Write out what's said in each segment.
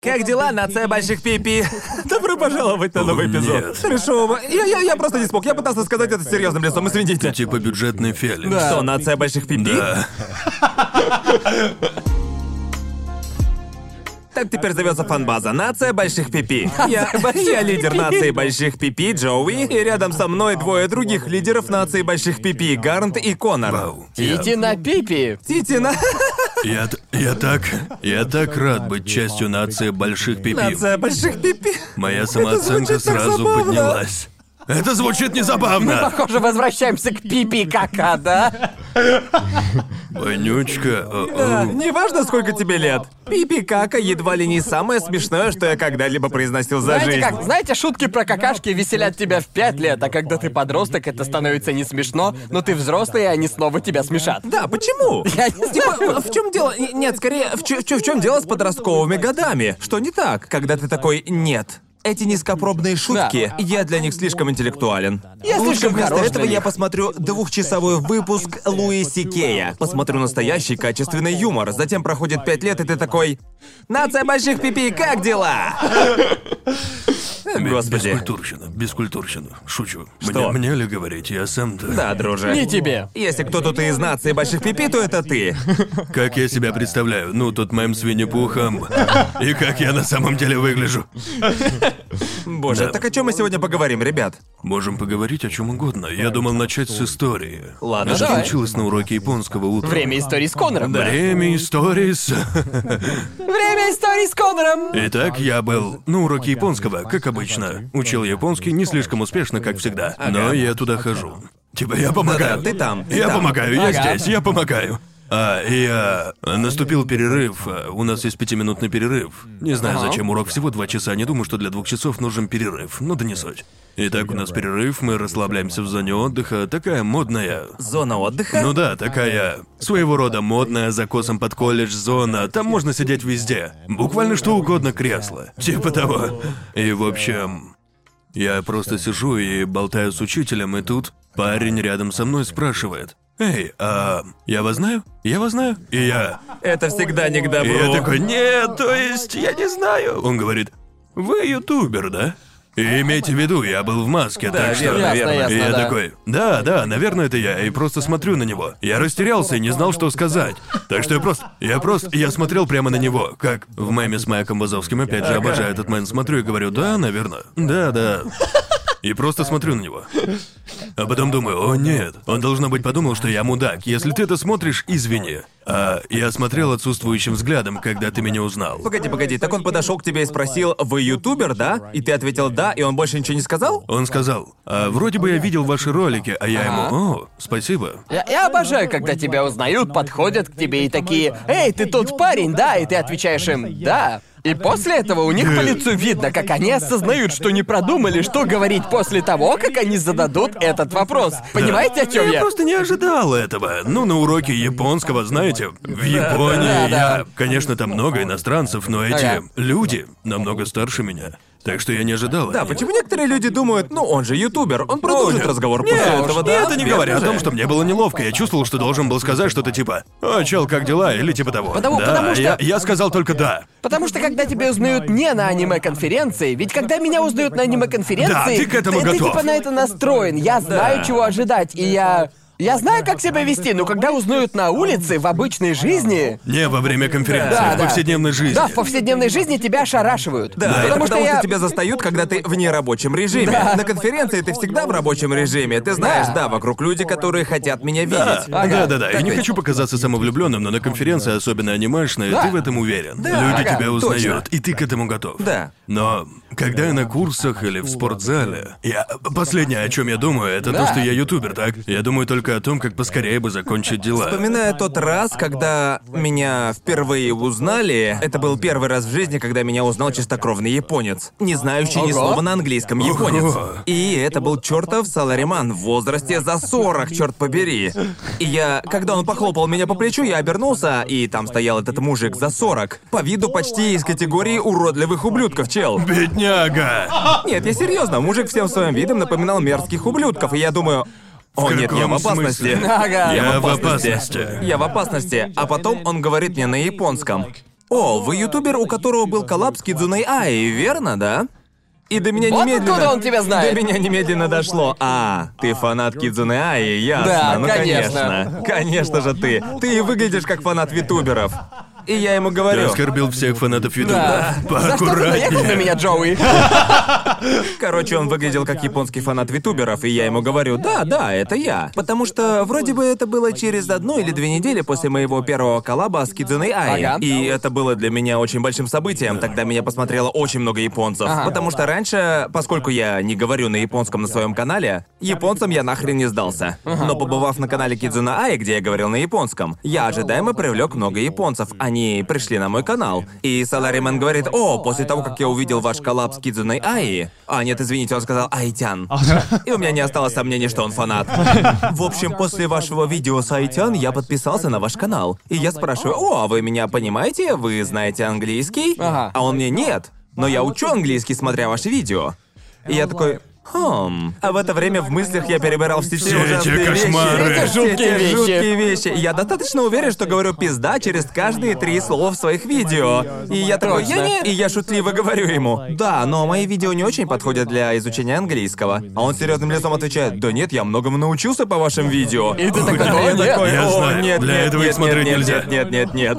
Как дела, нация больших пипи? Добро пожаловать на новый эпизод. Нет. Трэшового. Я просто не смог. Я пытался сказать это серьезным лицом, Ты извините. типа бюджетный Феликс. Что, нация больших пипи? Да. Так теперь зовется фанбаза. Нация больших пипи. Я лидер нации больших пипи, Джоуи, и рядом со мной двое других лидеров нации больших пипи, Гарнт и Конор. Вау. Идите на пипи. Титина. Я так рад быть частью нации больших пипи. Нация больших пипи. Моя самооценка звучит так сразу забавно. поднялась. Это звучит незабавно. Похоже, возвращаемся к пипи кака, да? Вонючка. Да, неважно, сколько тебе лет. Пипи-кака едва ли не самое смешное, что я когда-либо произносил за Знаете жизнь. как? Знаете, шутки про какашки веселят тебя в 5 лет, а когда ты подросток, это становится не смешно, но ты взрослый, и они снова тебя смешат. Да, почему? Я не знаю. Типа, в чем дело? Нет, скорее, в чем дело с подростковыми годами? Что не так, когда ты такой «нет». Эти низкопробные шутки, я для них слишком интеллектуален. Я Лучше слишком вместо хорош этого для я них. посмотрю двухчасовой выпуск Луи Си Кея. Посмотрю настоящий качественный юмор. Затем проходит 5 лет, и ты такой «Нация больших пипи, как дела?» Господи. Бескультурщина. Шучу. Что? Мне ли говорить? Я сам-то... Да, друже. Не тебе. Если кто-то из нации больших пипи, то это ты. Как я себя представляю? Ну, тут мем с Винни-Пухом. И как я на самом деле выгляжу. Боже, Да. так о чем мы сегодня поговорим, ребят? Можем поговорить о чем угодно. Я думал начать с истории. Ладно, Что давай. случилось на уроке японского утром? Время истории с Конором. Время истории с... Время истории с Конором. Итак, я был на уроке японского, как обычно. Учил японский не слишком успешно, как всегда. Но я туда хожу. Типа, я помогаю. Да-да, ты там, ты Я там. помогаю, я Ага. здесь, я помогаю. Наступил перерыв. У нас есть 5-минутный перерыв. Не знаю, Ага. зачем урок всего 2 часа. Не думаю, что для 2 часов нужен перерыв. Ну да не суть. Итак, у нас перерыв, мы расслабляемся в зоне отдыха. Такая модная. Зона отдыха? Ну да, такая своего рода модная, закосом под колледж зона. Там можно сидеть везде. Буквально что угодно кресло. Типа того. И в общем, я просто сижу и болтаю с учителем, и тут парень рядом со мной спрашивает: «Эй, я вас знаю? Я вас знаю?» И я... Это всегда не к И добру. я такой: «Нет, то есть я не знаю». Он говорит: «Вы ютубер, да?» И имейте в виду, я был в маске, Да, так что... верно, Ясно, верно. ясно, И я да. такой: да, наверное, это я, и просто смотрю на него. Я растерялся и не знал, что сказать. Так что я смотрел прямо на него, как в меме с Майком Вазовским, опять же, обожаю этот мем, смотрю и говорю: да, наверное, да. И просто смотрю на него. А потом думаю: о нет, он, должно быть, подумал, что я мудак. Если ты это смотришь, извини. Я смотрел отсутствующим взглядом, когда ты меня узнал. Погоди, так он подошел к тебе и спросил, вы ютубер, да? И ты ответил да, и он больше ничего не сказал? Он сказал: вроде бы я видел ваши ролики, а я ему: о, спасибо. Я обожаю, когда тебя узнают, подходят к тебе и такие: «Эй, ты тот парень, да?» И ты отвечаешь им: «Да». И после этого у них по лицу видно, как они осознают, что не продумали, что говорить после того, как они зададут этот вопрос. Понимаете, о чем Я я? просто не ожидал этого. Ну, на уроке японского, знаете, в Японии Да. Конечно, там много иностранцев, но эти Ага. люди намного старше меня. Так что я не ожидал. Да, от них. почему некоторые люди думают, ну он же ютубер, он продолжит нет. разговор после Нет, этого, да? это не Верно говоря о же? том, что мне было неловко. Я чувствовал, что должен был сказать что-то типа: «О, чел, как дела?» или типа того. Потому что- я сказал только «да». Потому что когда тебя узнают не на аниме-конференции, ведь когда меня узнают на аниме-конференции, Да, ты к этому ты готов. типа на это настроен, я знаю, чего ожидать, и я знаю, как себя вести, но когда узнают на улице, в обычной жизни... Не во время конференции, Да, в да. повседневной жизни. Да, в повседневной жизни тебя ошарашивают. Да, это потому что я... тебя застают, когда ты в нерабочем режиме. Да. На конференции ты всегда в рабочем режиме. Ты знаешь, да, вокруг люди, которые хотят меня видеть. Ага. Да. Я не хочу показаться самовлюбленным, но на конференции, особенно анимешной, Да. ты в этом уверен. Да, Люди ага, тебя узнают, точно. и ты к этому готов. Да. Но когда я на курсах или в спортзале, последнее, о чем я думаю, это Да. то, что я ютубер, так? Я думаю только о том, как поскорее бы закончить дела. Вспоминая тот раз, когда меня впервые узнали, это был первый раз в жизни, когда меня узнал чистокровный японец, не знающий ни Ого. слова на английском японец. Ого. И это был чертов салариман в возрасте за 40, черт побери. И когда он похлопал меня по плечу, я обернулся, и там стоял этот мужик за 40. По виду почти из категории уродливых ублюдков, чел. Бедняга! Нет, я серьезно, мужик всем своим видом напоминал мерзких ублюдков, и я думаю... О, нет, я в каком опасности. смысле? Ага. Я в опасности. Я в опасности. А потом он говорит мне на японском. «О, вы ютубер, у которого был коллаб с Кидзуной Аи, верно, да?» И до меня Вот немедленно... откуда он тебя знает? До меня немедленно дошло. Ты фанат Кидзуны Аи, ясно. Да, ну конечно. Конечно же ты. Ты и выглядишь как фанат витуберов. И я ему Ты говорю... оскорбил всех фанатов Ютуба. Да. За что ты наехал на Поаккуратнее. меня, Джоуи? Короче, он выглядел как японский фанат витуберов, и я ему говорю, да, это я. Потому что вроде бы это было через 1 или 2 недели после моего первого коллаба с Кидзуной Аи. Ага. И это было для меня очень большим событием. Тогда меня посмотрело очень много японцев. Ага. Потому что раньше, поскольку я не говорю на японском на своем канале, японцам я нахрен не сдался. Но побывав на канале Кидзуна Аи, где я говорил на японском, я ожидаемо привлек много японцев. Они пришли на мой канал. И Салариман говорит, после того, как я увидел ваш коллаб с Кидзуной Аи... нет, извините, он сказал Айтян. И у меня не осталось сомнений, что он фанат. В общем, после вашего видео с Айтян я подписался на ваш канал. И я спрашиваю, а вы меня понимаете? Вы знаете английский? Ага. А он мне, нет. Но я учу английский, смотря ваши видео. И я такой... А в это время в мыслях я перебирал все Все те ужасные эти кошмары. вещи. Эти жуткие Все те вещи. жуткие вещи. Я достаточно уверен, что говорю «пизда» через каждые 3 слова в своих видео. И я такой, Точно. И я шутливо говорю ему, да, но мои видео не очень подходят для изучения английского. А он серьезным лицом отвечает, да нет, я многому научился по вашим видео. И ты такой, Я нет. такой, Я знаю, нет, для нет, этого их нет, смотреть нет, нельзя. нет.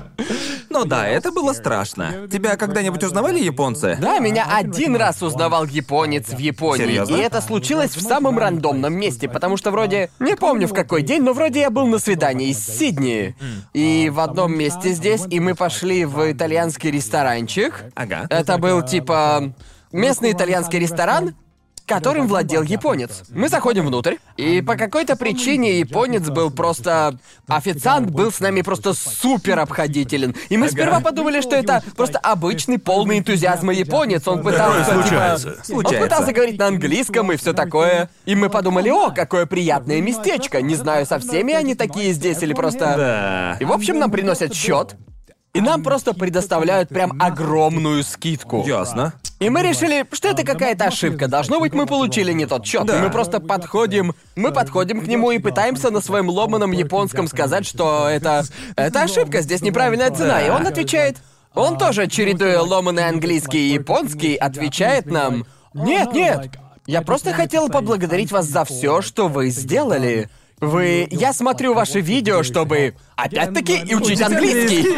Ну да, это было страшно. Тебя когда-нибудь узнавали японцы? Да, меня 1 раз узнавал японец в Японии. Серьезно? И это случилось в самом рандомном месте, потому что вроде... Не помню в какой день, но вроде я был на свидании из Сиднея. И в одном месте здесь, и мы пошли в итальянский ресторанчик. Ага. Это был типа местный итальянский ресторан, которым владел японец. Мы заходим внутрь, и по какой-то причине японец был просто... Официант был с нами просто супер обходителен. И мы сперва подумали, что это просто обычный полный энтузиазма японец. Он пытался, Такое типа... случается. Он пытался говорить на английском и все такое. И мы подумали, какое приятное местечко. Не знаю, со всеми они такие здесь или просто... Да. И в общем нам приносят счет. И нам просто предоставляют прям огромную скидку. Ясно. И мы решили, что это какая-то ошибка. Должно быть, мы получили не тот счет. Да. И мы просто подходим к нему и пытаемся на своем ломаном японском сказать, что это ошибка, здесь неправильная цена. И он отвечает, он тоже, чередуя ломаный английский и японский, отвечает нам, нет, я просто хотел поблагодарить вас за все, что вы сделали. Я смотрю ваши видео, чтобы опять-таки и учить английский.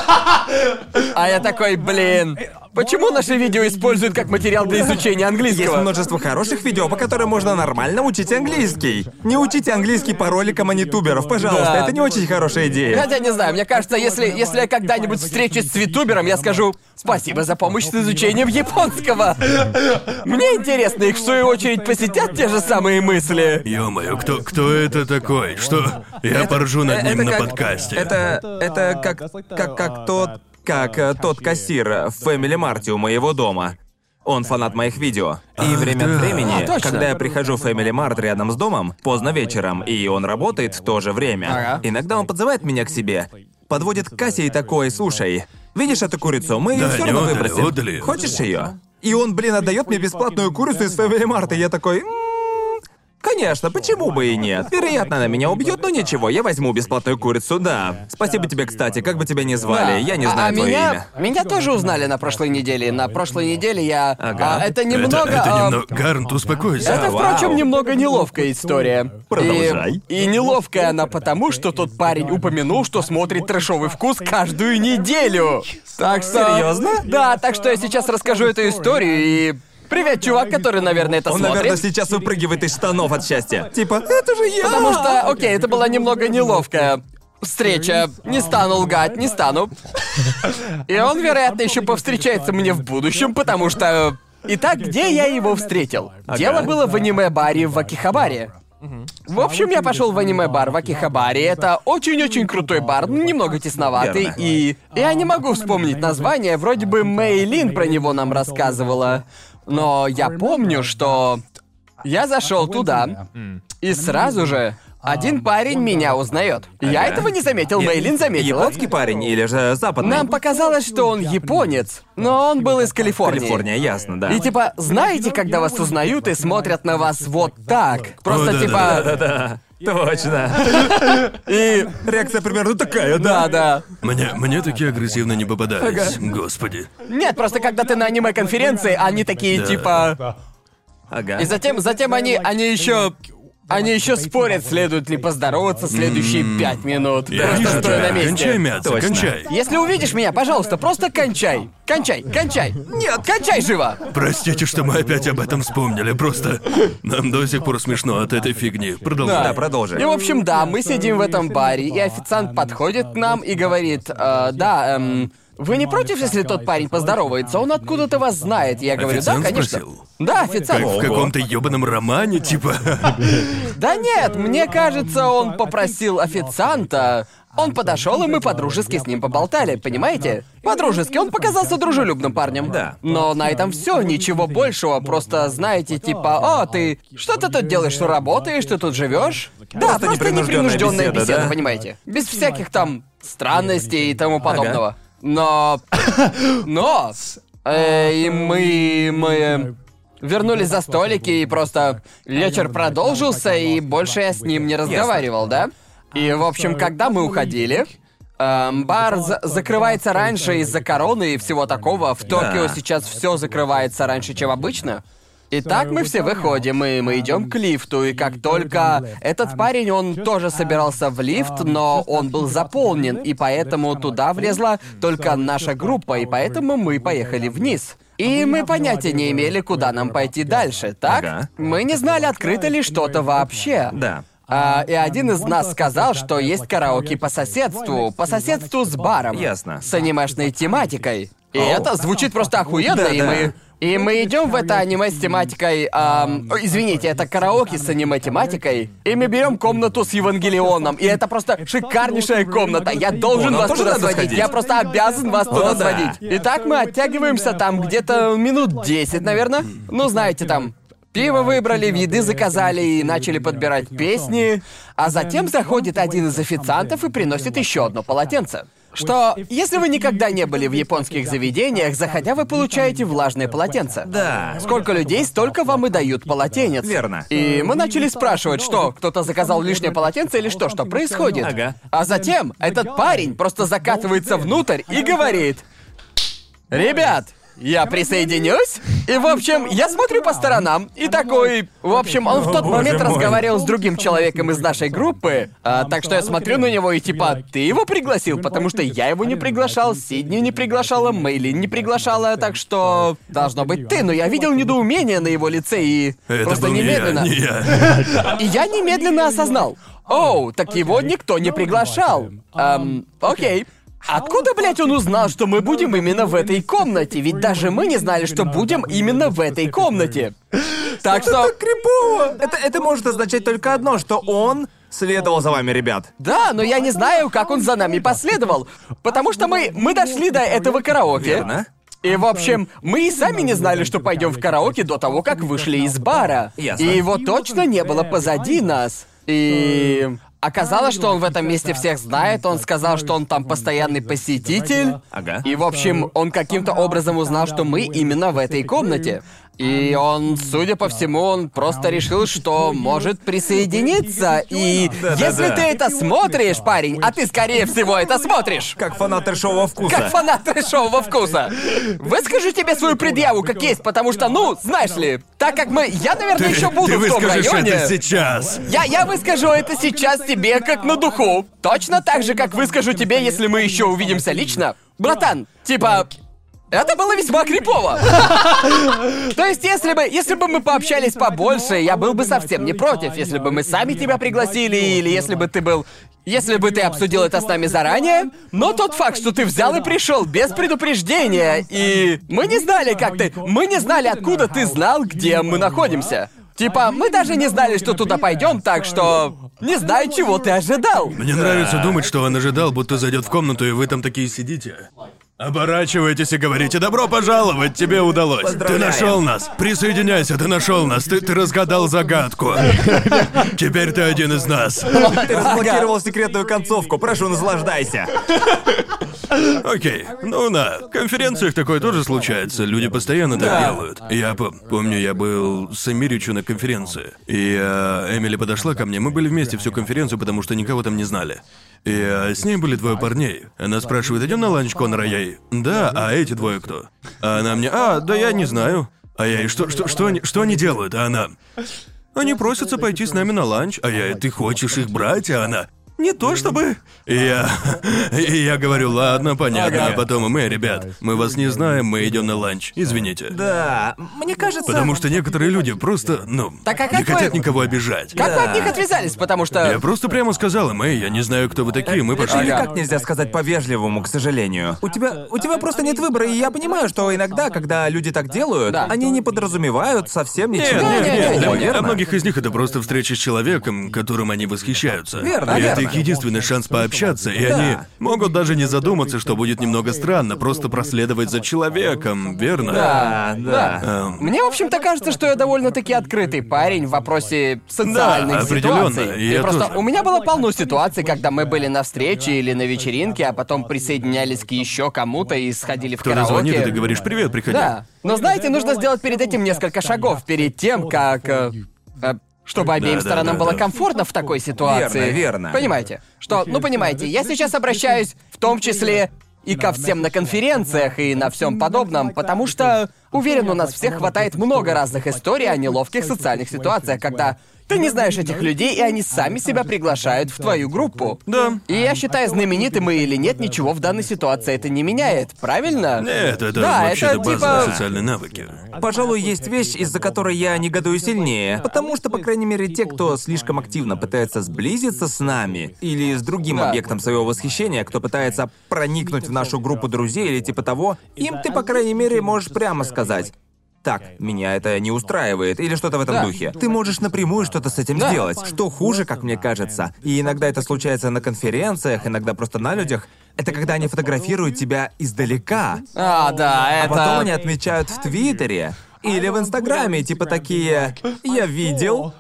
А я такой, почему наши видео используют как материал для изучения Есть английского? множество хороших видео, по которым можно нормально учить английский. Не учите английский по роликам, а не туберов, пожалуйста. Да. Это не очень хорошая идея. Хотя не знаю, мне кажется, если я когда-нибудь встречусь с витубером, я скажу спасибо за помощь с изучением японского. Мне интересно, их в свою очередь посетят те же самые мысли. Ё-моё, кто это такой? Что? Я поржу над ним на подкасте. Это как тот кассир в Family Mart у моего дома. Он фанат моих видео. И время от времени, точно. когда я прихожу в Family Mart рядом с домом, поздно вечером, и он работает в то же время, Ага. иногда он подзывает меня к себе, подводит к кассе и такой, слушай, видишь эту курицу? Мы ее Да, все не равно отдали, выбросим. отдали. Хочешь ее? И он, отдает мне бесплатную курицу из Family Mart, и я такой... Конечно, почему бы и нет? Вероятно, она меня убьет, но ничего, я возьму бесплатную курицу, да. Спасибо тебе, кстати, как бы тебя ни звали, я не знаю твое имя. Меня тоже узнали на прошлой неделе. На прошлой неделе я... Ага. Это немного... Это а, немного... Гарнт, успокойся. Это, Вау. впрочем, немного неловкая история. Продолжай. И неловкая она потому, что тот парень упомянул, что смотрит «Трэшовый вкус» каждую неделю. Так что... Серьезно? Да, так что я сейчас расскажу эту историю и... Привет, чувак, который, наверное, это Он, смотрит. наверное, сейчас выпрыгивает из штанов от счастья. Типа, это же я! Потому что, окей, это была немного неловкая встреча. Не стану лгать, не стану. И он, вероятно, еще повстречается мне в будущем, потому что... Итак, где я его встретил? Дело было в аниме-баре в Акихабаре. В общем, я пошел в аниме-бар в Акихабаре. Это очень-очень крутой бар, немного тесноватый. Верно. И я не могу вспомнить название, вроде бы Мэйлин про него нам рассказывала. Но я помню, что я зашел туда, и сразу же один парень меня узнает. Я этого не заметил, Мэйлин заметила. Японский парень или же западный? Нам показалось, что он японец, но он был из Калифорнии. Калифорния, ясно, да. И типа, знаете, когда вас узнают и смотрят на вас вот так? Просто О, да, типа... да, Точно. И... Реакция примерно такая, да? Да. Мне такие агрессивно не попадались. Господи. Нет, просто когда ты на аниме-конференции, они такие, Да. типа... Ага. И затем они еще... Они еще спорят, следует ли поздороваться следующие 5 минут. Я Просто вижу стоя тебя. на месте. Кончай мяться, Точно. кончай. Если увидишь меня, пожалуйста, просто кончай. Кончай. Нет, кончай живо. Простите, что мы опять об этом вспомнили. Просто нам до сих пор смешно от этой фигни. Продолжай. Да, продолжи. И, в общем, да, мы сидим в этом баре, и официант подходит к нам и говорит, вы не против, если тот парень поздоровается? Он откуда-то вас знает. Я говорю, Официант да, конечно. спросил? Да, официант. Как в каком-то ёбаном романе, типа. Да нет, мне кажется, он попросил официанта. Он подошел, и мы по-дружески с ним поболтали, понимаете? По-дружески, он показался дружелюбным парнем. Да. Но на этом все, ничего большего, просто знаете, типа, ты что ты тут делаешь, что работаешь, ты тут живешь? Да, просто непринужденная непринужденная беседа, беседа, да? понимаете? Без всяких там странностей и тому подобного. Но и мы вернулись за столики, и просто вечер продолжился, и больше я с ним не разговаривал, да? И, в общем, когда мы уходили, бар закрывается раньше из-за короны и всего такого. В Токио Да. сейчас все закрывается раньше, чем обычно. Итак, мы все выходим, и мы идем к лифту, и как только этот парень, он тоже собирался в лифт, но он был заполнен, и поэтому туда влезла только наша группа, и поэтому мы поехали вниз. И мы понятия не имели, куда нам пойти дальше, так? Ага. Мы не знали, открыто ли что-то вообще. Да. И один из нас сказал, что есть караоке по соседству с баром. Ясно. С анимешной тематикой. И это звучит просто охуенно, Да-да. и мы идем в это аниме с тематикой. Извините, это караоке с аниме-тематикой. И мы берем комнату с Евангелионом. И это просто шикарнейшая комната. Я должен нам вас тоже туда надо сводить. сходить. Я просто обязан вас туда О, да. сводить. Итак, мы оттягиваемся там где-то минут 10, наверное. Ну, знаете, там. Пиво выбрали, еды заказали и начали подбирать песни. А затем заходит один из официантов и приносит еще одно полотенце. Что, если вы никогда не были в японских заведениях, заходя, вы получаете влажное полотенце. Да. Сколько людей, столько вам и дают полотенец. Верно. И мы начали спрашивать, что, кто-то заказал лишнее полотенце или что происходит. Ага. А затем этот парень просто закатывается внутрь и говорит: «Ребят, я присоединюсь?» И, в общем, я смотрю по сторонам, и такой... В общем, он в тот боже момент мой. разговаривал с другим человеком из нашей группы, так что я смотрю на него и типа, ты его пригласил? Потому что я его не приглашал, Сидни не приглашала, Мэйлин не приглашала, так что... Должно быть ты, но я видел недоумение на его лице и... Это просто был немедленно... не я. И я немедленно осознал. Оу, так его никто не приглашал. Окей. Откуда, блядь, он узнал, что мы будем именно в этой комнате? Ведь даже мы не знали, что будем именно в этой комнате. Так что... Крипово! Это может означать только одно, что он следовал за вами, ребят. Да, но я не знаю, как он за нами последовал. Потому что мы дошли до этого караоке. Верно? И, в общем, мы и сами не знали, что пойдем в караоке до того, как вышли из бара. Ясно. И его точно не было позади нас. И... Оказалось, что он в этом месте всех знает, он сказал, что он там постоянный посетитель. Ага. И, в общем, он каким-то образом узнал, что мы именно в этой комнате. И он, судя по всему, он просто решил, что может присоединиться. И если ты это смотришь, парень, а ты, скорее всего, это смотришь, Как фанат трэшового вкуса. как фанат трэшового вкуса, выскажу тебе свою предъяву как есть, потому что, ну, знаешь ли, так как я, наверное, еще буду Ты в том выскажешь районе. это сейчас. Я выскажу это сейчас тебе как на духу. Точно так же, как выскажу тебе, если мы еще увидимся лично. Братан, типа... Это было весьма крипово. То есть, если бы мы пообщались побольше, я был бы совсем не против. Если бы мы сами тебя пригласили, или если бы ты обсудил это с нами заранее. Но тот факт, что ты взял и пришел без предупреждения, и мы не знали, мы не знали, откуда ты знал, где мы находимся. Типа, мы даже не знали, что туда пойдем, так что не знаю, чего ты ожидал. Мне нравится думать, что он ожидал, будто зайдет в комнату, и вы там такие сидите. Оборачивайтесь и говорите: «Добро пожаловать, тебе удалось. Ты Поздравляем. нашел нас. Присоединяйся, ты нашел нас. Ты разгадал загадку. Теперь ты один из нас». Ты разблокировал секретную концовку, прошу, наслаждайся. Окей, ну на конференциях такое тоже случается, люди постоянно так делают. Я помню, я был с Эмиричу на конференции, и Эмили подошла ко мне, мы были вместе всю конференцию, потому что никого там не знали. И с ней были двое парней. Она спрашивает: «Идем на ланч, Конор?» А я ей: «Да, а эти двое кто?» А она мне: «Да я не знаю». А я ей: что они делают?» А она: «Они просятся пойти с нами на ланч». А я: «Ты хочешь их брать?» А она: «Не то чтобы...» И я говорю: «Ладно, понятно». А потом: «Мы, ребят, мы вас не знаем, мы идем на ланч. Извините». Да, мне кажется... Потому что некоторые люди просто, Так а как не хотят вы- никого обижать. Как вы от них отвязались? Потому что... Я просто прямо сказал им: «Эй, я не знаю, кто вы такие, мы пошли». Или как нельзя сказать по-вежливому, к сожалению. У тебя просто нет выбора, и я понимаю, что иногда, когда люди так делают, Да. они не подразумевают совсем ничего. нет, О, нет. верно? Для многих из них это просто встреча с человеком, которым они восхищаются. Верно, И это верно. их единственный шанс пообщаться, и они могут даже не задуматься, что будет немного странно, просто проследовать за человеком, верно? Да. Мне, в общем-то, кажется, что я довольно-таки открытый парень в вопросе социальных Да, определенно, ситуаций. и И я просто тоже. у меня было полно ситуаций, когда мы были на встрече или на вечеринке, а потом присоединялись к еще кому-то и сходили в Кто-то караоке. звонит, и ты говоришь: «Привет, приходи». Да. Но знаете, нужно сделать перед этим несколько шагов, перед тем, как... чтобы обеим Да, сторонам было да. комфортно в такой ситуации. Верно, верно. Понимаете? Что, понимаете, я сейчас обращаюсь в том числе и ко всем на конференциях и на всем подобном, потому что, уверен, у нас всех хватает много разных историй о неловких социальных ситуациях, когда ты не знаешь этих людей, и они сами себя приглашают в твою группу. Да. И я считаю, знаменитым мы или нет, ничего в данной ситуации это не меняет, правильно? Нет, это Да, вообще-то это базовые типа- социальные навыки. Пожалуй, есть вещь, из-за которой я негодую сильнее. Потому что, по крайней мере, те, кто слишком активно пытается сблизиться с нами, или с другим Да. объектом своего восхищения, кто пытается проникнуть в нашу группу друзей или типа того, им ты, по крайней мере, можешь прямо сказать: «Так, меня это не устраивает», или что-то в этом Да. духе. Ты можешь напрямую что-то с этим Да. сделать. Что хуже, как мне кажется, и иногда это случается на конференциях, иногда просто на людях, это когда они фотографируют тебя издалека. Да, А это... потом они отмечают в Твиттере или в Инстаграме, типа такие: «Я видел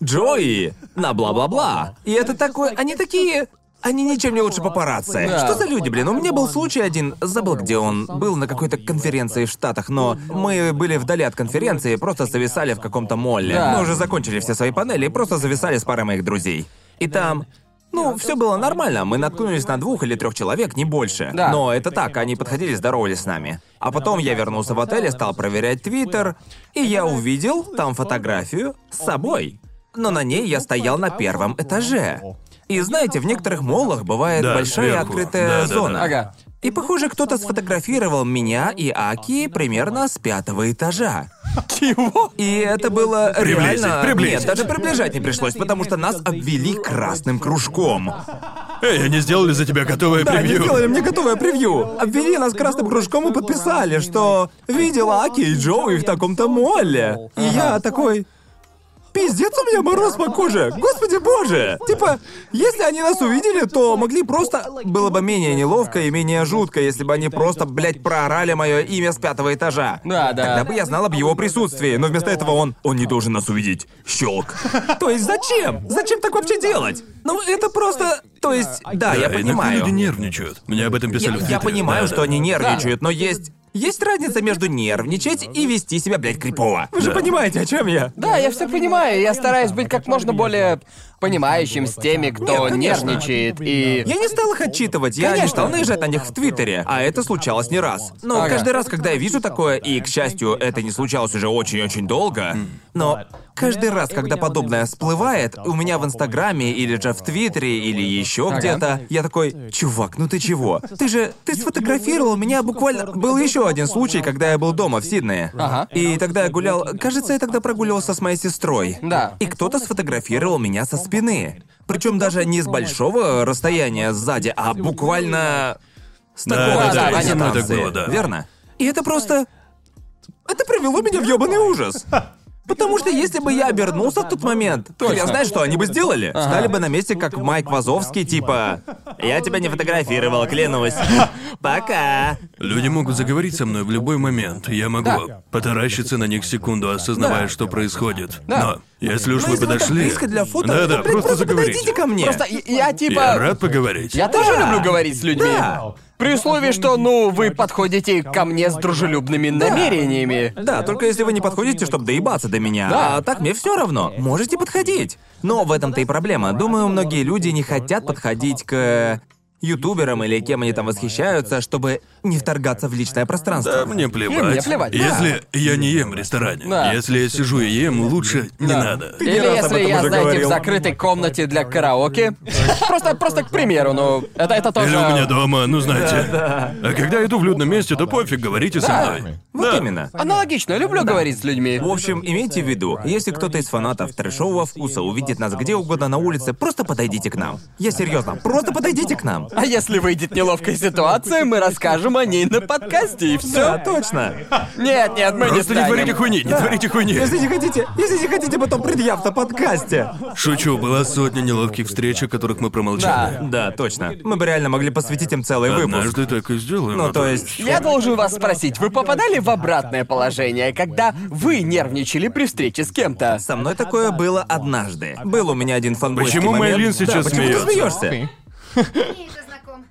Джои на бла-бла-бла». И это такое... Они такие... Они ничем не лучше папарацци. Да. Что за люди, блин? У меня был случай один, забыл, где он был, на какой-то конференции в Штатах, но мы были вдали от конференции, просто зависали в каком-то молле. Да. Мы уже закончили все свои панели и просто зависали с парой моих друзей. И там... все было нормально, мы наткнулись на 2 или 3 человек, не больше. Да. Но это так, они подходили, здоровались с нами. А потом я вернулся в отель и стал проверять Твиттер, и я увидел там фотографию с собой. Но на ней я стоял на 1-м этаже. И знаете, в некоторых моллах бывает Да, большая сверху. открытая Да-да-да. зона. Ага. И похоже, кто-то сфотографировал меня и Аки примерно с 5-го этажа. Чего? И это было Приблизить, реально... приблизить. Нет, даже приближать не пришлось, потому что нас обвели красным кружком. Эй, они сделали за тебя готовое Да, они превью. сделали мне готовое превью. Обвели нас красным кружком и подписали, что видел Аки и Джоуи в таком-то молле. И я такой... Пиздец, у меня мороз по коже. Господи боже. Типа, если они нас увидели, то могли просто... Было бы менее неловко и менее жутко, если бы они просто, блядь, проорали мое имя с 5-го этажа. Да. Тогда бы я знал об его присутствии, но вместо этого он не должен нас увидеть. Щелк. То есть зачем? Зачем так вообще делать? Ну, это просто... То есть, да, я иногда понимаю. люди нервничают. Мне об этом писали в Я Твиттере. понимаю, Да, что да. они нервничают, но есть разница между нервничать и вести себя, блядь, крипово. Вы же Да. понимаете, о чем я? Да, я все понимаю, я стараюсь быть как можно более понимающим с теми, кто Нет, конечно. нервничает, и... Я не стал их отчитывать, я не Конечно. стал наезжать на них в Твиттере, а это случалось не раз. Но Ага. каждый раз, когда я вижу такое, и, к счастью, это не случалось уже очень-очень долго, но каждый раз, когда подобное всплывает, у меня в Инстаграме или же в Твиттере или еще Ага. где-то, я такой: чувак, ну ты чего? Ты сфотографировал меня буквально... Был еще один случай, когда я был дома в Сиднее. Ага. И тогда я гулял... Кажется, я тогда прогуливался с моей сестрой. Да. И кто-то сфотографировал меня со спины. Причем даже не с большого расстояния сзади, а буквально с такого да, же понятно, дистанции. так было, да. Верно? И это просто... Это привело меня в ёбаный ужас. Потому что если бы я обернулся в тот момент, то я знаю, что они бы сделали. Стали бы на месте, как Майк Вазовский, типа... Я тебя не фотографировал, клянусь. Пока. Люди могут заговорить со мной в любой момент. Я могу потаращиться на них секунду, осознавая, что происходит. Но если уж вы Если вы так подошли... близко для фото, Да-да, то, блин, просто заговорите. подойдите ко мне. Просто я типа... Я рад поговорить. Я тоже люблю говорить с людьми. Да. При условии, что, вы подходите ко мне с дружелюбными намерениями. Да, только если вы не подходите, чтобы доебаться до меня. Да. А так мне все равно. Можете подходить. Но в этом-то и проблема. Думаю, многие люди не хотят подходить к ютуберам или кем они там восхищаются, чтобы не вторгаться в личное пространство. Да, мне плевать. И мне плевать, да. Если я не ем в ресторане, Да. если я сижу и ем, лучше не надо. Или раз об если этом я, уже знаете, говорил. в закрытой комнате для караоке. Просто к примеру, это тоже... Или у меня дома, знаете. А когда иду в людном месте, то пофиг, говорите со мной. Вот Да. именно. Аналогично, люблю говорить с людьми. В общем, имейте в виду, если кто-то из фанатов трэшового вкуса увидит нас где угодно на улице, просто подойдите к нам. Я серьезно, просто подойдите к нам. А если выйдет неловкая ситуация, мы расскажем о ней на подкасте, и все. Да, точно. Нет, мы не Просто не станем. творите хуйни, не творите хуйни. Если не хотите, потом предъяв на подкасте. Шучу, была сотня неловких встреч, о которых мы промолчали. Да, точно. Мы бы реально могли посвятить им целый выпуск. Однажды так и сделаем. Ну, а то есть... Я должен вас спросить, вы попадали в обратное положение, когда вы нервничали при встрече с кем-то? Со мной такое было однажды. Был у меня один фанбойский Почему момент. Мэйлин сейчас да, почему ты смеется? смеешься? Мне это знаком.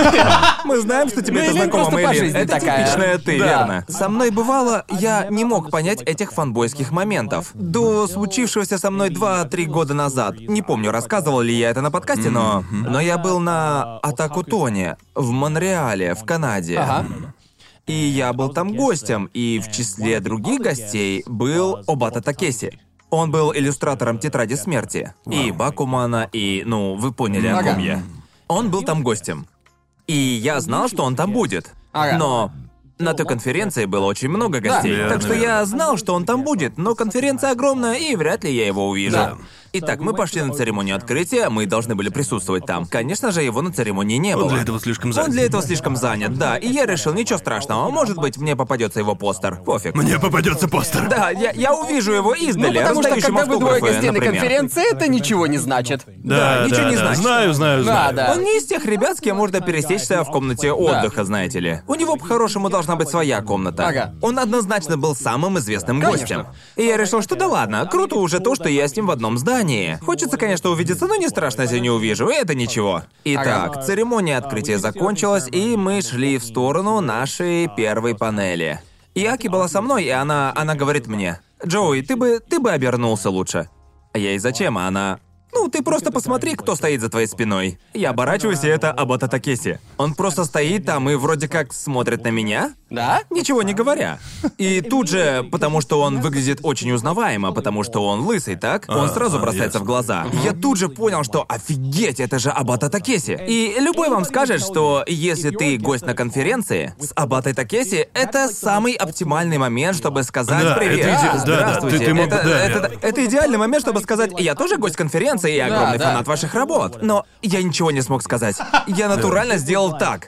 Мы знаем, что тебе это Мэйлин знакомо, просто по Мэйлин. жизни Это такая. типичная ты, Да. верно? Со мной бывало, я не мог понять этих фанбойских моментов. До случившегося со мной 2-3 года назад. Не помню, рассказывал ли я это на подкасте, но я был на Атакутоне в Монреале, в Канаде. Ага. И я был там гостем, и в числе других гостей был Обата Такеси. Он был иллюстратором «Тетради смерти». И Бакумана, и, вы поняли, о ком Ага. я. Он был там гостем. И я знал, что он там будет. Ага. Но на той конференции было очень много гостей. Да. Так что Верно, я знал, что он там будет, но конференция огромная, и вряд ли я его увижу. Да. Итак, мы пошли на церемонию открытия, мы должны были присутствовать там. Конечно же, его на церемонии не было. Он для этого слишком занят. Он для этого слишком занят, да. И я решил, ничего страшного, может быть, мне попадется его постер. Пофиг. Мне попадется постер. Да, я увижу его издали, Потому что раздающим когда вы двое автографы, гостей на например. конференции, это ничего не значит. Да, ничего не значит. Знаю. Да. Он не из тех ребят, с кем можно пересечься в комнате отдыха, знаете ли. У него по-хорошему должна быть своя комната. Ага. Он однозначно был самым известным гостем. И я решил, что да ладно, круто уже то, что я с ним в одном здании. Хочется, конечно, увидеться, но не страшно, если не увижу, и это ничего. Итак, церемония открытия закончилась, и мы шли в сторону нашей первой панели. И Аки была со мной, и она говорит мне: «Джоуи, ты бы обернулся лучше». А я: «И зачем?» А она: ты просто посмотри, кто стоит за твоей спиной. Я оборачиваюсь, и это Обата Такеси. Он просто стоит там и вроде как смотрит на меня, Да? ничего не говоря. И тут же, потому что он выглядит очень узнаваемо, потому что он лысый, так? Он сразу бросается в глаза. Я тут же понял, что офигеть, это же Обата Такеси. И любой вам скажет, что если ты гость на конференции, с Обатой Такеси это самый оптимальный момент, чтобы сказать Да, привет. это иде- да, Здравствуйте. ты мог бы- Это идеальный момент, чтобы сказать: я тоже гость конференции и огромный да. фанат ваших работ. Но я ничего не смог сказать. Я натурально сделал так.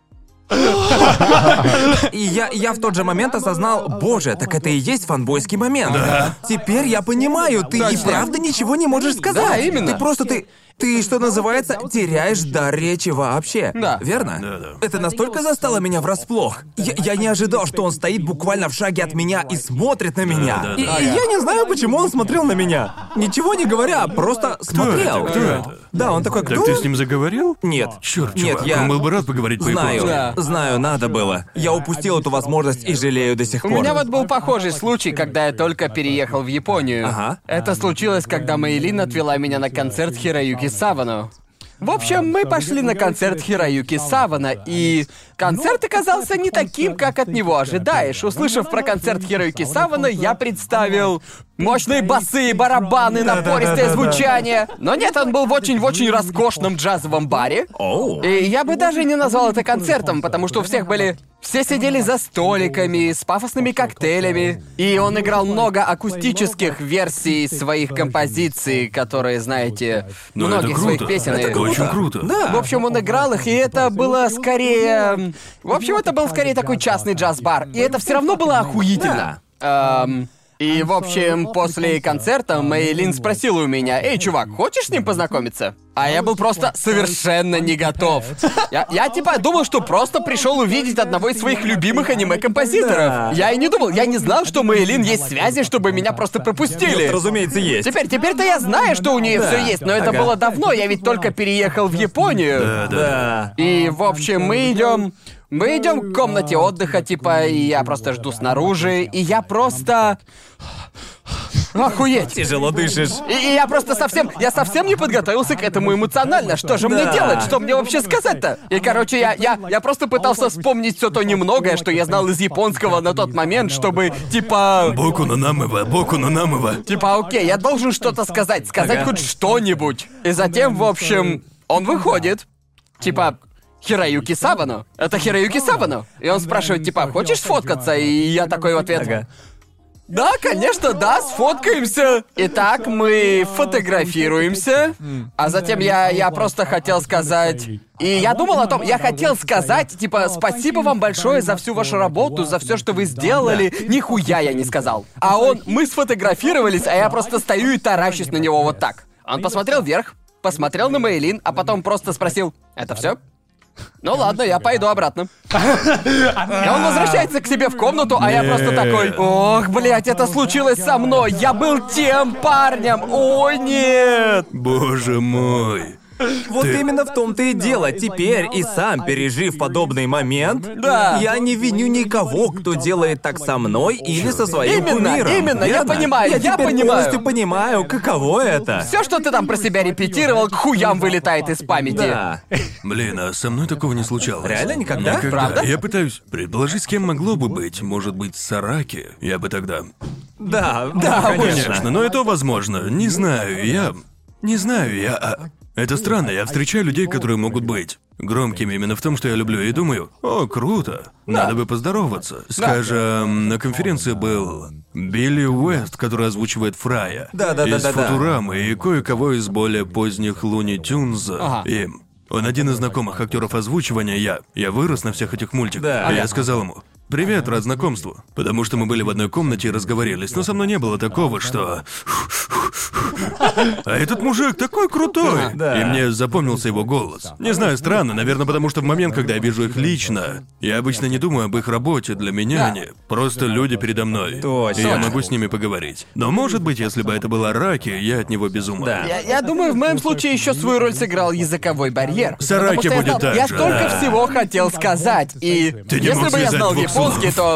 И я в тот же момент осознал: боже, так это и есть фанбойский момент. Теперь я понимаю, ты и Точно. правда ничего не можешь сказать. Да, именно. Ты просто ты, что называется, теряешь дар речи вообще. Да. Верно? Да. Это настолько застало меня врасплох. Я не ожидал, что он стоит буквально в шаге от меня и смотрит на меня. Да. И я не знаю, почему он смотрел на меня. Ничего не говоря, просто смотрел. Кто это? Да, он такой: кто? Так ты с ним заговорил? Нет. Черт, Нет, чувак, я... он был бы рад поговорить Знаю, по-японски. знаю, надо было. Я упустил эту возможность и жалею до сих У пор. меня вот был похожий случай, когда я только переехал в Японию. Ага. Это случилось, когда Мэйлин отвела меня на концерт Хироюки Савано. В общем, мы пошли на концерт Хироюки Савано, и концерт оказался не таким, как от него ожидаешь. Услышав про концерт Хироюки Савано, я представил мощные басы и барабаны, напористое звучание. Но нет, он был в очень роскошном джазовом баре. Оу. И я бы даже не назвал это концертом, потому что у всех были... Все сидели за столиками, с пафосными коктейлями. И он играл много акустических версий своих композиций, которые, знаете, Ну, это многих круто. своих песен. Это И- очень круто. Да. В общем, он играл их, и это было скорее... В общем, это был скорее такой частный джаз-бар. И это все равно было охуительно. И, в общем, после концерта Мэйлин спросила у меня: «Эй, чувак, хочешь с ним познакомиться?» А я был просто совершенно не готов. Я типа думал, что просто пришел увидеть одного из своих любимых аниме-композиторов. Да. Я и не думал, я не знал, что у Мэйлин есть связи, чтобы меня просто пропустили. Разумеется, есть. Теперь-то я знаю, что у нее Да. все есть, но это Ага. было давно, я ведь только переехал в Японию. Да. И, в общем, мы идем к комнате отдыха, типа, и я просто жду снаружи, и я просто... Охуеть! Тяжело дышишь. И я просто я совсем не подготовился к этому эмоционально. Что же мне Да. делать? Что мне вообще сказать-то? И, короче, я просто пытался вспомнить все то немногое, что я знал из японского на тот момент, чтобы, типа... Боку на намыва. Типа, окей, я должен что-то сказать Ага. хоть что-нибудь. И затем, в общем, он выходит. Типа, Хироюки Савано. Это Хироюки Савано. И он спрашивает, типа, хочешь сфоткаться? И я такой в ответ... Ага. Да, конечно, да, сфоткаемся. Итак, мы фотографируемся. А затем я просто хотел сказать... И я думал о том, я хотел сказать, типа, спасибо вам большое за всю вашу работу, за все, что вы сделали. Нихуя я не сказал. А мы сфотографировались, а я просто стою и таращусь на него вот так. Он посмотрел вверх, посмотрел на Мэйлин, а потом просто спросил: «Это все?» Ну ладно, я пойду обратно. И он возвращается к себе в комнату, а я просто такой: ох, блядь, это случилось со мной. Я был тем парнем. Ой, нет. Боже мой. Вот именно в том-то и дело. Теперь, и сам пережив подобный момент, Да. я не виню никого, кто делает так со мной или со своим кумиром. Именно, я Верно? понимаю, я теперь понимаю. полностью понимаю, каково это. Все, что ты там про себя репетировал, к хуям вылетает из памяти. Да. Блин, а со мной такого не случалось. Реально никогда? Правда? Я пытаюсь предположить, с кем могло бы быть. Может быть, Сараки? Я бы тогда... Да, Конечно, но это возможно. Не знаю, Это странно, я встречаю людей, которые могут быть громкими именно в том, что я люблю, и думаю: о, круто, надо бы поздороваться. Скажем, на конференции был Билли Уэст, который озвучивает Фрая. Да-да-да-да-да. Из Футурамы и кое-кого из более поздних Луни Тюнз. Ага. И он один из знакомых актеров озвучивания, я вырос на всех этих мультиках. Да. И я сказал ему: привет, рад знакомству. Потому что мы были в одной комнате и разговорились, но со мной не было такого, что... А этот мужик такой крутой! Да. И мне запомнился его голос. Не знаю, странно, наверное, потому что в момент, когда я вижу их лично, я обычно не думаю об их работе, для меня Да. они просто люди передо мной. Точно. И я могу с ними поговорить. Но может быть, если бы это была Раки, я от него без ума. Да. Я думаю, в моем случае еще свою роль сыграл языковой барьер. Сараки Потому что будет так я же, столько да. всего хотел сказать. И Ты не если мог бы я связать знал двух японский, то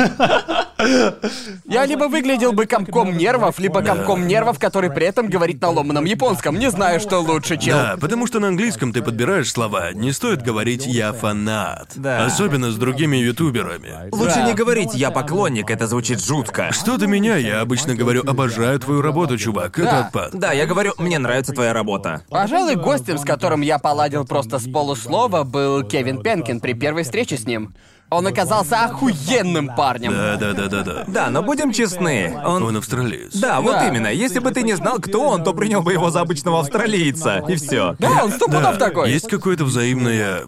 я либо выглядел бы комком нервов, либо комком нервов, который при этом говорит на ломаном японском. Не знаю, что лучше, чел. Да, потому что на английском ты подбираешь слова. Не стоит говорить «я фанат». Да. Особенно с другими ютуберами. Лучше не говорить «я поклонник», это звучит жутко. Что до меня, я обычно говорю «обожаю твою работу, чувак». Это Да. отпад. Да, я говорю, мне нравится твоя работа. Пожалуй, гостем, с которым я поладил просто с полуслова, был Кевин Пенкин при первой встрече с ним. Он оказался охуенным парнем. Да. Да, но будем честны, он... Он австралиец. Да, вот Да. именно. Если бы ты не знал, кто он, то принял бы его за обычного австралийца. И все. Да, он сто пудов такой. Есть какое-то взаимное,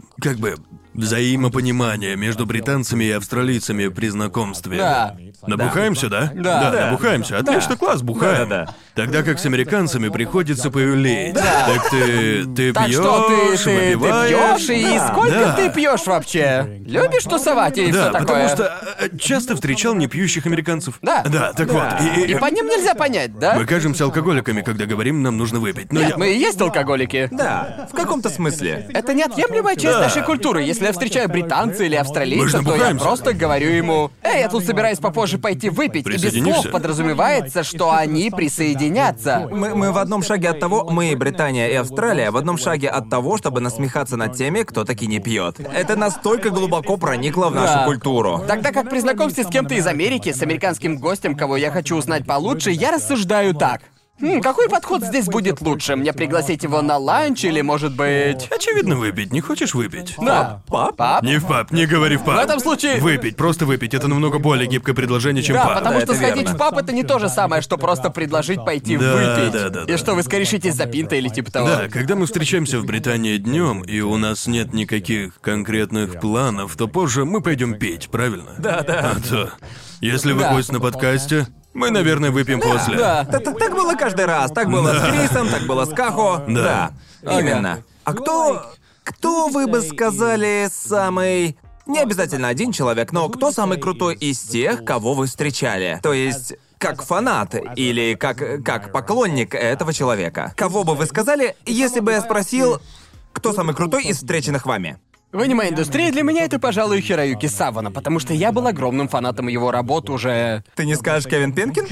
взаимопонимание между британцами и австралийцами при знакомстве. Да. Набухаемся, да? Да. Да, набухаемся. Отлично, класс, бухаем. Да. Тогда как с американцами приходится поюлить. Так ты Так пьешь, что ты выпиваешь. пьешь, и Да. сколько Да. ты пьешь вообще? Любишь тусовать и Да, все потому такое? что часто встречал непьющих американцев. Да. Да, так Да. вот. И по ним нельзя понять, да? Мы кажемся алкоголиками, когда говорим, нам нужно выпить. Но Нет, я... мы и есть алкоголики. Да, в каком-то смысле. Это неотъемлемая часть Да. нашей культуры. Если я встречаю британца или Мы австралийца, же то я набухаемся. просто говорю ему: «Эй, я тут собираюсь попозже пойти выпить», и без Присоединишься? слов подразумевается, что они присоединятся. Мы в одном шаге от того, мы, Британия и Австралия, в одном шаге от того, чтобы насмехаться над теми, кто таки не пьет. Это настолько глубоко проникло в нашу Да. культуру. Тогда как при знакомстве с кем-то из Америки, с американским гостем, кого я хочу узнать получше, я рассуждаю так. Какой подход здесь будет лучше? Мне пригласить его на ланч или, может быть... Очевидно, выпить. Не хочешь выпить? Да. Пап? Пап? Не в паб, не говори в паб. В этом случае- Выпить, просто выпить. Это намного более гибкое предложение, чем Да, паб. потому Да, что это сходить верно. в паб — это не то же самое, что просто предложить пойти Да, выпить. да. И что, вы скорешитесь за пинтой или типа того? Да, когда мы встречаемся в Британии днем, и у нас нет никаких конкретных планов, то позже мы пойдем пить, правильно? Да. А то, если вы Да. гость на подкасте, Мы, наверное, выпьем после. Да. Так было каждый раз. Так было с Крисом, так было с Кахо. Да. Именно. А кто вы бы сказали самый... Не обязательно один человек, но кто самый крутой из тех, кого вы встречали? То есть, как фанат или как поклонник этого человека. Кого бы вы сказали, если бы я спросил, кто самый крутой из встреченных вами? В аниме-индустрии для меня это, пожалуй, Хироюки Савано, потому что я был огромным фанатом его работ уже... Ты не скажешь Кевин Пенкин?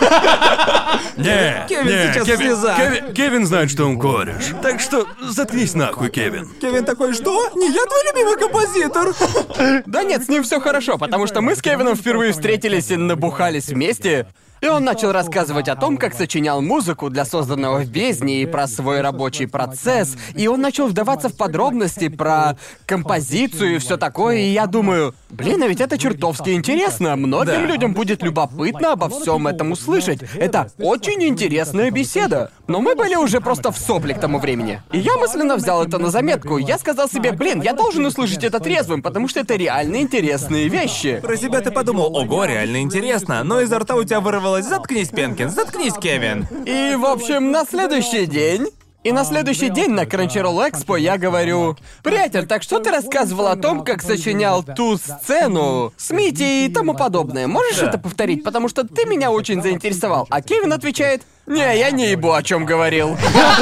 Не, Кевин не, сейчас в слезах. Кевин знает, что он кореш. Так что заткнись нахуй, Кевин. Кевин такой, что? Не я твой любимый композитор? Да нет, с ним все хорошо, потому что мы с Кевином впервые встретились и набухались вместе. И он начал рассказывать о том, как сочинял музыку для созданного в бездне и про свой рабочий процесс. И он начал вдаваться в подробности про композицию и все такое. И я думаю, блин, а ведь это чертовски интересно. Многим людям будет любопытно обо всем этом услышать. Это очень интересная беседа. Но мы были уже просто в сопле к тому времени. И я мысленно взял это на заметку. Я сказал себе, блин, я должен услышать это трезвым, потому что это реально интересные вещи. Про себя ты подумал, ого, реально интересно, но изо рта у тебя вырвалось «Заткнись, Пенкин, заткнись, Кевин». И, в общем, на следующий день на Crunchyroll Expo я говорю: приятель, так что ты рассказывал о том, как сочинял ту сцену с Мити и тому подобное? Можешь это повторить? Потому что ты меня очень заинтересовал. А Кевин отвечает: не, я не ебу, о чем говорил.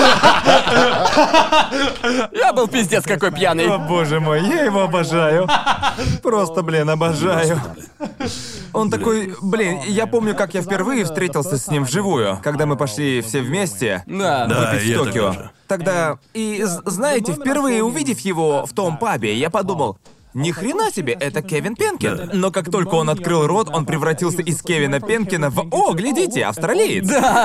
Я был пиздец какой пьяный. О, боже мой, я его обожаю. Просто, обожаю. Он такой, я помню, как я впервые встретился с ним вживую, когда мы пошли все вместе Да. выпить и в это Токио. тоже. Тогда, знаете, впервые увидев его в том пабе, я подумал, ни хрена себе, это Кевин Пенкин. Да. Но как только он открыл рот, он превратился из Кевина Пенкина в «О, глядите, австралиец!»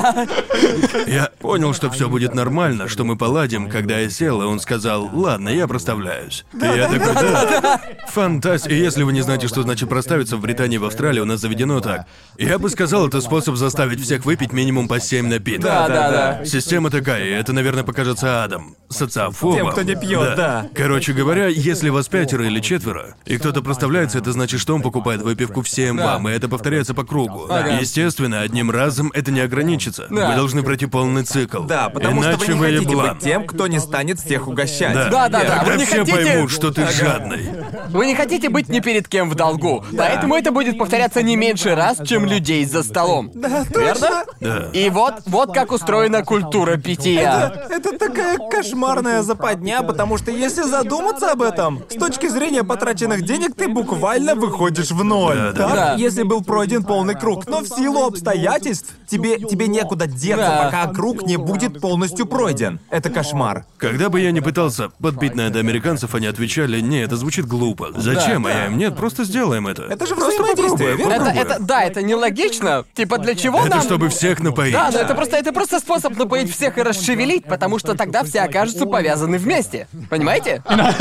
Я понял, что все будет нормально, что мы поладим, когда я сел, и он сказал: ладно, я проставляюсь. И я такой, да. Фантастика. И если вы не знаете, что значит проставиться в Британии и в Австралии, у нас заведено так. Я бы сказал, это способ заставить всех выпить минимум по 7 напитков. Да. Система такая, и это, наверное, покажется адом. Социофобом. Тем, кто не пьет, да. Короче говоря, если вас 5 или 4, и кто-то проставляется, это значит, что он покупает выпивку всем вам, и это повторяется по кругу. Ага. Естественно, одним разом это не ограничится. Да. Вы должны пройти полный цикл. Да, потому что Иначе вы не хотите еблан. быть тем, кто не станет всех угощать. Да. Тогда Вы не все хотите- поймут, что ты жадный. Вы не хотите быть ни перед кем в долгу, поэтому это будет повторяться не меньше раз, чем людей за столом. Да, Верно? Да. И вот как устроена культура питья. Это такая кошмарная западня, потому что если задуматься об этом, с точки зрения потраченных денег, ты буквально выходишь в ноль. Да. Да. Если был пройден полный круг. Но в силу обстоятельств тебе некуда деться, Да. пока круг не будет полностью пройден. Это кошмар. Когда бы я не пытался подбить на это американцев, они отвечали: не, это звучит глупо. Зачем? Да. А я им: нет, просто сделаем это. Это же Просто взаимодействие, попробуем, верно? попробуем. Это нелогично. Типа, для чего Это нам... чтобы всех напоить. Да, но это просто способ напоить всех и расшевелить, потому что тогда все окажутся повязаны вместе. Понимаете?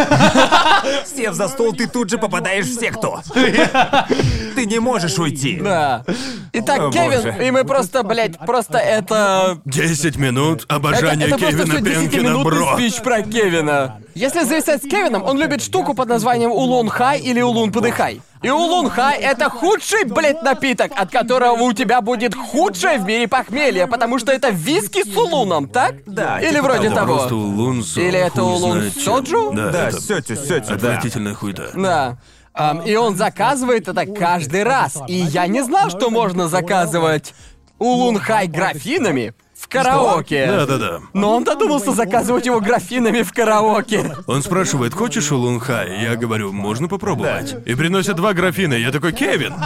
Сев за стол, ты тут же попадаешь в секту. Ты не можешь уйти. Да. Итак, О, Кевин, боже. и мы просто это... 10 минут обожания Это просто Кевина все Пенкина, 10-минутный бро. спич про Кевина. Если зависать с Кевином, он любит штуку под названием Улун Хай или Улун Подыхай. И Улун Хай — это худший, напиток, от которого у тебя будет худшее в мире похмелье, потому что это виски с улуном, так? Да, Или типа вроде того. того. Просто улун Или это хуй улун знает чем. соджу? Да, Да, это сётю, да. отвратительная хуйта. Да. И он заказывает это каждый раз. И я не знал, что можно заказывать Улун Хай графинами в караоке. Да. Но он додумался заказывать его графинами в караоке. Он спрашивает: хочешь улун хай? Я говорю: можно попробовать. И приносят 2 графина. Я такой: Кевин,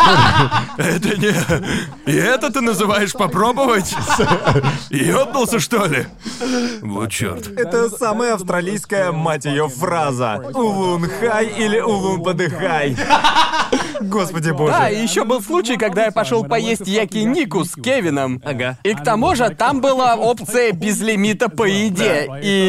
это не... И это ты называешь попробовать? Ёбнулся, что ли? Вот чёрт. Это самая австралийская, мать ее, фраза. Улун хай или улун подыхай. Господи боже. Да, и еще был случай, когда я пошел поесть якинику с Кевином. Ага. И к тому же там была опция без лимита по еде. И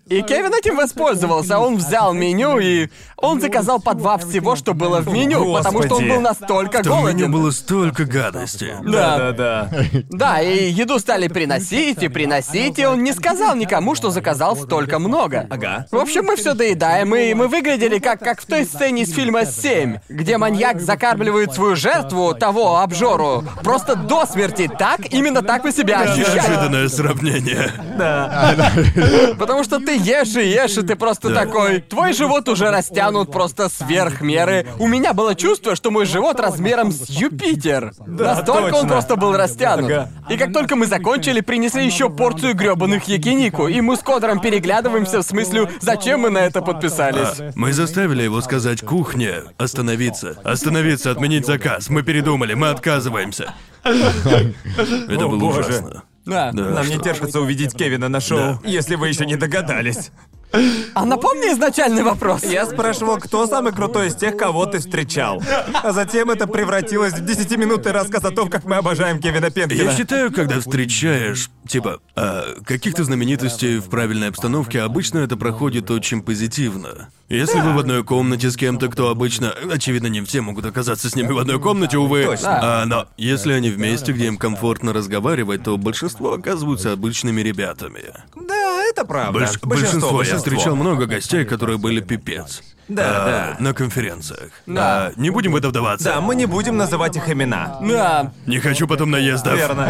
И Кевин этим воспользовался. Он взял меню и он заказал по 2 всего, что было в меню, потому что он был настолько В меню голоден. было столько гадости. Да. Да, и еду стали приносить, и он не сказал никому, что заказал столько много. Ага. В общем, мы все доедаем, и мы выглядели как в той сцене из фильма «7», где маньяк закармливает свою жертву, того обжору, просто до смерти. Именно так мы себя ощущаем. Неожиданное сравнение. Потому что ты ешь, и ты просто такой... Твой живот уже растянут просто сверх меры. У меня было чувство, что мой живот размером с Юпитер. Настолько он точно. просто был растянут. Ага. И как только мы закончили, принесли еще порцию грёбаных якинику. И мы с Конором переглядываемся в смысле, зачем мы на это подписались. Мы заставили его сказать кухне остановиться. Остановиться, отменить заказ. Мы передумали, мы отказываемся. Это было боже. ужасно. Да. Да, Нам не что? терпится увидеть Кевина на шоу, Да. если вы еще не догадались. А напомни изначальный вопрос. Я спрашивал, кто самый крутой из тех, кого ты встречал. А затем это превратилось в 10-минутный рассказ о том, как мы обожаем Кевина Пенкина. Я считаю, когда встречаешь, каких-то знаменитостей в правильной обстановке, обычно это проходит очень позитивно. Если вы в одной комнате с кем-то, кто обычно... Очевидно, не все могут оказаться с ними в одной комнате, увы. Точно. Но если они вместе, где им комфортно разговаривать, то большинство оказываются обычными ребятами. Да, это правда. Большинство. Я встречал много гостей, которые были пипец. Да. На конференциях. Да. Не будем в это вдаваться. Да, мы не будем называть их имена. Да. Не хочу потом наездов. Верно.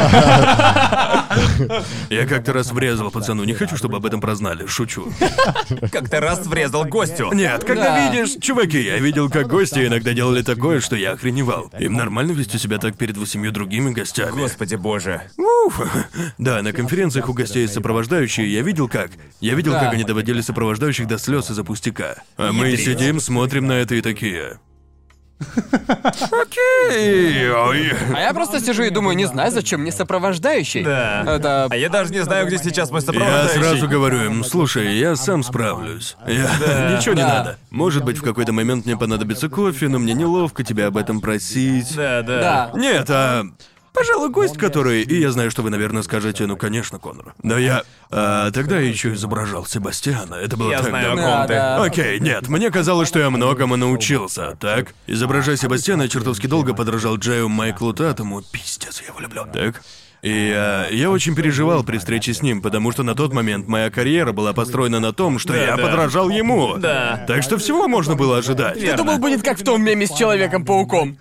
Я как-то раз врезал пацану, не хочу, чтобы об этом прознали, шучу. Как-то раз врезал гостю. Нет, когда Да. видишь, чуваки, я видел, как гости иногда делали такое, что я охреневал. Им нормально вести себя так перед 8 другими гостями. Господи боже. Уф. Да, на конференциях у гостей есть сопровождающие, я видел, как Да. они доводили сопровождающих до слез из-за пустяка. А мы Ядрить. сидим, смотрим на это и такие. Окей, ой. А я просто сижу и думаю, не знаю, зачем мне сопровождающий. Да. Это... А я даже не знаю, где сейчас мой Я сопровождающий. сразу говорю им, слушай, я сам справлюсь. Ничего не Да. надо. Может быть, в какой-то момент мне понадобится кофе, но мне неловко тебя об этом просить. Да. Нет, пожалуй, гость, который... И я знаю, что вы, наверное, скажете, ну, конечно, Конор. Но я... тогда я еще изображал Себастьяна. Это было Я так знаю, о давно. ком ты. Да. Окей, нет, мне казалось, что я многому научился, так? Изображая Себастьяна, я чертовски долго подражал Джею Майклу Татуму. Пиздец, я его люблю. Так? И я очень переживал при встрече с ним, потому что на тот момент моя карьера была построена на том, что я да. подражал ему. Да. Так что всего можно было ожидать. Я думал, будет как в том меме с Человеком-пауком.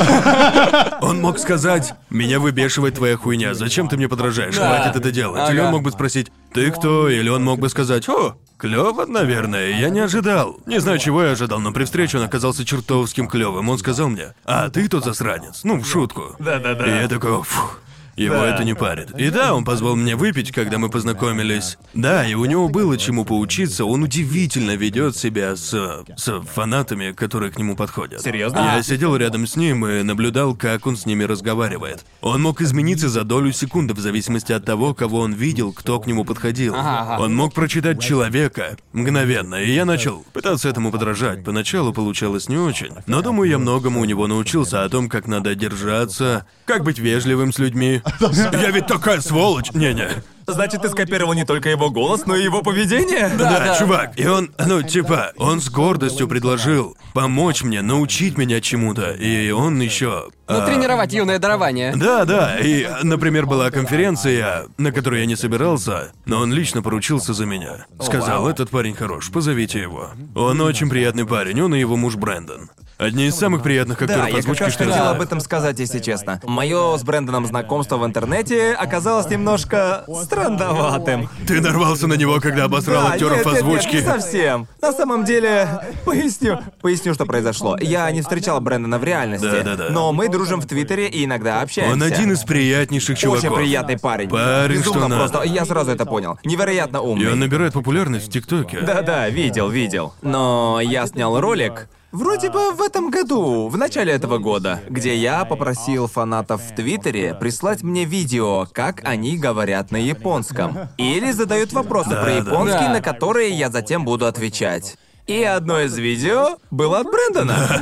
Он мог сказать, меня выбешивает твоя хуйня, зачем ты мне подражаешь, Да. хватит это делать. Или Ага. он мог бы спросить, ты кто? Или он мог бы сказать, о, клёво, наверное, я не ожидал. Не знаю, чего я ожидал, но при встрече он оказался чертовским клёвым. Он сказал мне, ты тот засранец, ну, в шутку. Да-да-да. И я такой, фух. Его Да. это не парит. И да, он позвал мне выпить, когда мы познакомились. Да, и у него было чему поучиться. Он удивительно ведет себя с фанатами, которые к нему подходят. Серьезно? Я сидел рядом с ним и наблюдал, как он с ними разговаривает. Он мог измениться за долю секунды в зависимости от того, кого он видел, кто к нему подходил. Ага. Он мог прочитать человека мгновенно, и я начал пытаться этому подражать. Поначалу получалось не очень, но думаю, я многому у него научился о том, как надо держаться, как быть вежливым с людьми. Я ведь такая сволочь! Не-не. Значит, ты скопировал не только его голос, но и его поведение? Да, чувак. И он, он с гордостью предложил помочь мне, научить меня чему-то. И он еще... Тренировать юное дарование. Да. И, например, была конференция, на которую я не собирался, но он лично поручился за меня. Сказал, этот парень хорош, позовите его. Он очень приятный парень, он и его муж Брэндон. Одни из самых приятных Да, актеров я как озвучки, раз что я хотел знаю. об этом сказать, если честно. Мое с Брэндоном знакомство в интернете оказалось немножко странноватым. Ты нарвался на него, когда обосрал Да, актеров нет, озвучки. не совсем. На самом деле, поясню, что произошло. Я не встречал Брэндона в реальности, Да. но мы дружим в Твиттере и иногда общаемся. Он один из приятнейших чуваков. Очень приятный парень. Парень, Безумно что надо. просто. Я сразу это понял. Невероятно И умный. он набирает популярность в ТикТоке. Да, видел. Но я снял ролик. Вроде бы в этом году, в начале этого года, где я попросил фанатов в Твиттере прислать мне видео, как они говорят на японском. Или задают вопросы про японский, Да. на которые я затем буду отвечать. И одно из видео было от Брэндона.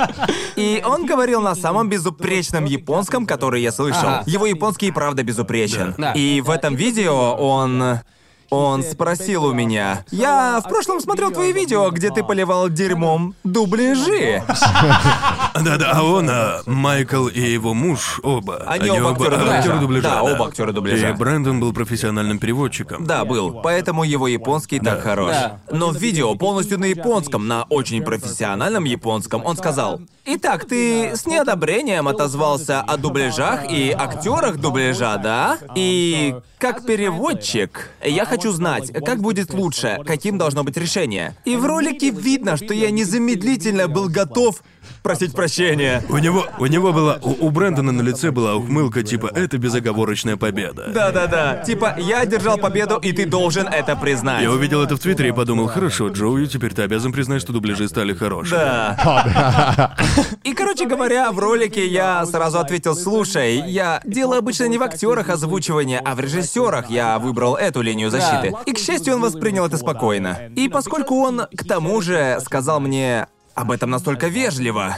И он говорил на самом безупречном японском, который я слышал. Ага. Его японский и правда безупречен. Да. И в этом видео он... Он спросил у меня: «Я в прошлом смотрел твои видео, где ты поливал дерьмом дубляжи». Да-да, а он, Майкл и его муж, оба. Они оба актеры дубляжа. Да, оба актера дубляжа. И Брэндон был профессиональным переводчиком. Да, был. Поэтому его японский так хорош. Да. Но в видео полностью на японском, на очень профессиональном японском, он сказал: «Итак, ты с неодобрением отозвался о дубляжах и актерах дубляжа, да? И как переводчик, я хочу знать, как будет лучше, каким должно быть решение». И в ролике видно, что я незамедлительно был готов просить прощения. У него была... У Брэндона на лице была ухмылка, типа, это безоговорочная победа. Да-да-да. Типа, я одержал победу, и ты должен это признать. Я увидел это в Твиттере и подумал: хорошо, Джоуи, теперь ты обязан признать, что дубляжи стали хорошими. Да. И, короче говоря, в ролике я сразу ответил: слушай, я дело обычно не в актерах озвучивания, а в режиссерах. Я выбрал эту линию защиты. И, к счастью, он воспринял это спокойно. И поскольку он, к тому же, сказал мне об этом настолько вежливо,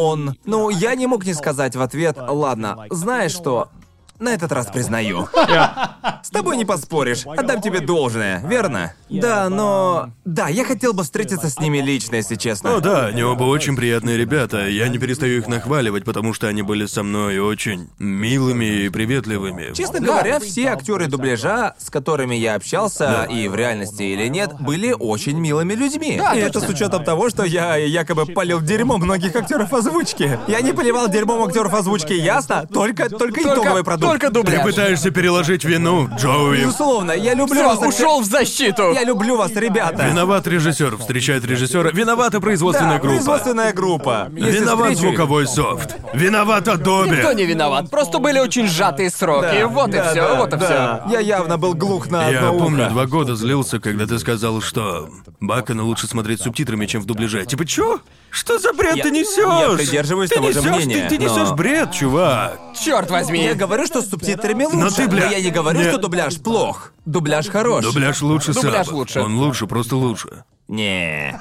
я не мог не сказать в ответ: ладно, знаешь что, на этот раз признаю. С тобой не поспоришь, отдам тебе должное, верно? Да, но... Да, я хотел бы встретиться с ними лично, если честно. О, да, они оба очень приятные ребята. Я не перестаю их нахваливать, потому что они были со мной очень милыми и приветливыми. Честно говоря, все актеры дубляжа, с которыми я общался, и в реальности или нет, были очень милыми людьми. Да, и это с учетом того, что я якобы полил дерьмом многих актеров озвучки. Я не поливал дерьмом актеров озвучки, ясно? Только итоговый продукт. Только Ты дубляж. пытаешься переложить вину, Джоуи. Безусловно, я люблю Всё, вас. ушел в защиту. Я люблю вас, ребята. Виноват режиссер, встречает режиссера. Виновата производственная группа. Производственная группа. Если Виноват встречу их- звуковой софт. Виноват Adobe. Никто не виноват. Просто были очень сжатые сроки. Вот и все, вот и все. Да. Я явно был глух на Я одно помню, ухо. 2 года злился, когда ты сказал, что Бакана лучше смотреть с субтитрами, чем в дубляже. Типа, чё? Что за бред ты несешь? я придерживаюсь того же мнения, Ты несешь но- бред, чувак. Черт возьми. Я говорю, что с субтитрами лучше, Но ты, бля, я не говорю, не- что дубляж плох. Дубляж хорош. Дубляж лучше Дубляж саба. лучше. Он лучше, просто лучше. Не.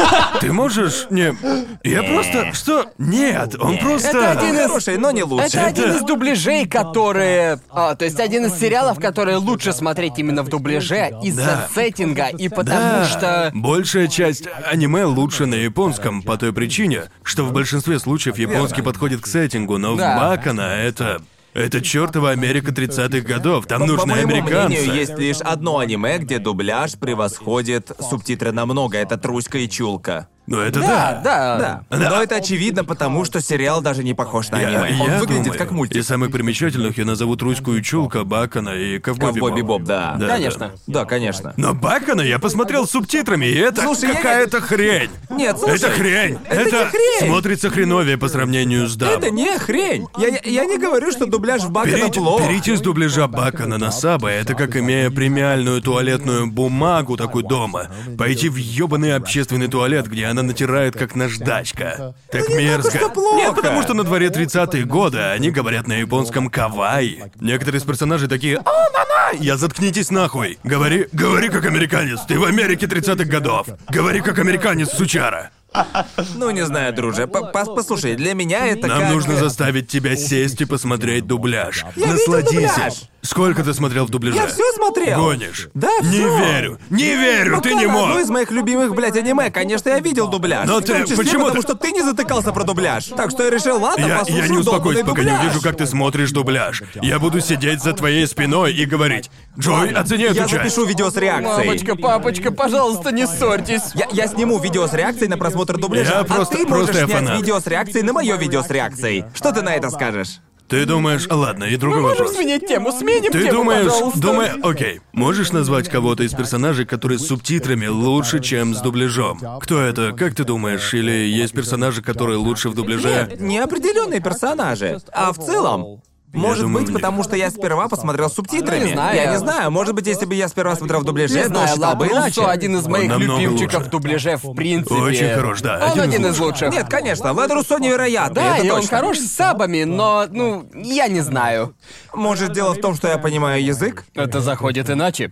Ты можешь... Не... Я просто... Что? Нет, он просто... Это один из- Хороший, но не лучше. Это один из дубляжей, которые... то есть один из сериалов, которые лучше смотреть именно в дубляже из-за Да. сеттинга, и потому что... Большая часть аниме лучше на японском по той причине, что в большинстве случаев японский подходит к сеттингу, но Да. в Бакана это чёртова Америка 30-х годов, там По нужны моему американцы. мнению, есть лишь одно аниме, где дубляж превосходит субтитры намного. Это «Труська и Чулка». Ну это Да, да. Да. Но это очевидно, потому что сериал даже не похож на аниме. Он выглядит думаю, как мультик. Из самых примечательных я назову «Труську и Чулка», Бакана и «Ковбой Ковбой Бибоп». Бибоп, да. Конечно. Да, конечно. Но Бакана я посмотрел с субтитрами, и это Слушай, я какая-то хрень. Нет, слушай. Это хрень. Это не хрень. смотрится хреновее по сравнению с дабом. Это не хрень. Я не говорю, что дубляж в Бакана плох. Перейти с дубляжа Бакана на Саба — это как, имея премиальную туалетную бумагу такой дома, пойти в ёбаный общественный туалет, где она натирает как наждачка. Так мерзко. что плохо. Нет, потому что на дворе 30-е годы, они говорят на японском кавай. Некоторые из персонажей такие: «О, на-на!» Я заткнитесь нахуй. Говори как американец. Ты в Америке 30-х годов. Говори как американец, сучара. Ну, не знаю, друже. Послушай, для меня это Нам как... нужно заставить тебя сесть и посмотреть дубляж. Я видел Насладись дубляж. им. Сколько ты смотрел в дубляже? Я все смотрел. Гонишь. Да, Не всё. верю. Не верю, ты не Одно мог. из моих любимых, блядь, аниме. Конечно, я видел дубляж. Но В том ты- числе почему потому, ты- что ты не затыкался про дубляж. Так что я решил, ладно, Я послушаю не успокоюсь, долбанный пока не дубляж. увижу, как ты смотришь дубляж. Я буду сидеть за твоей спиной и говорить: «Джой, оцени эту Я часть». запишу видео с реакцией. Мамочка, папочка, пожалуйста, не ссорьтесь. Я сниму видео с реакцией на просмотр дубляжа, Я просто- а ты просто можешь я снять фанат. видео с реакцией на мое видео с реакцией. Что ты на это скажешь? Ты думаешь... Ладно, и другой Мы можем вопрос. сменить тему, сменим Ты тему, пожалуйста. Окей. Можешь назвать кого-то из персонажей, которые с субтитрами лучше, чем с дубляжом? Кто это? Как ты думаешь? Или есть персонажи, которые лучше в дубляже? Неопределенные персонажи. А в целом... Может думаю, быть, нет. потому что я сперва посмотрел с субтитрами. Не знаю. Я не знаю. Может быть, если бы я сперва смотрел в дубляже, Не то знаю, считал бы иначе. Лабрусо один из моих намного любимчиков лучше. в дубляже в принципе. Очень хорош, да, Он один из лучших. Нет, конечно, Лед Руссо невероятный, Да, это и он точно. хорош с сабами, но, я не знаю. Может, дело в том, что я понимаю язык? Это заходит иначе.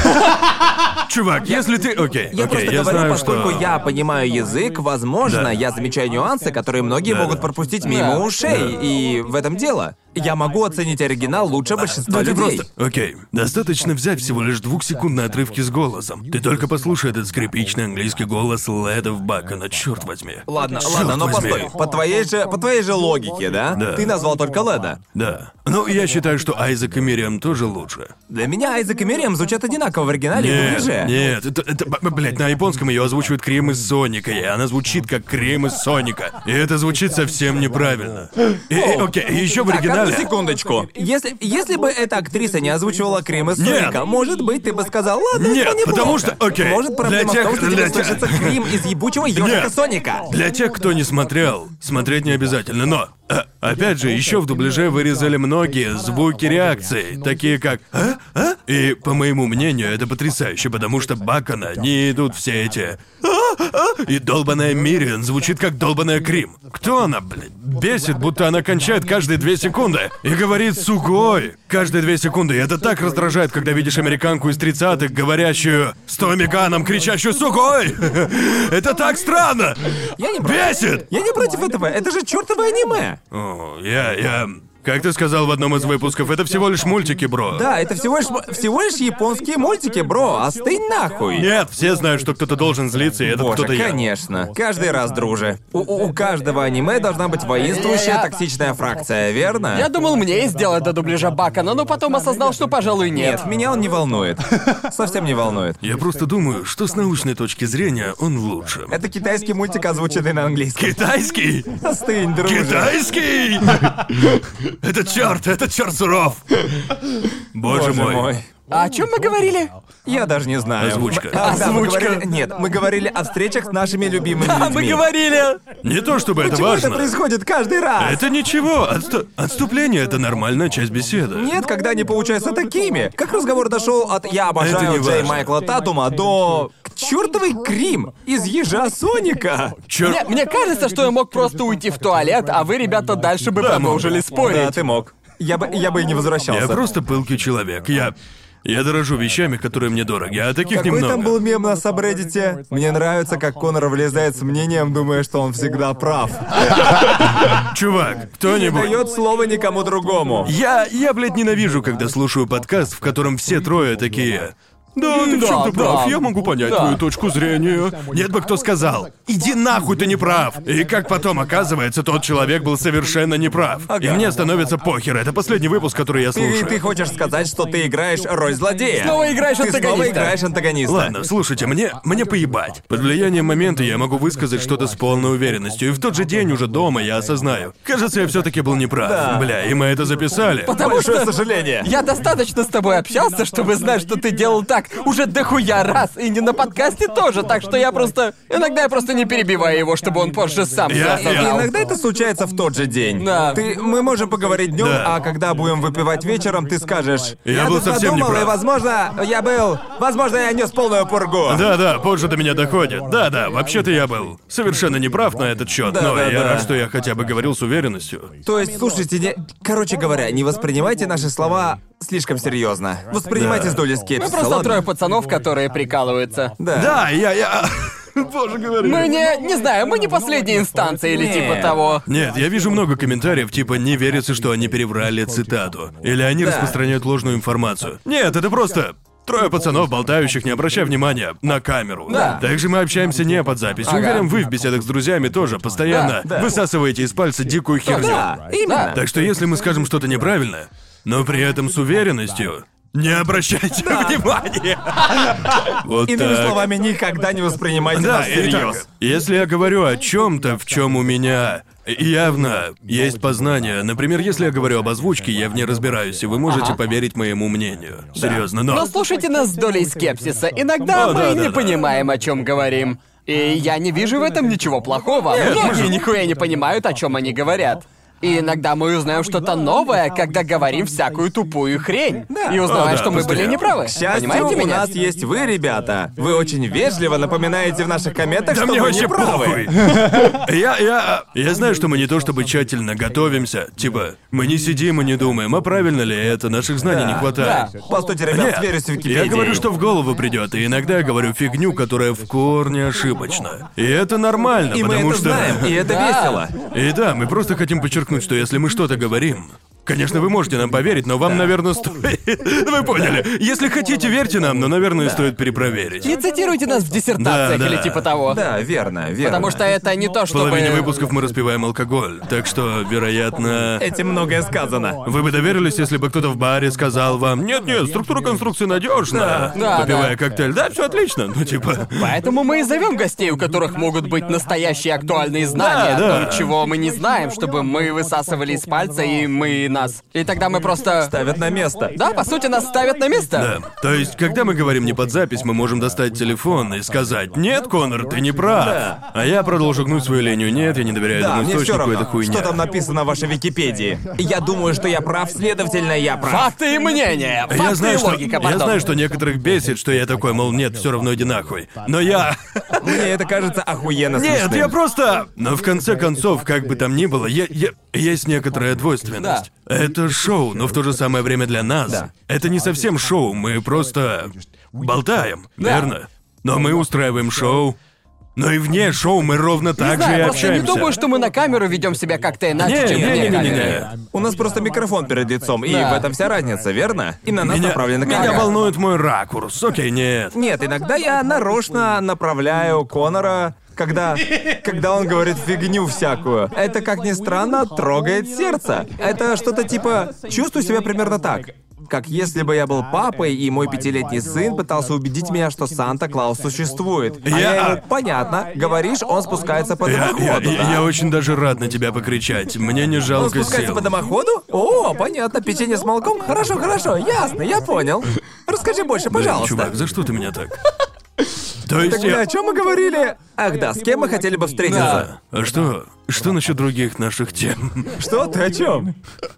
Чувак, если ты... Окей, Я просто я говорю, знаю, поскольку что... я понимаю язык, возможно, Да. я замечаю нюансы, которые многие Да. могут пропустить мимо Да. ушей, и в этом дело. я могу оценить оригинал лучше большинства Да ты людей. просто... Окей, достаточно взять всего лишь двухсекундные отрывки с голосом. Ты только послушай этот скрипичный английский голос Леда в Бакона, черт возьми. Ладно, Чёрт ладно, но возьми. постой. По твоей же логике, да? Да. Ты назвал только Леда. Да. Ну, я считаю, что Айзек и Мириам тоже лучше. Для меня Айзек и Мириам звучат одинаково в оригинале и в дубляже. Нет, блядь, на японском ее озвучивает Крим из Соника, и она звучит как Крим из Соника. И это звучит совсем неправильно. Окей, еще в Так, оригинале... одну секундочку. Если бы эта актриса не озвучивала Крим из Нет. Соника, может быть, ты бы сказал, ладно, Нет, это неплохо. потому что, окей, Может, проблема для в том, тех- что тебе для тех- слышится Крим из ебучего ежика Нет. Соника. Для тех, кто не смотрел, смотреть не обязательно, но... опять же, еще в дубляже вырезали многие звуки реакции, такие как «А? И, по моему мнению, это потрясающе, потому что Бакона не идут все эти и долбаная Мириан звучит как долбаная Крим. Кто она, блядь? Бесит, будто она кончает каждые 2 секунды и говорит «сугой» каждые 2 секунды. И это так раздражает, когда видишь американку из 30-х, говорящую с Томми Ганном, кричащую «сугой». Это так странно. Я не Бесит. Я не против этого, это же чертово аниме. О, я... Как ты сказал в одном из выпусков, это всего лишь мультики, бро. Да, это всего лишь японские мультики, бро, остынь нахуй. Нет, все знают, что кто-то должен злиться, и этот Боже, кто-то я. конечно. Каждый раз, друже. У каждого аниме должна быть воинствующая токсичная фракция, верно? Я думал, мне и сделать до дубляжа Бакона, но потом осознал, что, пожалуй, нет. Нет, меня он не волнует. Совсем не волнует. Я просто думаю, что с научной точки зрения он лучше. Это китайский мультик, озвученный на английском. Китайский? Остынь, друже. Китайский? Это черт суров. Боже мой. А о чем мы говорили? Я даже не знаю. Озвучка. Да, мы Озвучка. говорили- Нет, мы говорили о встречах с нашими любимыми А, людьми. мы говорили! Не то чтобы это Почему важно. это происходит каждый раз? Это ничего. Отступление — это нормальная часть беседы. Нет, когда они получаются такими. Как разговор дошел от «я Это обожаю не Джей важно. Майкла Татума» до «чертовый Крим» из «Ежа Соника». Черт. Мне кажется, что я мог просто уйти в туалет, а вы, ребята, дальше бы продолжили Да, спорить. ты мог. Я бы и не возвращался. Я просто пылкий человек. Я дорожу вещами, которые мне дороги, а таких Какой немного. там был мем на сабреддите? Мне нравится, как Конор влезает с мнением, думая, что он всегда прав. Чувак, Не кто-нибудь. дает слова никому другому. Я, блядь, ненавижу, когда слушаю подкаст, в котором все трое такие. Да, ты в Да, чем-то да. прав, я могу понять Да. твою точку зрения. Нет бы кто сказал, иди нахуй, ты не прав. И как потом оказывается, тот человек был совершенно неправ. И мне становится похер, это последний выпуск, который я слушаю. Ты хочешь сказать, что ты играешь роль злодея? Снова играешь Ты снова антагониста. играешь антагониста. Ладно, слушайте, мне поебать. Под влиянием момента я могу высказать что-то с полной уверенностью, и в тот же день уже дома я осознаю. Кажется, я все-таки был неправ. Да. Бля, и мы это записали. Потому Большое что сожаление. я достаточно с тобой общался, чтобы знать, что ты делал так уже дохуя раз, и не на подкасте тоже, так что я просто... Иногда я просто не перебиваю его, чтобы он позже сам всё Я- осознал. Иногда это случается в тот же день. Да. Мы можем поговорить днем, Да. а когда будем выпивать вечером, ты скажешь. Я был тут совсем подумал, неправ». и, возможно, я нес полную пургу. Да, позже до меня доходит. Да, вообще-то я был совершенно неправ на этот счет, Да, но да, я да. рад, что я хотя бы говорил с уверенностью. То есть, слушайте, короче говоря, не воспринимайте наши слова слишком серьезно. Воспринимайте Да. с долей Мы скепсиса, просто ладно? трое пацанов, которые прикалываются. Да. Да, я... Боже, говори. Мы не знаю, мы не последняя инстанция или Нет. типа того. Нет, я вижу много комментариев, типа «не верится, что они переврали цитату». Или «они Да. распространяют ложную информацию». Нет, это просто... Трое пацанов, болтающих, не обращая внимания на камеру. Да. Также мы общаемся не под запись. Ага. Уверен, вы в беседах с друзьями тоже постоянно Да, да. высасываете из пальца дикую херню. Да, именно. Так что если мы скажем что-то неправильное, но при этом с уверенностью, не обращайте внимания. Вот Иными так. словами, никогда не воспринимайте Да, нас всерьез. итак, если я говорю о чем-то, в чем у меня явно есть познание, например, если я говорю об озвучке, я в ней разбираюсь, и вы можете поверить моему мнению. Серьезно, но... Но слушайте нас с долей скепсиса. Иногда О, мы да, не да. понимаем, о чем говорим. И я не вижу в этом ничего плохого. Многие нихуя не понимают, о чем они говорят. И иногда мы узнаем что-то новое, когда говорим всякую тупую хрень. И узнаем, О, да, что мы были постоянно. неправы. К счастью, Понимаете у меня? нас есть вы, ребята. Вы очень вежливо напоминаете в наших комментах, Да что мне вы вообще не правы. похуй. Я знаю, что мы не то чтобы тщательно готовимся. Типа, мы не сидим и не думаем, а правильно ли это, наших знаний не хватает. да. Постойте, ребят, Нет, сверюсь в Википедии. я говорю, что в голову придет, и иногда я говорю фигню, которая в корне ошибочна. И это нормально, И мы потому это что... знаем, и это Да. весело. И да, мы просто хотим подчеркнуть, что если мы что-то говорим, Конечно, вы можете нам поверить, но вам, наверное, стоит... Вы поняли. Если хотите, верьте нам, но, наверное, стоит перепроверить. Не цитируйте нас в диссертациях Да, или да. типа того. Да, верно, верно. Потому что это не то, В чтобы... половине выпусков мы распиваем алкоголь, так что, вероятно... Этим многое сказано. Вы бы доверились, если бы кто-то в баре сказал вам: нет-нет, структура конструкции надежна. Да, Попивая да. коктейль, да, все отлично. Ну, типа. Поэтому мы и зовем гостей, у которых могут быть настоящие актуальные знания, Да, о да. том, чего мы не знаем, чтобы мы высасывали из пальца, и мы нас. И тогда мы просто... Ставят на место. Да, по сути, нас ставят на место. Да. То есть, когда мы говорим не под запись, мы можем достать телефон и сказать: нет, Конор, ты не прав. Да. А я продолжу гнуть свою линию: нет, я не доверяю Да, этому мне все источнику, равно, это хуйня. что там написано в вашей Википедии. Я думаю, что я прав, следовательно, я прав. Факты и мнения. Факты Я знаю, и логика, я пардон. знаю, что некоторых бесит, что я такой, мол, нет, все равно иди нахуй. Но я... Мне это кажется охуенно Нет, смешным. я просто... Но в конце концов, как бы там ни было, есть некоторая двойственность. Это шоу, но в то же самое время для нас. Да. Это не совсем шоу, мы просто болтаем, Да. верно? Но мы устраиваем шоу. Но и вне шоу мы ровно так Не знаю, же и просто общаемся. не думаю, что мы на камеру ведем себя как-то иначе, чем вне камеры. Не-не-не-не-не. У нас просто микрофон перед лицом, и Да. в этом вся разница, верно? И на нас направлена Меня камера. волнует мой ракурс. Окей, нет. Нет, иногда я нарочно направляю Конора, когда он говорит фигню всякую. Это, как ни странно, трогает сердце. Это что-то типа... Чувствую себя примерно так. Как если бы я был папой, и мой 5-летний сын пытался убедить меня, что Санта-Клаус существует. А я ему: понятно, говоришь, он спускается по дымоходу, да? Я очень даже рад на тебя покричать. Мне не Он жалко спускается сил. по дымоходу? О, понятно, печенье с молоком? Хорошо, хорошо, ясно, я понял. Расскажи больше, пожалуйста. Чувак, за что ты меня так? То есть Тогда я... о чем мы говорили? Ах да, с кем мы хотели бы встретиться? А что? Что насчет других наших тем? Что ты о чем?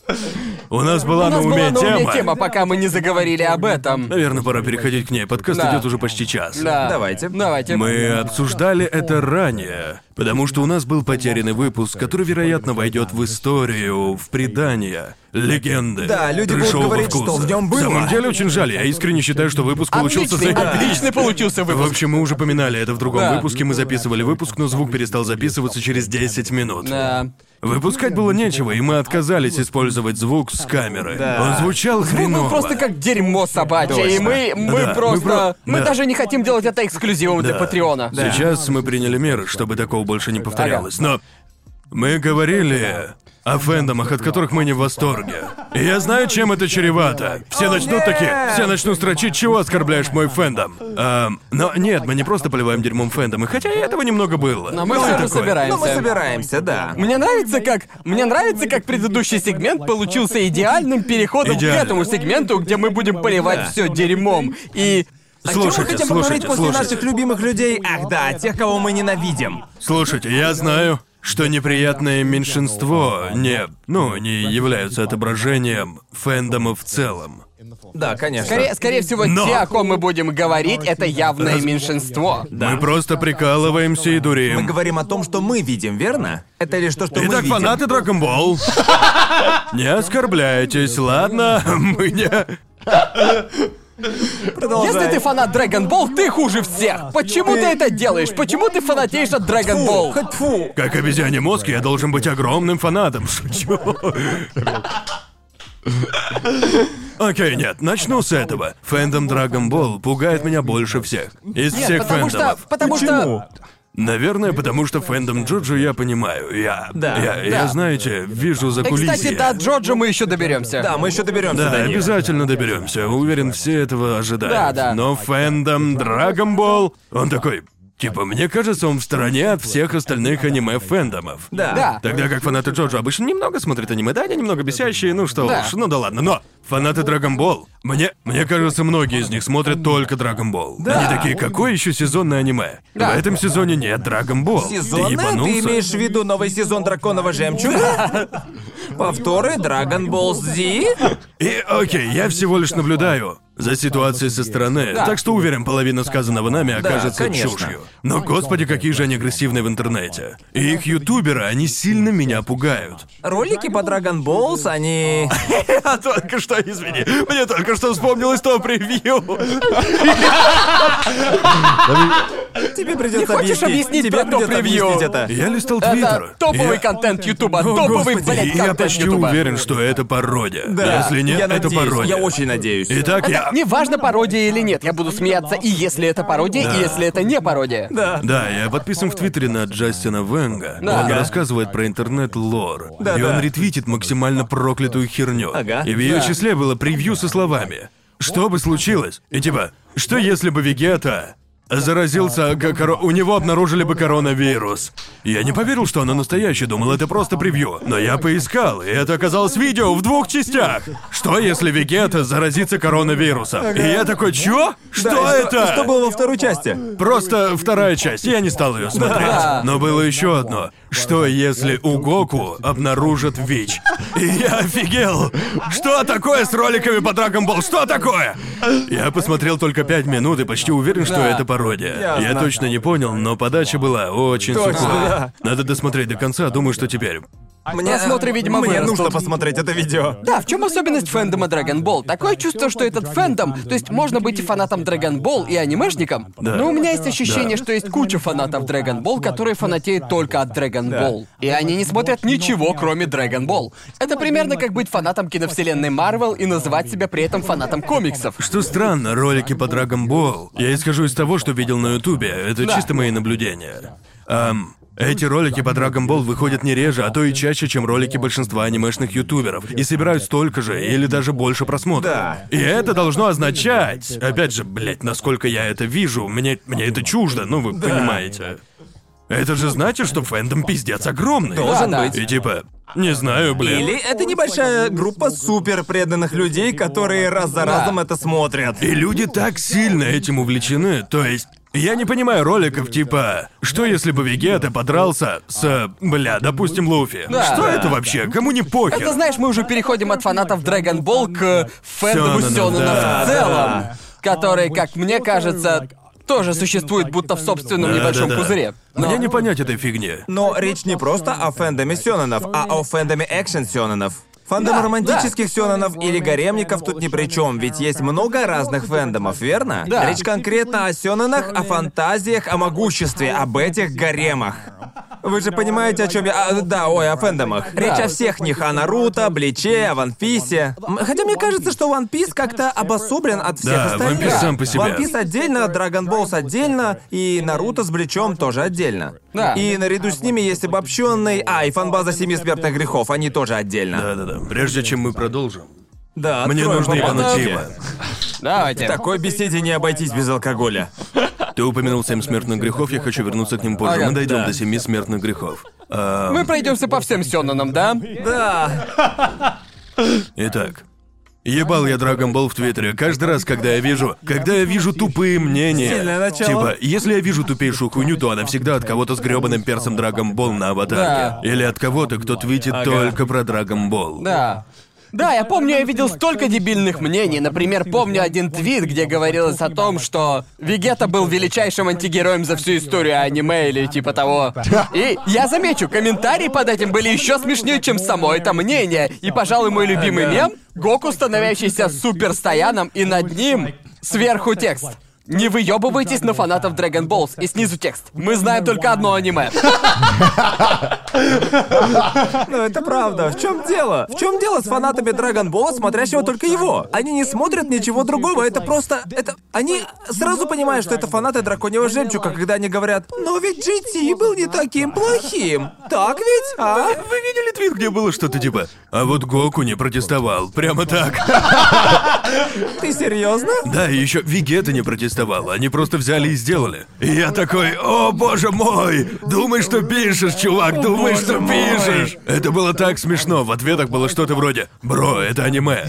У нас была У нас на была уме на уме тема. тема, пока мы не заговорили об этом. Наверное, пора переходить к ней. Подкаст Да. идет уже почти час. Да. Давайте. Давайте. Мы обсуждали это ранее, потому что у нас был потерянный выпуск, который, вероятно, войдет в историю, в предания, легенды. Да, люди будут трэшового говорить, что вкуса. в нем было. В самом деле, очень жаль. Я искренне считаю, что выпуск получился Отличный получился В выпуск. общем, мы уже поминали это в другом Да. выпуске. Мы записывали выпуск, но звук перестал записываться через 10 минут. Да. Выпускать было нечего, и мы отказались использовать звук с камеры. Да. Он звучал Звук хреново. был просто как дерьмо собачье, и мы Да, просто... Мы да. даже не хотим делать это эксклюзивом для Да. Патреона. Сейчас мы приняли меры, чтобы такого больше не повторялось. Но мы говорили о фэндомах, от которых мы не в восторге. И я знаю, чем это чревато. Все начнут такие, все начнут строчить, чего оскорбляешь мой фэндом. Но нет, мы не просто поливаем дерьмом фэндомы, хотя и этого немного было. Но мы Было все и же такое. собираемся. Ну, мы собираемся, да. Мне нравится, как предыдущий сегмент получился идеальным переходом Идеально. к этому сегменту, где мы будем поливать все дерьмом. И О чем мы Слушайте, хотим поговорить после слушайте. наших любимых людей? Ах да, тех, кого мы ненавидим. Слушайте, я знаю, что неприятное меньшинство не являются отображением фэндома в целом. Да, конечно. скорее всего, Но- те, о ком мы будем говорить, это явное меньшинство. Мы просто прикалываемся и Мы дурим. говорим о том, что мы видим, верно? Это лишь то, что мы Итак, видим. фанаты Dragon Ball, не оскорбляйтесь, ладно? Мы не... Продолжай. Если ты фанат Dragon Ball, ты хуже всех. Почему ты это делаешь? Почему ты фанатеешь от Dragon Ball? Хоть фу. Как обезьяний мозг, я должен быть огромным фанатом. Шучу. Окей, нет, начну с этого. Фэндом Dragon Ball пугает меня больше всех. Из всех Потому что... фэндомов. Потому что... Наверное, потому что фэндом Джоджо я понимаю. Я, Да. знаете, вижу за кулисье. Кстати, до Джоджо мы еще доберемся. Да, мы еще доберемся Да, до них. обязательно доберемся. Уверен, все этого ожидают. Да, да. Но фэндом Dragon Ball, он такой. Типа, мне кажется, он в стороне от всех остальных аниме-фэндомов. Да. Да. Тогда как фанаты Джоджо обычно немного смотрят аниме, да, они немного бесящие, ну что Да. уж, ну да ладно. Но фанаты Dragon Ball, мне кажется, многие из них смотрят только Dragon Ball. Да. Они такие, какой еще сезонное аниме? Да. В этом сезоне нет Dragon Ball. Ты Сезонное? ебанулся? Ты имеешь в виду новый сезон Драконового Жемчуга? Повторы Dragon Ball Z? И окей, я всего лишь наблюдаю за ситуацией со стороны, Да. так что уверен, половина сказанного нами окажется конечно. чушью. Но, господи, какие же они агрессивные в интернете. И их ютуберы, они сильно меня пугают. Ролики по Dragon Balls, они... А только что, извини, мне только что вспомнилось то превью. Тебе придется Не хочешь объяснить Тебе про то придется превью? объяснить это. Я листал Это Твиттер. топовый Я- контент Ютуба, топовый, Господи, блядь, И я контент почти Ютуба. уверен, что это пародия. Да, Если нет, я это надеюсь, пародия. Я очень надеюсь. Итак, я... Неважно, пародия или нет, я буду смеяться и если это пародия, и если это не пародия. Да. Да, я подписан в Твиттере на Джастина Венга. Да. Он Ага. рассказывает про интернет-лор. Да, и да. он ретвитит максимально проклятую херню. Ага. И в ее Да. числе было превью со словами: «Что бы случилось?» И типа, что если бы Вегета заразился, у него обнаружили бы коронавирус. Я не поверил, что оно настоящее, думал, это просто превью. Но я поискал, и это оказалось видео в 2 частях. Что если Вегета заразится коронавирусом? И я такой, чё? Что Да, и это? Что было во второй части? Просто вторая часть, я не стал ее смотреть. Да. Но было еще одно. Что если у Гоку обнаружат ВИЧ? И я офигел! Что такое с роликами по Dragon Ball? Что такое? Я посмотрел только 5 минут и почти уверен, что Да. это пародия. Ясно. Я точно не понял, но подача была очень Точно, сухой. да. Надо досмотреть до конца, думаю, что теперь. Просмотры, видимо, Мне вырастут. нужно посмотреть это видео. Да, в чем особенность фэндома Dragon Ball? Такое чувство, что этот фэндом, то есть можно быть и фанатом Dragon Ball, и анимешником, Да. но у меня есть ощущение, что есть куча фанатов Dragon Ball, которые фанатеют только от Dragon Ball. И они не смотрят ничего, кроме Dragon Ball. Это примерно как быть фанатом киновселенной Marvel и называть себя при этом фанатом комиксов. Что странно, ролики по Dragon Ball. Я исхожу из того, что видел на Ютубе. Это Да. чисто мои наблюдения. Эти ролики по Dragon Ball выходят не реже, а то и чаще, чем ролики большинства анимешных ютуберов, и собирают столько же или даже больше просмотров. Да. И это должно означать, опять же, блять, насколько я это вижу, мне это чуждо, ну вы понимаете. Это же значит, что фэндом пиздец огромный. Должен Да, да. быть. И типа, не знаю, блин. Или это небольшая группа супер преданных людей, которые раз за разом это смотрят. И люди так сильно этим увлечены, то есть... Я не понимаю роликов типа, что если бы Вегета подрался с, допустим, Луфи? Да. Что Да, это вообще? Кому не похер? Это, знаешь, мы уже переходим от фанатов Dragon Ball к фэндому Сёнэнов, Сёнэна да, в целом, который, как мне кажется, тоже существует будто в собственном небольшом Да-да-да. пузыре. Но- Мне не понять этой фигни. Но речь не просто о фэндоме сёнэнов, а о фэндоме экшен-сёнэнов. Фэндом Да, романтических сёнэнов или гаремников тут ни при чем, ведь есть много разных фэндомов, верно? Да. Речь конкретно о сёнэнах, о фантазиях, о могуществе, об этих гаремах. Вы же понимаете, о чем я... о фэндомах. Речь о всех них, о Наруто, Бличе, о Ван Писе. Хотя мне кажется, что Ван Пис как-то обособлен от всех Да, остальных. One Piece сам по себе. Ван Пис отдельно, Dragon Balls отдельно, и Наруто с Бличом тоже отдельно. Да. И наряду с ними есть обобщенный... и фанбаза Семи Смертных Грехов, они тоже отдельно. Да-да-да. Прежде чем мы продолжим, Да, мне откроем нужно по ебануть полочке. пиво. Давайте. В такой беседе не обойтись без алкоголя. Ты упомянул 7 смертных грехов, я хочу вернуться к ним позже. Ага, Мы дойдем да. до 7 смертных грехов. Мы пройдемся по всем Сёнэнам, да? Да. Итак, ебал я Dragon Ball в Твиттере каждый раз, когда я вижу тупые мнения. Сильное начало. Типа, если я вижу тупейшую хуйню, то она всегда от кого-то с грёбаным персом Dragon Ball на аватарке. Да. Или от кого-то, кто твитит только про Dragon Ball. Да. Да, я помню, я видел столько дебильных мнений. Например, помню один твит, где говорилось о том, что Вегета был величайшим антигероем за всю историю аниме или типа того. И я замечу, комментарии под этим были еще смешнее, чем само это мнение. И, пожалуй, мой любимый мем — Гоку, становящийся суперстояном, и над ним сверху текст. Не выебывайтесь на фанатов Dragon Balls. И снизу текст. Мы знаем только одно аниме. Ну это правда. В чем дело? В чем дело с фанатами Dragon Ball, смотрящего только его? Они не смотрят ничего другого, это просто... Они сразу понимают, что это фанаты Драконьего Жемчуга, когда они говорят: «Но ведь GT был не таким плохим. Так ведь, а?» Вы видели твит, где было что-то типа «А вот Гоку не протестовал». Прямо так. Ты серьезно? Да, и еще Вегета не протестовал. Они просто взяли и сделали. И я такой: «О, боже мой! Думай, что пишешь, чувак, думай, что пишешь!» Это было так смешно. В ответах было что-то вроде: «Бро, это аниме».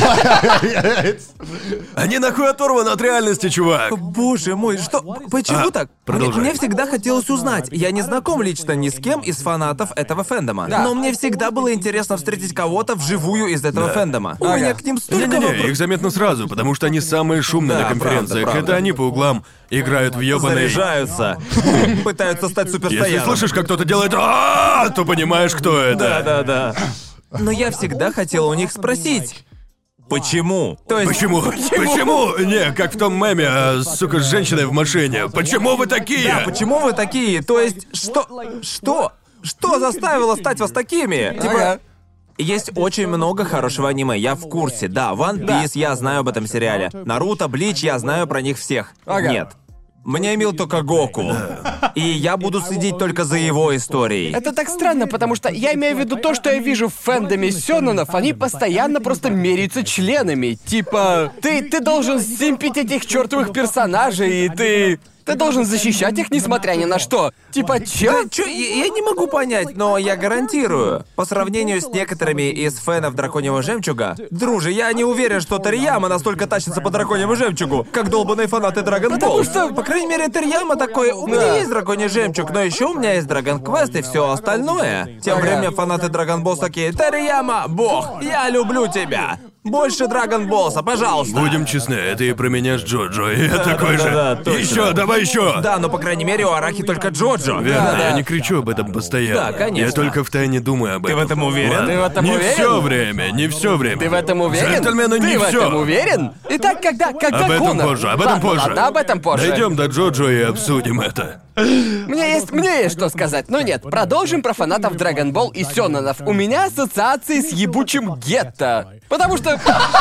Они нахуй оторваны от реальности, чувак. Боже мой, что? Почему так? продолжай. Мне всегда хотелось узнать. Я не знаком лично ни с кем из фанатов этого фэндома. Да. Но мне всегда было интересно встретить кого-то вживую из этого фэндома. У Ага. меня к ним столько Не-не-не, вопросов. их заметно сразу, потому что они самые шумные Да, на конференциях. правда, правда. Это они по углам играют в ёбаные... Заряжаются. Пытаются стать Если суперстояном. слышишь, как кто-то делает «А-а-а», то понимаешь, кто это. Да. Но я всегда хотел у них спросить: Почему? То есть... Почему? Почему? Не, как в том меме, сука, с женщиной в машине. Почему вы такие? Да, почему вы такие? То есть, что? Что заставило стать вас такими? Типа... Ага. Есть очень много хорошего аниме, я в курсе. Да, One Piece, я знаю об этом сериале. Наруто, Блич, я знаю про них всех. Ага. Нет. Мне мил только Гоку. И я буду следить только за его историей. Это так странно, потому что я имею в виду то, что я вижу в фэндоме сёнэнов, они постоянно просто меряются членами. Типа, ты должен симпить этих чертовых персонажей, и ты должен защищать их, несмотря ни на что. Типа, чё? Чё, я не могу понять, но я гарантирую. По сравнению с некоторыми из фэнов Драконьего Жемчуга, друже, я не уверен, что Торияма настолько тащится по Драконьему Жемчугу, как долбаные фанаты Dragon Ball. что- По крайней мере, Торияма такой, у меня есть Драконий Жемчуг, но еще у меня есть Dragon Quest и все остальное. Тем временем фанаты Dragon Ball такие, Торияма, бог, я люблю тебя. Больше Dragon Ball'а, пожалуйста. Будем честны, это и про меня с Джоджо. И я такой же. точно. Еще, давай еще. Да, но по крайней мере у Арахи только Джоджо. Верно, Да. я не кричу об этом постоянно. Да, конечно. Я только втайне думаю об этом. Ты в этом уверен? Ладно. Ты в этом не уверен? все время, не все время. Ты в этом уверен? Джентльмены, не Ты в все. этом уверен? Итак, когда Об этом Конор? позже, об этом Ладно, позже. ладно, об этом позже. Дойдем до Джоджо и обсудим это. Мне есть что сказать. Но нет, продолжим про фанатов Dragon Ball и сёнэнов. У меня ассоциации с ебучим гетто. Потому что...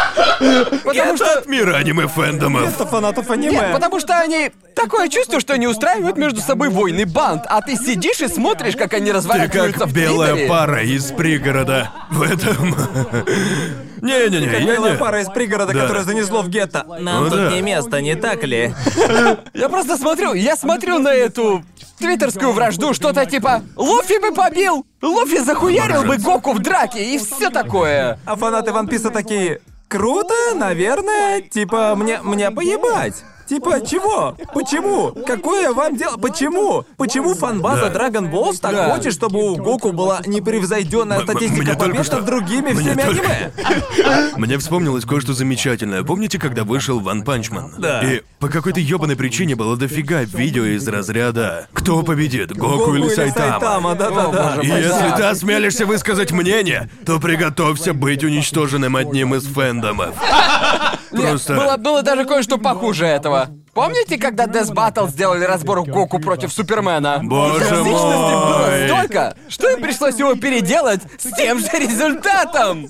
Потому что... От мира аниме-фэндомов. Это фанатов аниме. Нет, потому что они... Такое чувство, что они устраивают между собой войны банд, а ты сидишь и смотришь, как они Ты разворачиваются как в белая Твиттере. пара из пригорода. В этом... Не-не-не, Как я белая не... пара из пригорода, Да. которая занесло в гетто. Нам Ну тут да. не место, не так ли? Я просто смотрю, на эту твиттерскую вражду, что-то типа «Луфи бы побил! Луфи захуярил бы Гоку в драке!» и все такое. А фанаты Ван Писа такие... Круто, наверное. Типа, мне поебать. Типа, чего? Почему? Какое вам дело? Почему? Почему фанбаза Да. Dragon Balls так Да. хочет, чтобы у Гоку была непревзойденная Мне статистика только побед что- над другими мне всеми только- аниме? Мне вспомнилось кое-что замечательное. Помните, когда вышел One Punch Man? Да. И по какой-то ёбаной причине было дофига видео из разряда «Кто победит, Гоку или Сайтама?». да-да-да. И мой, если да. ты осмелишься высказать мнение, то приготовься быть уничтоженным одним из фэндомов. Нет, Просто... было даже кое-что похуже этого. Помните, когда Death Battle сделали разбор Гоку против Супермена? Боже Токсичности было мой. столько, что им пришлось его переделать с тем же результатом.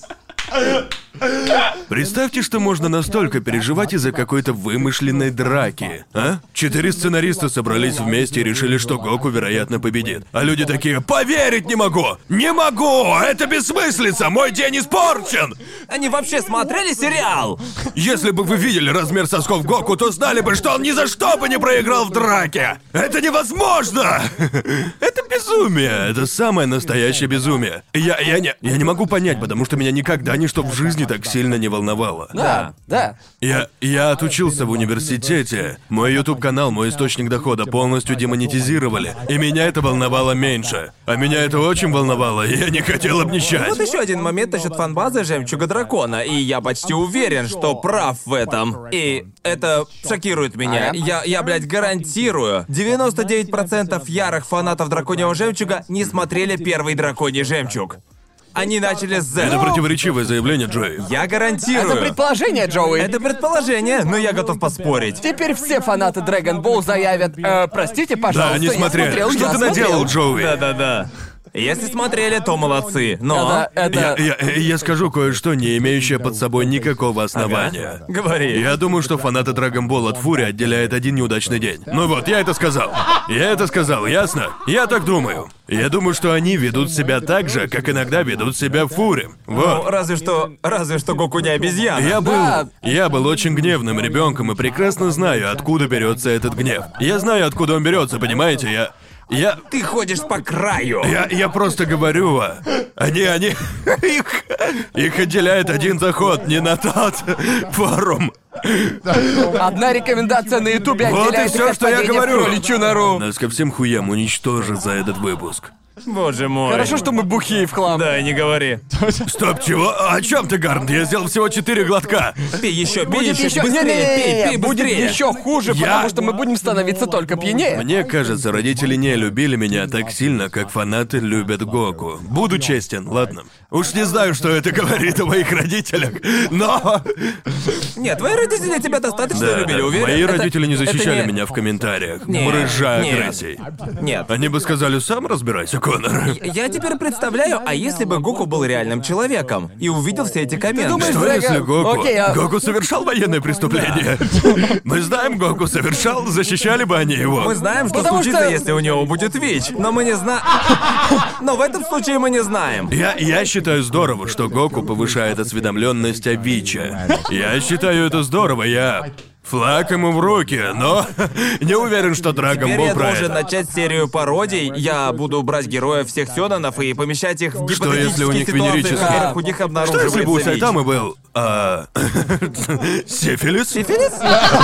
Представьте, что можно настолько переживать из-за какой-то вымышленной драки, а? 4 сценариста собрались вместе и решили, что Гоку, вероятно, победит. А люди такие: «Поверить не могу! Не могу! Это бессмыслица! Мой день испорчен!» Они вообще смотрели сериал? Если бы вы видели размер сосков Гоку, то знали бы, что он ни за что бы не проиграл в драке! Это невозможно! Это безумие! Это самое настоящее безумие. Я не могу понять, потому что меня никогда ничто в жизни так сильно не волновало. Да, да. Я отучился в университете. Мой YouTube-канал, мой источник дохода полностью демонетизировали. И меня это волновало меньше. А меня это очень волновало, и я не хотел обнищать. Вот еще один момент насчет фанбазы Жемчуга Дракона, и я почти уверен, что прав в этом. И это шокирует меня. Ага. Я, блядь, гарантирую, 99% ярых фанатов Драконьего Жемчуга не смотрели первый Драконий Жемчуг. Они начали с Это Z. противоречивое заявление, Джой. Я гарантирую. Это предположение, Джоуи. Это предположение, но я готов поспорить. Теперь все фанаты Dragon Ball заявят: простите, пожалуйста, Да, они я смотрели. смотрел, Что я ты смотрел». наделал, Джоуи? Да-да-да. Если смотрели, то молодцы. Но... Я скажу кое-что, не имеющее под собой никакого основания. Говори. Я думаю, что фанаты Dragon Ball от Фури отделяет один неудачный день. Ну вот, я это сказал. Я это сказал, ясно? Я так думаю. Я думаю, что они ведут себя так же, как иногда ведут себя Фури. Ну, Вот. разве что Гоку не обезьяна. Да. Я был очень гневным ребенком и прекрасно знаю, откуда берется этот гнев. Я знаю, откуда он берется, понимаете? Ты ходишь по краю. Я просто говорю, их отделяет один заход, не на тот форум. Одна рекомендация на Ютубе Вот и отделяет всё, их от что я падения в говорю. кроличью нору. Нас ко всем хуям уничтожат за этот выпуск. Боже мой. Хорошо, что мы бухие в хлам. Да, не говори. Стоп, чего? О чем ты, Гарнт? Я сделал всего 4 глотка. Пей еще, Будет еще... быстрее, пей будет быстрее. еще хуже, потому что мы будем становиться только пьянее. Мне кажется, родители не любили меня так сильно, как фанаты любят Гоку. Буду честен, ладно? Уж не знаю, что это говорит о моих родителях, но... Нет, твои родители тебя достаточно Да, любили, да, уверен? мои Это- родители не это защищали не- меня в комментариях, Нет, брызжа нет. агрессией. Нет. Они бы сказали, сам разбирайся, Конор. Я теперь представляю, а если бы Гоку был реальным человеком и увидел все эти комменты? думаешь, Что Драга- если Гоку... Окей, а- Гоку совершал военное преступление? Мы знаем, Гоку совершал, защищали бы они его. Мы знаем, что Потому случится, что- если у него будет ВИЧ, но мы не знаем... Но в этом случае мы не знаем. Я считаю здорово, что Гоку повышает осведомленность о ВИЧе. Я считаю это здорово, я... Флаг ему в руки, но не уверен, что Драгон Теперь Болл я про должен это. начать серию пародий. Я буду брать героев всех сёнэнов и помещать их в Что, если у гипотетические них ситуации, в венерические? которых у них Что обнаруживается если бы у ВИЧ. Сайтамы был... сифилис? Сифилис?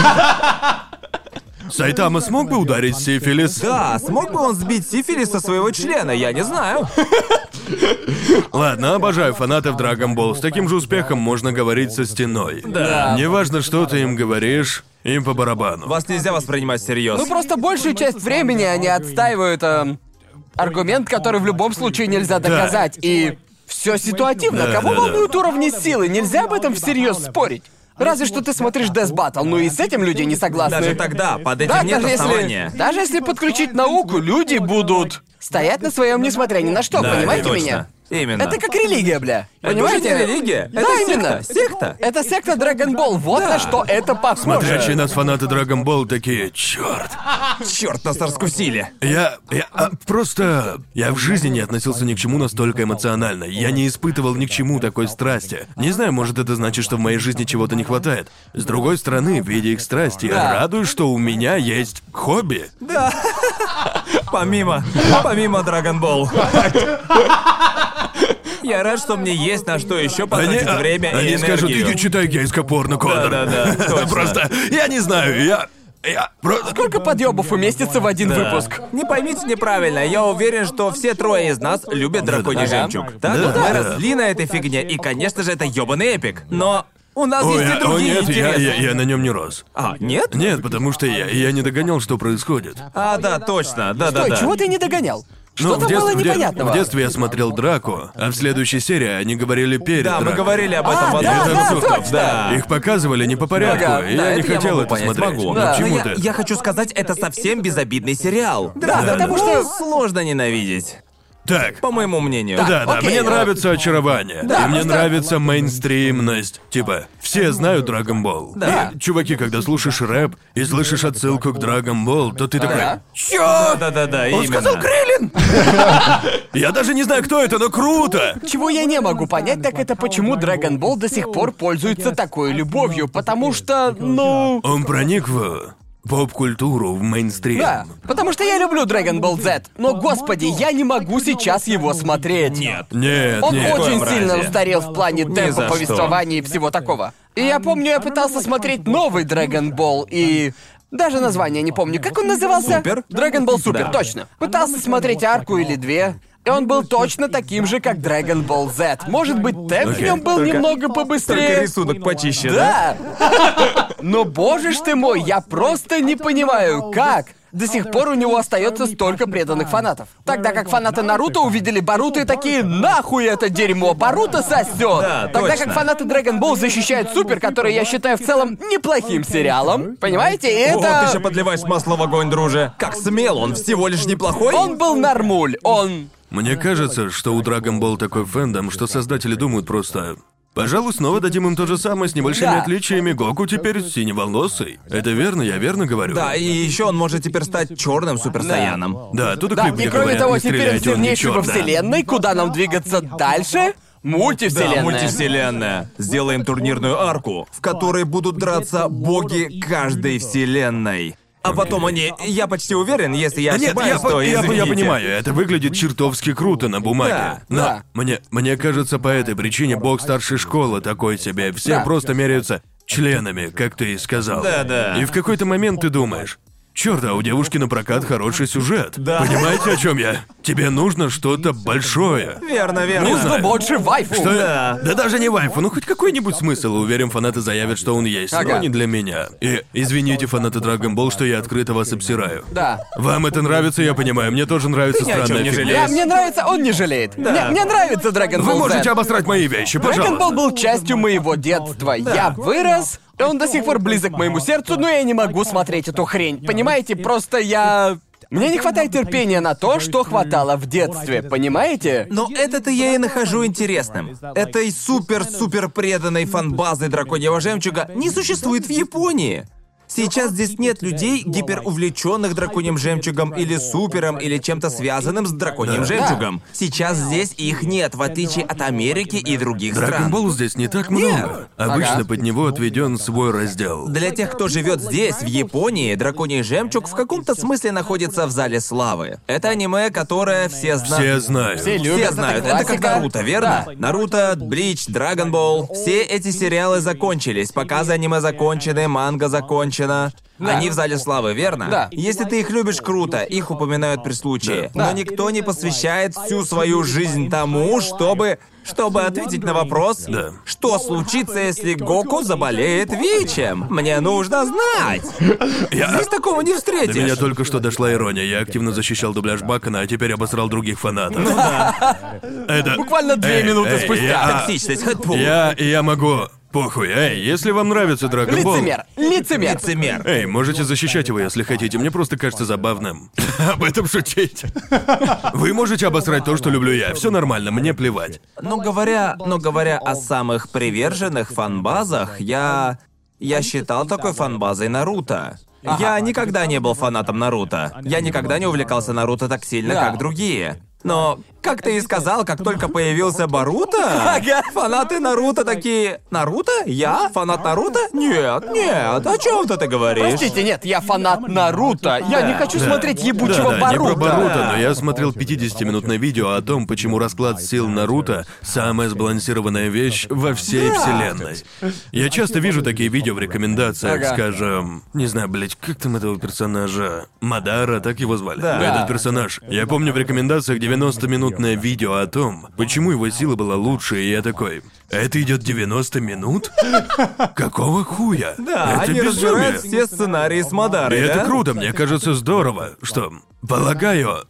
Сайтама смог бы ударить сифилис? Да, смог бы он сбить сифилис со своего члена, я не знаю. Ладно, обожаю фанатов Dragon Ball. С таким же успехом можно говорить со стеной. Да. Неважно, что ты им говоришь, им по барабану. Вас нельзя воспринимать всерьез. Ну просто большую часть времени они отстаивают аргумент, который в любом случае нельзя доказать. И все ситуативно. Да, Кого да, да. волнуют уровни силы? Нельзя об этом всерьез спорить. Разве что ты смотришь Death Battle, ну и с этим люди не согласны. Даже тогда, под этим Да, нет даже основания. если, даже если подключить науку, люди будут стоять на своем, несмотря ни на что, Да, понимаете точно. меня? Именно. Это как религия, бля. Это Понимаете? уже не религия. Да, Это именно. секта. Это секта Dragon Ball. Вот на что это похоже. Смотрящие нас фанаты Dragon Ball такие, черт. Черт, нас раскусили. Я в жизни не относился ни к чему настолько эмоционально. Я не испытывал ни к чему такой страсти. Не знаю, может это значит, что в моей жизни чего-то не хватает. С другой стороны, видя их страсти, я Да. радуюсь, что у меня есть хобби. Помимо Dragon Ball. Я рад, что мне есть на что еще потратить время и они энергию. скажут, иди читай гейско-порно, Конор. Да, точно. Просто, я не знаю, я просто... Сколько подъебов уместится в один выпуск? Не поймите неправильно, я уверен, что все трое из нас любят драконий да. жемчуг. Так Да, вот мы да. росли на этой фигне, и, конечно же, это ёбаный эпик. Но у нас есть и другие нет, интересы. я на нем не рос. А, нет? Нет, потому что я не догонял, что происходит. А, да, точно, Стой, да-да-да. чего ты не догонял? Что Ну, там было непонятного? в детстве я смотрел Драку, а в следующей серии они говорили перед Да, мы Драко. говорили об этом в одном да, из да, выпусков, точно. да. Их показывали не по порядку, Ага, и Да, я не это хотел могу это понять, смотреть. могу. Ну, Да. к Но чему я, ты? я хочу сказать, это совсем безобидный сериал. Да, потому что... Сложно ненавидеть, Так. по моему мнению. Да, окей, мне нравится очарование. Да, и мне просто- нравится мейнстримность. Типа, все знают Dragon Ball. Да. И, чуваки, когда слушаешь рэп и слышишь отсылку к Dragon Ball, то ты такой... Да. Чё? Да-да-да, Он именно. сказал Криллин! Я даже не знаю, кто это, но круто! Чего я не могу понять, так это почему Dragon Ball до сих пор пользуется такой любовью, потому что, ну... Он проник в поп-культуру, в мейнстрим. Да, потому что я люблю Dragon Ball Z, но, господи, я не могу сейчас его смотреть. Нет. Нет, Он нет. очень мрази. сильно устарел в плане темпа за что. повествования и всего такого. И я помню, я пытался смотреть новый Dragon Ball, и... Даже название не помню. Как он назывался? Супер? Dragon Ball Super, Да. точно. Пытался смотреть арку или две, и он был точно таким же, как Dragon Ball Z. Может быть, темп в нем был немного побыстрее. Только рисунок почище, да? Да! Но боже ж ты мой, я просто не понимаю, как до сих пор у него остается столько преданных фанатов. Тогда как фанаты Наруто увидели Боруто и такие, нахуй это дерьмо, Боруто сосет. Да, Тогда точно. как фанаты Dragon Ball защищают Супер, который я считаю в целом неплохим сериалом. Понимаете, и О, ты это... еще подливаешь масло в огонь, друже. Как смел, он всего лишь неплохой? Он был нормуль, он... Мне кажется, что у Dragon Ball такой фэндом, что создатели думают просто... Пожалуй, снова дадим им то же самое с небольшими Да. отличиями. Гоку теперь синеволосый. Это верно, я верно говорю? Да, и еще он может теперь стать черным суперсаяном. Да, тут Да, клип, и где кроме говорят, того, не теперь он стреляйте, он не сильнейший во чёрт, да. вселенной, куда нам двигаться дальше? Мультивселенная. Да, мультивселенная. Сделаем турнирную арку, в которой будут драться боги каждой вселенной. А потом они... Я почти уверен, если я Да нет, ошибаюсь, то я извините. понимаю, это выглядит чертовски круто на бумаге. Да, Но да. мне кажется, по этой причине бог старшей школы такой себе. Все Да. просто меряются членами, как ты и сказал. Да. И в какой-то момент ты думаешь, Чёрт, а у девушки на прокат хороший сюжет. Да. Понимаете, о чем я? Тебе нужно что-то большое. Верно, верно. Нужно больше вайфу. Что? Да. Да даже не вайфу, ну хоть какой-нибудь смысл. Уверен, фанаты заявят, что он есть, Ага. но не для меня. И извините, фанаты Dragon Ball, что я открыто вас обсираю. Да. Вам это нравится, я понимаю. Мне тоже нравится Ты ни о чём странная не фигня. жалеешь. Мне нравится, он не жалеет. Мне нравится Dragon Ball Вы Z. можете обосрать мои вещи, Dragon пожалуйста. Ball был частью моего детства. Я вырос, и он до сих пор близок к моему сердцу, но я не могу смотреть эту хрень. Понимаете, просто я... Мне не хватает терпения на то, что хватало в детстве, понимаете? Но это-то я и нахожу интересным. Этой супер-супер преданной фан-базы Драконьего Жемчуга не существует в Японии. Сейчас здесь нет людей, гиперувлеченных Драконьим Жемчугом или супером, или чем-то связанным с Драконьим Жемчугом. Сейчас здесь их нет, в отличие от Америки и других Dragon стран. Ball здесь не так много. Обычно Ага. под него отведен свой раздел. Для тех, кто живет здесь, в Японии, Драконий Жемчуг в каком-то смысле находится в Зале Славы. Это аниме, которое все знают. Все знают. Все любят, Все знают, это как классика. Наруто, верно? Да. Наруто, Блич, Драгон Болл. Все эти сериалы закончились. Показы аниме закончены, манга закончена. Они в Зале Славы, верно? Да. Если ты их любишь, круто, их упоминают при случае. Да. Но никто не посвящает всю свою жизнь тому, чтобы ответить на вопрос, Да. что случится, если Гоку заболеет ВИЧем? Мне нужно знать. Здесь такого не До встретишь. меня только что дошла ирония. Я активно защищал дубляж Бакана, а теперь обосрал других фанатов. Это... Буквально 2 минуты спустя. Токсичность, хоть пол. Я могу... Похуй, эй, если вам нравится Dragon Ball... Лицемер. Лицемер. Лицемер. Эй, можете защищать его, если хотите. Мне просто кажется забавным об этом шутить. Вы можете обосрать то, что люблю я. Все нормально, мне плевать. Но говоря о самых приверженных фан-базах, я считал такой фан-базой Наруто. Я никогда не был фанатом Наруто. Я никогда не увлекался Наруто так сильно, Да. как другие. Но, как ты и сказал, как только появился Боруто, Ага. фанаты Наруто такие: «Наруто? Я? Фанат Наруто? Нет, о чем ты говоришь?» Простите, нет, я фанат Наруто. Я не хочу смотреть ебучего Да, не про Боруто. Боруто, но я смотрел 50-минутное видео о том, почему расклад сил Наруто — самая сбалансированная вещь во всей вселенной. Я часто вижу такие видео в рекомендациях, Ага. скажем, не знаю, блять, как там этого персонажа? Мадара, так его звали? Да. Этот персонаж. Я помню в рекомендациях 90-минутное видео о том, почему его сила была лучше, и я такой: это идет 90 минут? Какого хуя? Да, это они безумие. разбирают все сценарии с И Мадарой, это да? круто, мне кажется, здорово. Что, полагаю,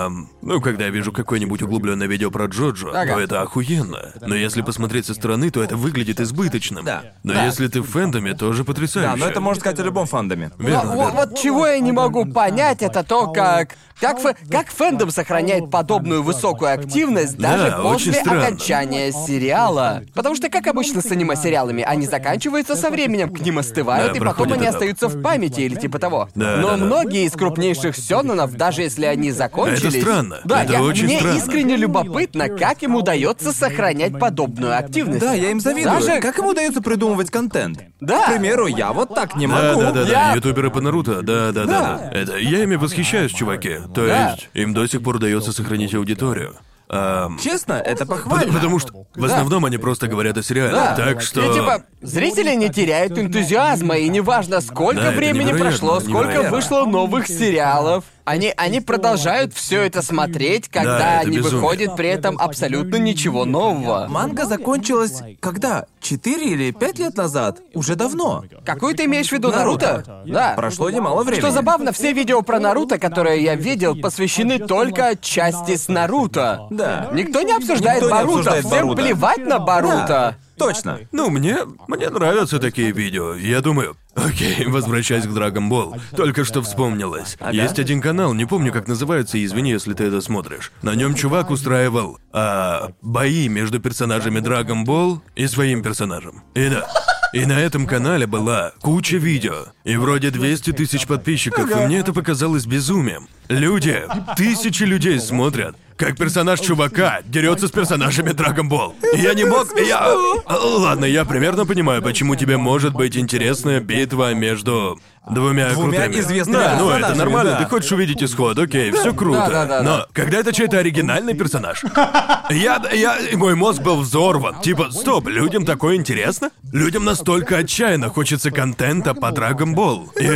когда я вижу какое-нибудь углубленное видео про Джоджо, Ага. то это охуенно. Но если посмотреть со стороны, то это выглядит избыточным. Да. Но Да. если ты в фэндоме, тоже потрясающе. Да, но это можно сказать о любом фандоме. Верно, верно. Вот чего я не могу понять, это то, как фэндом сохраняет подобную высокую активность даже Да, очень после странно. окончания сериала. Потому что, как обычно с аниме-сериалами, они заканчиваются со временем, к ним остывают, Да, и потом проходит они этап. остаются в памяти или типа того. Да, Но да, да. многие из крупнейших сёнэнов, даже если они закончились... Это странно. Да, Это очень мне странно. искренне любопытно, как им удается сохранять подобную активность. Да, я им завидую. Даже- Как им удается придумывать контент? Да. К примеру, я вот так не Да, могу. да, да, да, Я- ютуберы по Наруто, да. Это я ими восхищаюсь, чуваки. То Да. есть им до сих пор удается сохранить аудиторию. Честно, это похвально. Потому что в основном они просто говорят о сериале. Да. Так что. И типа, зрители не теряют энтузиазма, и неважно, сколько Да, это времени невероятно, прошло, сколько невероятно. вышло новых сериалов. Они продолжают все это смотреть, когда Да, это они безумие. выходят при этом абсолютно ничего нового. Манга закончилась когда? 4 или 5 лет назад? Уже давно. Какую ты имеешь в виду, Наруто? Да. Прошло немало времени. Что забавно, все видео про Наруто, которые я видел, посвящены только части с Наруто. Да. Никто не обсуждает Никто не Боруто, обсуждает всем Боруто. плевать на Боруто. Да, точно. Ну, мне нравятся такие видео. Я думаю, окей, возвращаясь к Dragon Ball. Только что вспомнилось. Есть один канал, не помню, как называется, и извини, если ты это смотришь. На нем чувак устраивал бои между персонажами Dragon Ball и своим персонажем. И на этом канале была куча видео. И вроде 200 тысяч подписчиков, и мне это показалось безумием. Тысячи людей смотрят, как персонаж чувака дерется с персонажами Dragon Ball. И я не мог... Ладно, я примерно понимаю, почему тебе может быть интересная битва битва между двумя крутыми. известными Да, ну это персонажами, нормально, да. ты хочешь увидеть исход, окей, все круто. Да. Но когда это чей-то оригинальный персонаж, мой мозг был взорван. Типа, стоп, людям такое интересно? Людям настолько отчаянно хочется контента по Dragon Ball. И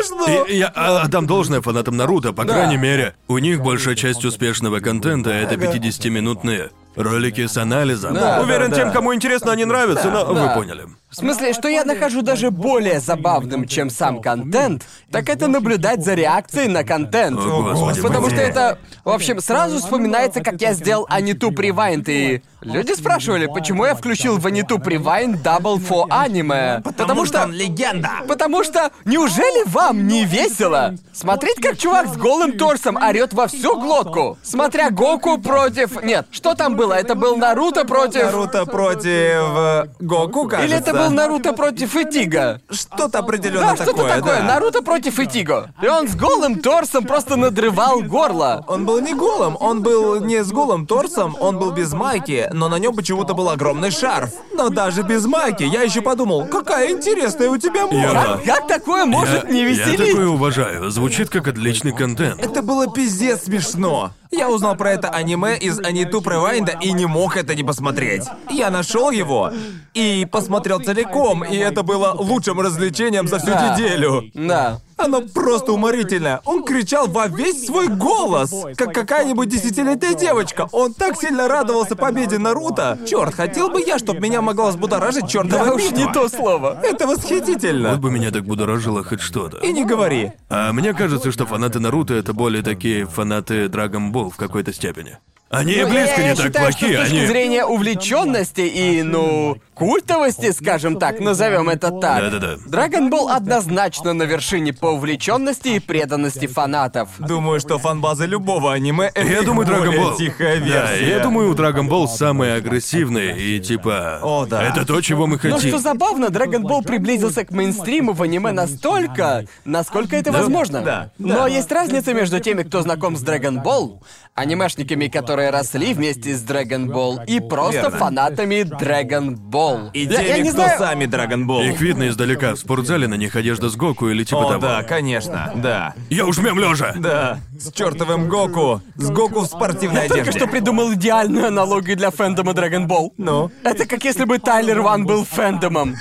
я отдам должное фанатам Наруто, по крайней мере, у них большая часть успешного контента — это 50-минутные ролики с анализом. Да, Уверен, да. тем, кому интересно, они нравятся, но вы поняли. В смысле, что я нахожу даже более забавным, чем сам контент, так это наблюдать за реакцией на контент. О, Господи, Потому что боже. это... В общем, сразу вспоминается, как я сделал Аниту Привайнд, и... Люди спрашивали, почему я включил в Аниту Привайнд Double for Anime. Потому что... он легенда. Потому что неужели вам не весело смотреть, как чувак с голым торсом орёт во всю глотку, смотря Гоку против... Нет, что там было? Это был Наруто против... Наруто против Гоку, кажется. Или это был Наруто против Итига? Что-то определенно Да, что-то такое. да. Наруто против Итиго. И он с голым торсом просто надрывал горло. Он был не голым, он был не с голым торсом, он был без майки, но на нем почему-то был огромный шарф. Но даже без майки я еще подумал, какая интересная у тебя морда. Как такое может не Я веселить? такое уважаю. Звучит как отличный контент. Это было пиздец смешно. Я узнал про это аниме из Аниту Привайнда и не мог это не посмотреть. Я нашел его и посмотрел целиком, и это было лучшим развлечением за всю Да. неделю. Да. Оно просто уморительно. Он кричал во весь свой голос, как какая-нибудь 10-летняя девочка. Он так сильно радовался победе Наруто. Черт, хотел бы я, чтоб меня могла взбудоражить чертова Да уж битва. не то слово. Это восхитительно. Вот бы меня так будоражило хоть что-то. И не говори. А мне кажется, что фанаты Наруто — это более такие фанаты Dragon Ball в какой-то степени. Они Ну, близко я не так считаю, плохие, что с точки они... зрения увлеченности и, культовости, скажем так, назовем это так. Да-да-да. Dragon Ball однозначно на вершине по увлеченности и преданности фанатов. Думаю, что фанбаза любого аниме — это Я их думаю, Dragon более Ball... тихая Да, версия. я думаю, у Dragon Ball самые агрессивные и типа... О, да. Это то, чего мы Но хотим. что забавно, Dragon Ball приблизился к мейнстриму в аниме настолько, насколько это возможно. Да. Но есть разница между теми, кто знаком с Dragon Ball, анимешниками, которые росли вместе с Dragon Ball, и просто Верно. фанатами Dragon Ball. И Я теми, не кто знаю... сами Dragon Ball. Их видно издалека, в спортзале на них одежда с Гоку или типа О, того. да, конечно, да. Я уж мем лежа. Да, с чертовым Гоку. С Гоку в спортивной Только одежде. что придумал идеальную аналогию для фэндома Dragon Ball. Ну? Это как если бы Тайлер Ван был фэндомом.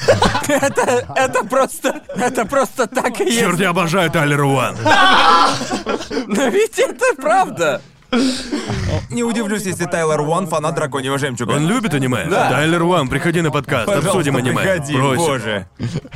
Это просто так и есть. Черт, я обожаю Тайлера Уан. Но ведь это правда. Не удивлюсь, если Тайлер Уан фанат драконьего жемчуга. Он любит аниме? Да. Тайлер Уан, приходи на подкаст, Пожалуйста, обсудим аниме. приходи, Просим. боже.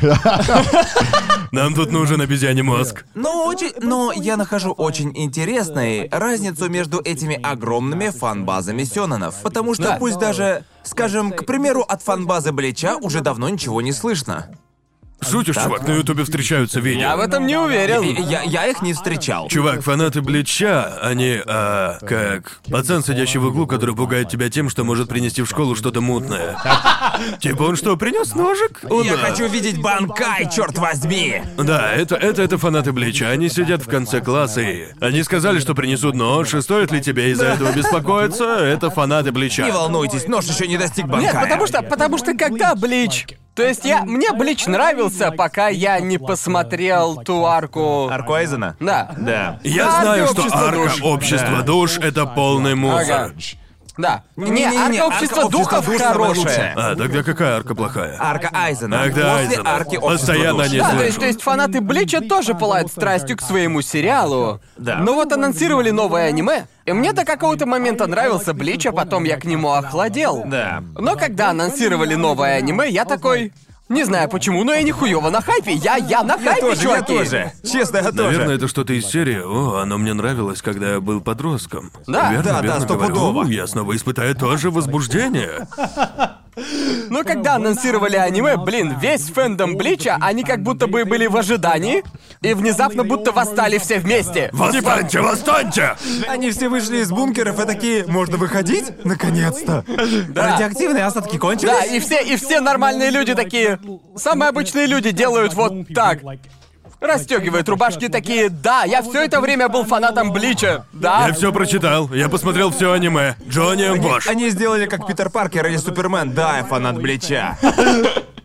Нам тут нужен обезьяний мозг. Но я нахожу очень интересной разницу между этими огромными фан-базами сёнэнов. Потому что Да. пусть даже, скажем, к примеру, от фан-базы Блича уже давно ничего не слышно. Шутишь, чувак, на Ютубе встречаются видео. Я в этом не уверен. Я их не встречал. Чувак, фанаты Блича, они, как пацан, сидящий в углу, который пугает тебя тем, что может принести в школу что-то мутное. Типа, он что, принес ножик? Я хочу видеть Банкай, черт возьми! Да, это фанаты Блича. Они сидят в конце класса и... Они сказали, что принесут нож, и стоит ли тебе из-за этого беспокоиться? Это фанаты Блича. Не волнуйтесь, нож еще не достиг Банкая. Нет, потому что когда Блич... То есть мне Блич нравился, пока я не посмотрел ту арку... Арку Айзена? Да. Да. Я Арка знаю, что общества арка душ. общества Да. душ — это полный мусор. Ага. Да. Не-не-не, арка общества арка духов общества самая хорошая. лучшая. А, тогда какая арка плохая? Арка Айзена. Тогда После Айзена. арки общества Постоянно душ. не Да, слышу. то есть фанаты Блича тоже пылают страстью к своему сериалу. Да. Но вот анонсировали новое аниме, и мне до какого-то момента нравился Блич, а потом я к нему охладел. Да. Но когда анонсировали новое аниме, я такой... Не знаю почему, но я нихуёво на хайпе. Я на хайпе, Я чуваки. тоже. Честно, я тоже. Наверное, это что-то из серии «О, оно мне нравилось, когда я был подростком». Да, верно, да, верно стопудово. говорю. Я снова испытаю то же возбуждение. Но когда анонсировали аниме, весь фэндом Блича, они как будто бы были в ожидании, и внезапно будто восстали все вместе. Восстаньте, восстаньте! Они все вышли из бункеров и такие, можно выходить? Наконец-то. Радиоактивные остатки кончились? Да, и все нормальные люди такие... Самые обычные люди делают вот так. Расстегивают рубашки такие, да, я все это время был фанатом Блича, да. Я все прочитал, я посмотрел все аниме. Джонни Бош. Они сделали как Питер Паркер или Супермен. Да, я фанат Блича.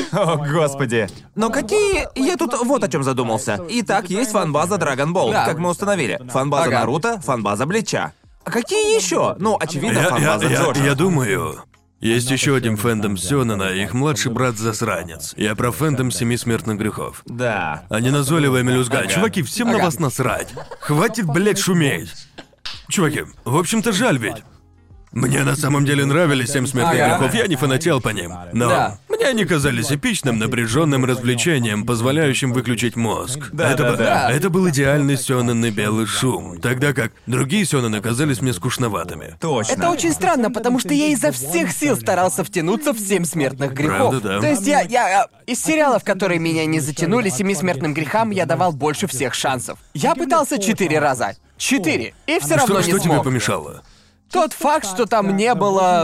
О, господи. Но какие... Я тут вот о чем задумался. Итак, есть фан-база Dragon Ball, Да. как мы установили. Фан-база Ага. Наруто, фан-база Блича. А какие еще? Ну, очевидно, фан-база Джоджо. Я думаю, есть еще один фэндом Сёнэна, их младший брат-засранец. Я про фэндом Семи Смертных Грехов. Да. Они назойливая мелюзга. Ага. Чуваки, всем на Ага. вас насрать. Хватит, блядь, шуметь. Чуваки, в общем-то, жаль ведь. Мне на самом деле нравились «Семь смертных Ага. грехов», я не фанател по ним. Но Да. мне они казались эпичным, напряженным развлечением, позволяющим выключить мозг. Да, это, да, да. это был идеальный сёнэнный белый шум, тогда как другие сёнэны казались мне скучноватыми. Точно. Это очень странно, потому что я изо всех сил старался втянуться в 7 смертных грехов. Правда, да. То есть я из сериалов, которые меня не затянули, 7 смертным грехам я давал больше всех шансов. Я пытался 4 раза. 4. И все равно Что не тебе смог. помешало? Тот факт, что там не было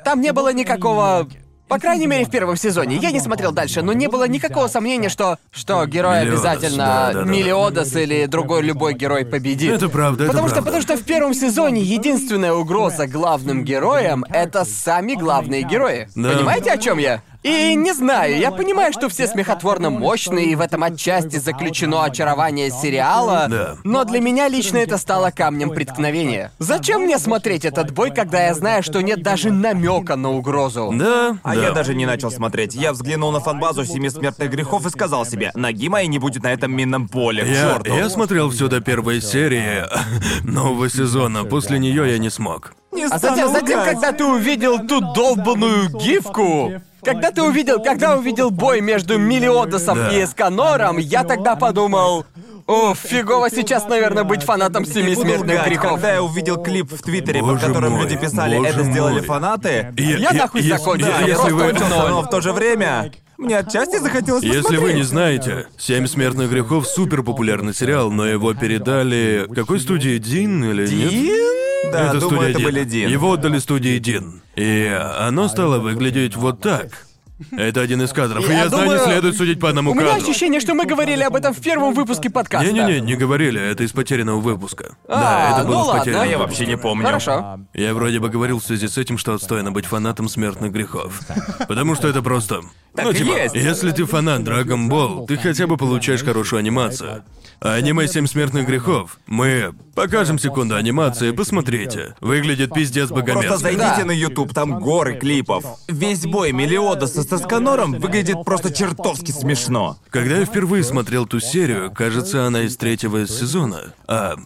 никакого... По крайней мере, в первом сезоне. Я не смотрел дальше, но не было никакого сомнения, что герой Мелиодас, обязательно да-да-да. Мелиодас или другой любой герой победит. Это правда, это правда. Потому что в первом сезоне единственная угроза главным героям — это сами главные герои. Да. Понимаете, о чем я? И не знаю, я понимаю, что все смехотворно мощные, и в этом отчасти заключено очарование сериала, Да. но для меня лично это стало камнем преткновения. Зачем мне смотреть этот бой, когда я знаю, что нет даже намека на угрозу? Да, А да. я даже не начал смотреть. Я взглянул на фан-базу Семи Смертных Грехов и сказал себе, ноги мои не будет на этом минном поле, к чёрту. Я смотрел все до первой серии нового сезона, после нее я не смог. Не А стану затем, лгать. когда ты увидел ту долбаную гифку, когда увидел бой между Мелиодасом Да. и Эсканором, я тогда подумал, о, фигово сейчас, наверное, быть фанатом Не Семи буду смертных лгать, грехов. когда я увидел клип в Твиттере, под Боже которым мой, люди писали, боже это сделали мой. фанаты, Я нахуй закончил. да, Я я просто закончился, ноль. но в то же время мне отчасти захотелось Если посмотреть. вы не знаете, «Семь смертных грехов» супер популярный сериал, но его передали какой студии, Дин или нет? Да, Это думаю, студия это Дин. были Дин. Его отдали студии Дин. И оно стало выглядеть вот так. Это один из кадров. И я знаю, не думаю, следует судить по одному У меня кадру. ощущение, что мы говорили об этом в первом выпуске подкаста. Не-не-не, не говорили, это из потерянного выпуска. А, Да, это было ну в ладно. потерянном А я выпуске. вообще не помню. Хорошо. Я вроде бы говорил в связи с этим, что отстойно быть фанатом смертных грехов. Потому что это просто... Так ну, и типа, есть. если ты фанат Dragon Ball, ты хотя бы получаешь хорошую анимацию. А аниме «Семь смертных грехов» мы покажем секунду анимации, посмотрите. Выглядит пиздец Просто богомерзко. зайдите Да. на YouTube, там горы клипов. Весь бой Мелиодаса с Эсканором выглядит просто чертовски смешно. Когда я впервые смотрел ту серию, кажется, она из 3-го сезона.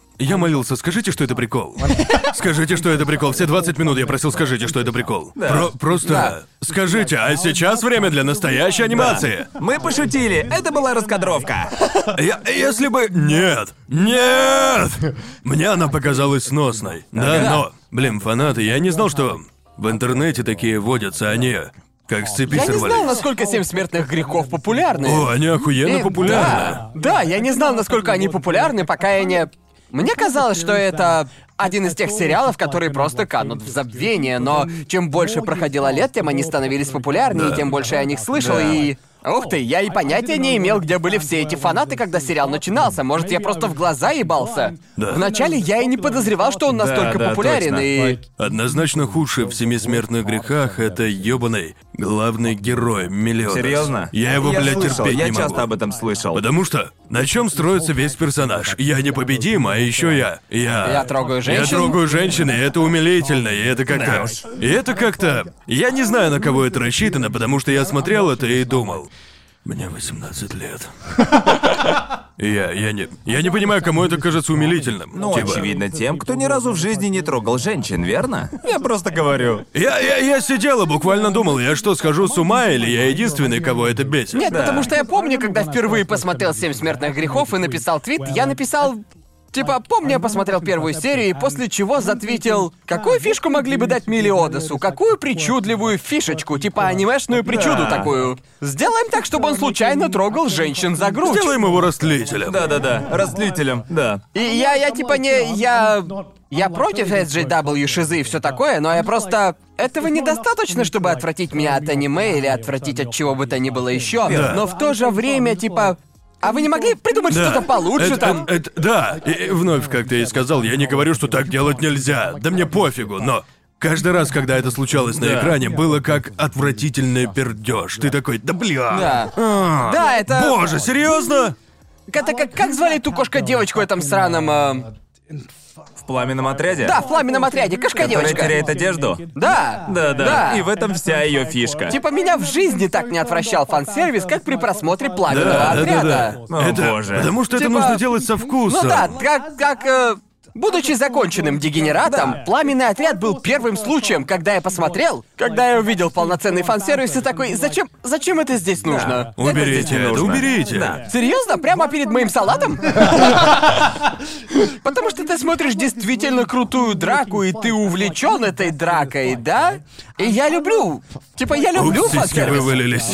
Я молился, скажите, что это прикол. Скажите, что это прикол. Все 20 минут я просил, скажите, что это прикол. Просто Да. скажите, а сейчас время для настоящей анимации. Мы пошутили, это была раскадровка. Если бы... Нет! Нет! Мне она показалась сносной. Да, но... Блин, фанаты, я не знал, что в интернете такие водятся, они... Как с цепи Я не сорвались. знал, насколько 7 смертных грехов популярны. О, они охуенно И- популярны. Да, я не знал, насколько они популярны, пока я не... Мне казалось, что это один из тех сериалов, которые просто канут в забвение, но чем больше проходило лет, тем они становились популярнее, Да. и тем больше я о них слышал, и... Ух ты, я и понятия не имел, где были все эти фанаты, когда сериал начинался. Может, я просто в глаза ебался? Да. Вначале я и не подозревал, что он настолько да, популярен, точно. и... Однозначно худший в «Семи смертных грехах» — это ёбаный главный герой Мелиодас. Серьезно? Я его, блядь, слышал, терпеть я не могу. часто об этом слышал. Потому что на чем строится весь персонаж? Я непобедим, а еще я. Я трогаю женщин? Я трогаю женщин, и это умилительно, и это как-то. Да уж. И это как-то. Я не знаю, на кого это рассчитано, потому что я смотрел это и думал. Мне 18 лет. Я не понимаю, кому это кажется умилительным. Ну, Типа, очевидно, тем, кто ни разу в жизни не трогал женщин, верно? Я просто говорю. Я сидел и буквально думал, я что, схожу с ума, или я единственный, кого это бесит? Нет, Да. потому что я помню, когда впервые посмотрел «7 смертных грехов» и написал твит, я написал... Типа, помню, я посмотрел первую серию, и после чего затвитил, какую фишку могли бы дать Мелиодасу, какую причудливую фишечку, типа анимешную причуду Да. такую. Сделаем так, чтобы он случайно трогал женщин за грудь. Сделаем его растлителем. Да-да-да, раздлителем, да. И я типа не... Я против SJW, шизы и все такое, но я просто... Этого недостаточно, чтобы отвратить меня от аниме или отвратить от чего бы то ни было еще. Да. Но в то же время, типа... А вы не могли придумать Да. что-то получше там? Да, и вновь, как ты и сказал, я не говорю, что так делать нельзя. Да мне пофигу, но каждый раз, когда это случалось на экране, было как отвратительный пердеж. Ты такой, да бля. Да. Да, это... Боже, серьезно? Это как звали ту кошка-девочку в этом сраном... В пламенном отряде? Да, в пламенном отряде, Которая кошка-девочка. теряет одежду? Да. Да. И в этом вся ее фишка. Типа меня в жизни так не отвращал фан-сервис, как при просмотре пламенного отряда. О, Это боже. потому что это Типа- нужно делать со вкусом. Ну да, будучи законченным дегенератом, пламенный отряд был первым случаем, когда я посмотрел, когда я увидел полноценный фан-сервис и такой, зачем это здесь нужно? Уберите здесь не это, нужно. уберите. Да. Серьезно? Прямо перед моим салатом? Потому что ты смотришь действительно крутую драку, и ты увлечен этой дракой, да? И я люблю. Типа, я люблю Упс, сиськи фан-сервис. вывалились.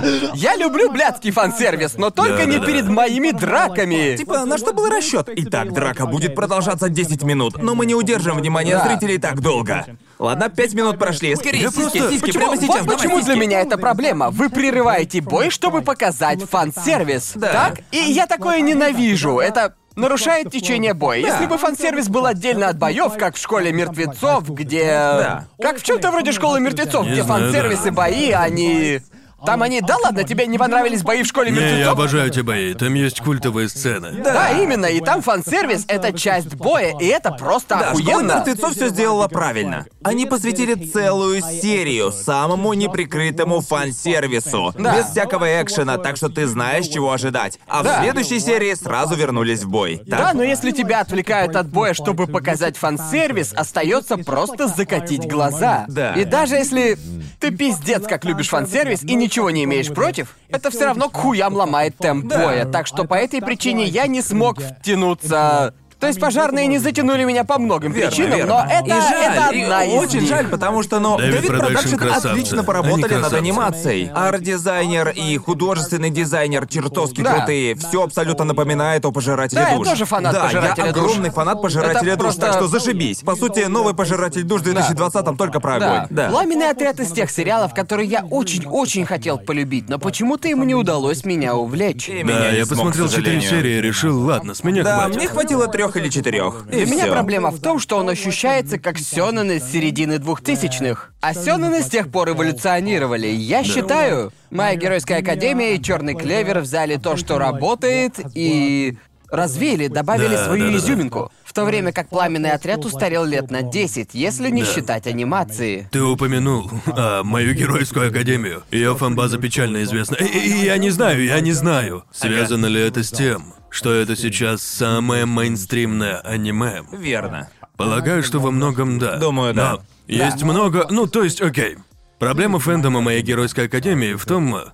Я люблю блядский фан-сервис, но только не Да-да-да. перед моими драками. Типа, на что был расчет? Итак, драка будет продолжаться 10 минут, но мы не удержим внимание Да. зрителей так долго. Ладно, 5 минут прошли. Скорее, Я сиськи, просто- сиськи, Почему? прямо сейчас, Вот давай почему для сиськи. меня это проблема. Вы прерываете бой, чтобы показать фан-сервис. Да. Так? И я такое ненавижу. Это нарушает течение боя. Если бы фан-сервис был отдельно от боев, как в школе мертвецов, где. Как в чем-то вроде школы мертвецов, Не где знаю, фан-сервис да. и бои, они. Там они. Да ладно, тебе не понравились бои в школе Не, я мертвецов? обожаю эти бои. Там есть культовые сцены. Да, именно, и там фан-сервис — это часть боя, и это просто Да, школа охуенно. мертвецов все сделала правильно. Они посвятили целую серию самому неприкрытому фан-сервису. Да. Без всякого экшена, так что ты знаешь, чего ожидать. А Да. в следующей серии сразу вернулись в бой. Да, Так? но если тебя отвлекают от боя, чтобы показать фан-сервис, остается просто закатить глаза. Да. И даже если ты пиздец как любишь фан-сервис и ничего не имеешь против, это все равно к хуям ломает темп боя. Так что по этой причине я не смог втянуться. То есть пожарные не затянули меня по многим Верно, причинам, верно. но это, И жаль, это и одна из очень них. жаль, потому что, Дэвид Дэвид Продакшн Продакшн красавцы. отлично Они поработали над красавцы. анимацией. Арт-дизайнер и художественный дизайнер чертовски Да. крутые. Все абсолютно напоминает о Пожирателе Да, я душ. тоже фанат да, Пожирателя я душ. огромный фанат Пожирателя Это душ, просто- так что зашибись. По сути, новый Пожиратель душ в 2020-м только про Да. огонь. Да. Пламенный отряд из тех сериалов, которые я очень-очень хотел полюбить, но почему-то ему не удалось меня увлечь. И Да, меня не я смог, посмотрел к 4 сожалению. серии и решил, ладно, с меня Да, хватит. мне хватило 3 или 4. И У меня всё. проблема в том, что он ощущается как сёнэн из середины 2000-х. А сёнэны с тех пор эволюционировали. Я считаю, «Моя геройская академия» и «Чёрный клевер» взяли то, что работает, и развили, добавили Да, свою да-да-да. изюминку. В то время как «Пламенный отряд» устарел лет на 10, если не считать анимации. Ты упомянул мою геройскую академию. Ее фанбаза печально известна. И я не знаю. Связано ли это с тем, что это сейчас самое мейнстримное аниме? Верно. Полагаю, что во многом да. Думаю, да. Но есть много... Ну, то есть, окей. Проблема фэндома моей геройской академии в том... О,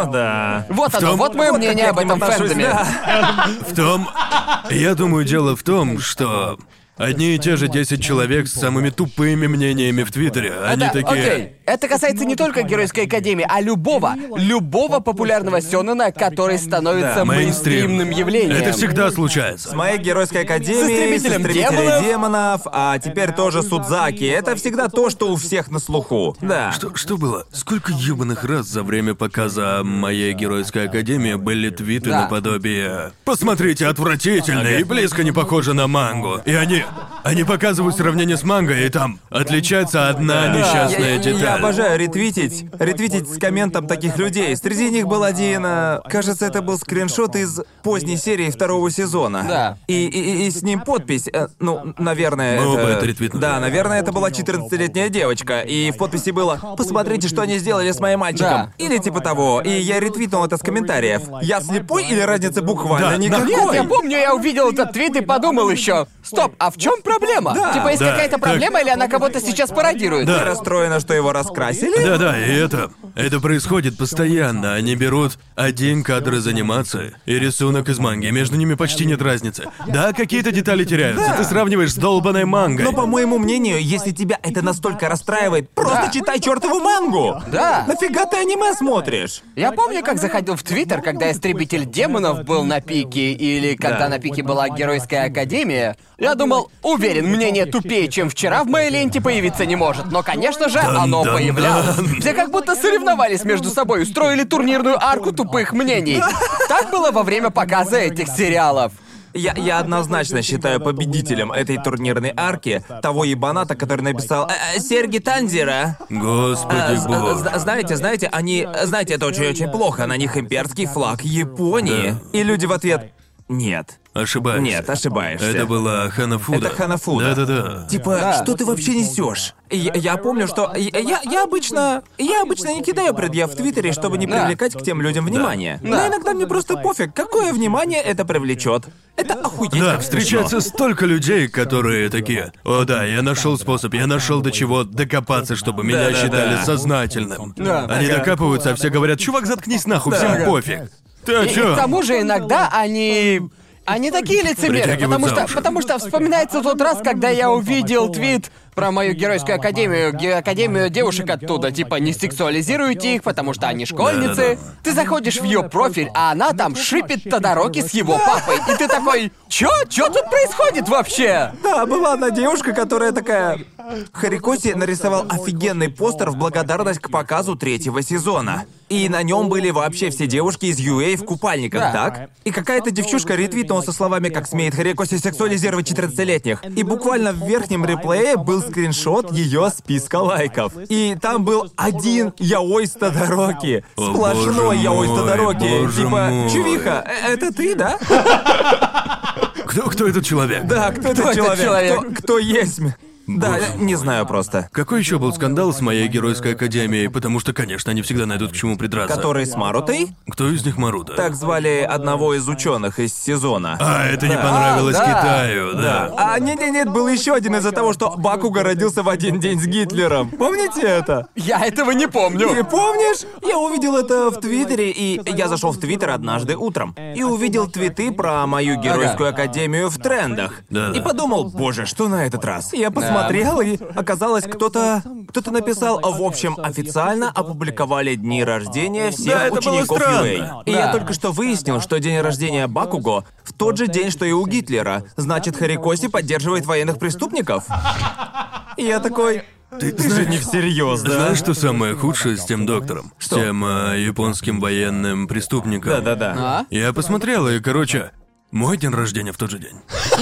да. Вот оно, том- вот мое Вот как мнение я об к ним этом отношусь, фэндоме. да. В том... Я думаю, дело в том, что... Одни и те же 10 человек с самыми тупыми мнениями в Твиттере. Они Это, такие... окей. Это касается не только Геройской Академии, а любого популярного сёнэна, который становится Да, мейнстримным явлением. Это всегда С случается. моей геройской академией, С Истребителем демонов, а теперь тоже Судзаки. Это всегда то, что у всех на слуху. Да. Что было? Сколько ёбаных раз за время показа моей геройской академии были твиты Да. наподобие «Посмотрите, отвратительно и близко не похоже на мангу». И они показывают сравнение с мангой, и там отличается одна несчастная Я деталь. обожаю ретвитить с комментом таких людей. Среди них был один, кажется, это был скриншот из поздней серии 2-го сезона. Да. И с ним подпись, наверное, Мы оба это... это ретвитнули. Да, наверное, это была 14-летняя девочка, и в подписи было «Посмотрите, что они сделали с моим мальчиком». Да. Или типа того, и я ретвитнул это с комментариев. Я слепой или разницы буквально Да, никакой? Нет, я помню, я увидел этот твит и подумал еще. Стоп, а в чем проблема? Да. Типа, есть Да, какая-то так- проблема, или она кого-то сейчас пародирует? Да. Ты расстроена, что его раскрасили? Да-да, и это происходит постоянно. Они берут один кадр из анимации и рисунок из манги. Между ними почти нет разницы. Да, какие-то детали теряются. Да. Ты сравниваешь с долбаной мангой. Но по моему мнению, если тебя это настолько расстраивает, просто Да. читай чертову мангу! Да. Нафига ты аниме смотришь? Я помню, как заходил в Твиттер, когда Истребитель демонов был на пике, или когда Да. на пике была Геройская Академия. Я думал, уверен, мнение тупее, чем вчера в моей ленте появиться не может. Но, конечно же, оно Дан-дан-дан. появлялось. Все как будто соревновались между собой, устроили турнирную арку тупых мнений. Так было во время показа этих сериалов. Я однозначно считаю победителем этой турнирной арки того ебаната, который написал Серги Танзера. Господи бог. Знаете, знаете, это очень-очень плохо. На них имперский флаг Японии. Да. И люди в ответ: нет. Ошибаешься. Нет, ошибаешься. Это была Ханафуда. Это Ханафуда. Да-да-да. Типа, что ты вообще несешь? Я помню, что я обычно не кидаю предъяв в Твиттере, чтобы не привлекать к тем людям внимание. Но иногда мне просто пофиг, какое внимание это привлечет. Это охуеть. Да, как встречается смешно. столько людей, которые такие: о да, я нашел способ, я нашел до чего докопаться, чтобы меня Да-да-да. считали сознательным. Да. Они докапываются, а все говорят: чувак, заткнись нахуй, всем пофиг. Ты о И к чём? тому же иногда они такие лицемеры, Притягивают за уши. потому что вспоминается тот раз, когда я увидел твит про мою геройскую академию, академию девушек оттуда, типа не сексуализируйте их, потому что они школьницы. Да-да-да. Ты заходишь в ее профиль, а она там шипит Тодороки с его папой, и ты такой: чё тут происходит вообще? Да, была одна девушка, которая такая... Харикоси нарисовал офигенный постер в благодарность к показу 3-го сезона. И на нем были вообще все девушки из UA в купальниках, Да. так? И какая-то девчушка ретвитнула со словами, как смеет Харикоси сексуализировать 14-летних. И буквально в верхнем реплее был скриншот ее списка лайков. И там был один яой с Тодороки. О, Сплошной боже яой с мой, Тодороки. боже Типа, мой. чувиха, это ты, да? Кто этот человек? Да, кто этот этот человек? Кто есть? Да, Боже не знаю просто. Какой еще был скандал с моей геройской академией? Потому что, конечно, они всегда найдут к чему придраться. Который с Марутой? Кто из них Маруда? Так звали одного из ученых из сезона. А, это не Да. понравилось А, да. Китаю, да. А нет, был еще один из-за того, что Бакуга родился в один день с Гитлером. Помните это? Я этого не помню. Ты помнишь? Я увидел это в Твиттере, и я зашел в Твиттер однажды утром и увидел твиты про мою геройскую академию в трендах. Да-да. И подумал: боже, что на этот раз? Я посмотрел, и оказалось, кто-то написал: в общем, официально опубликовали дни рождения всех Да, это было учеников странно. UA. И Да. я только что выяснил, что день рождения Бакуго в тот же день, что и у Гитлера. Значит, Харикоси поддерживает военных преступников? И я такой: ты же не всерьез, да? Знаешь, что самое худшее с тем доктором? С тем японским военным преступником? Да-да-да. А? Я посмотрел, и, короче, мой день рождения в тот же день.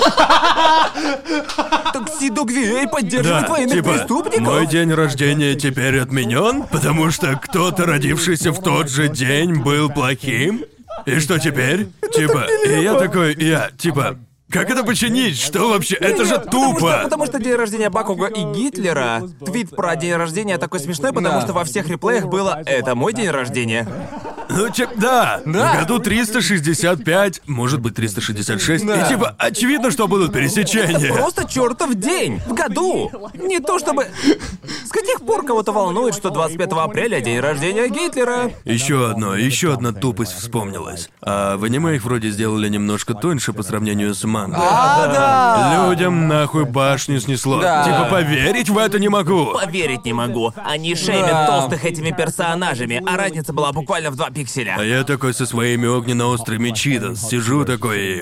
Токсидо Гвей поддерживает Да, военных типа, преступников? мой день рождения теперь отменен, потому что кто-то, родившийся в тот же день, был плохим? И что теперь? Типа, и я такой, как это починить? Что вообще? Это же тупо! Потому что день рождения Бакуга и Гитлера, твит про день рождения такой смешной, потому Да. что во всех реплеях было: это мой день рождения. Ну, да, Да. в году 365, может быть, 366, Да. и типа, очевидно, что будут пересечения. Просто чертов день в году. Не то чтобы... С каких пор кого-то волнует, что 25 апреля день рождения Гитлера? Еще одна тупость вспомнилась. А в аниме их вроде сделали немножко тоньше по сравнению с мангой. Да. Людям нахуй башню снесло. Да. Типа, поверить в это не могу. Поверить не могу. Они шеймят Да. толстых этими персонажами, а разница была буквально в 2 пикселя. А я такой со своими огненно-острыми читос сижу такой и...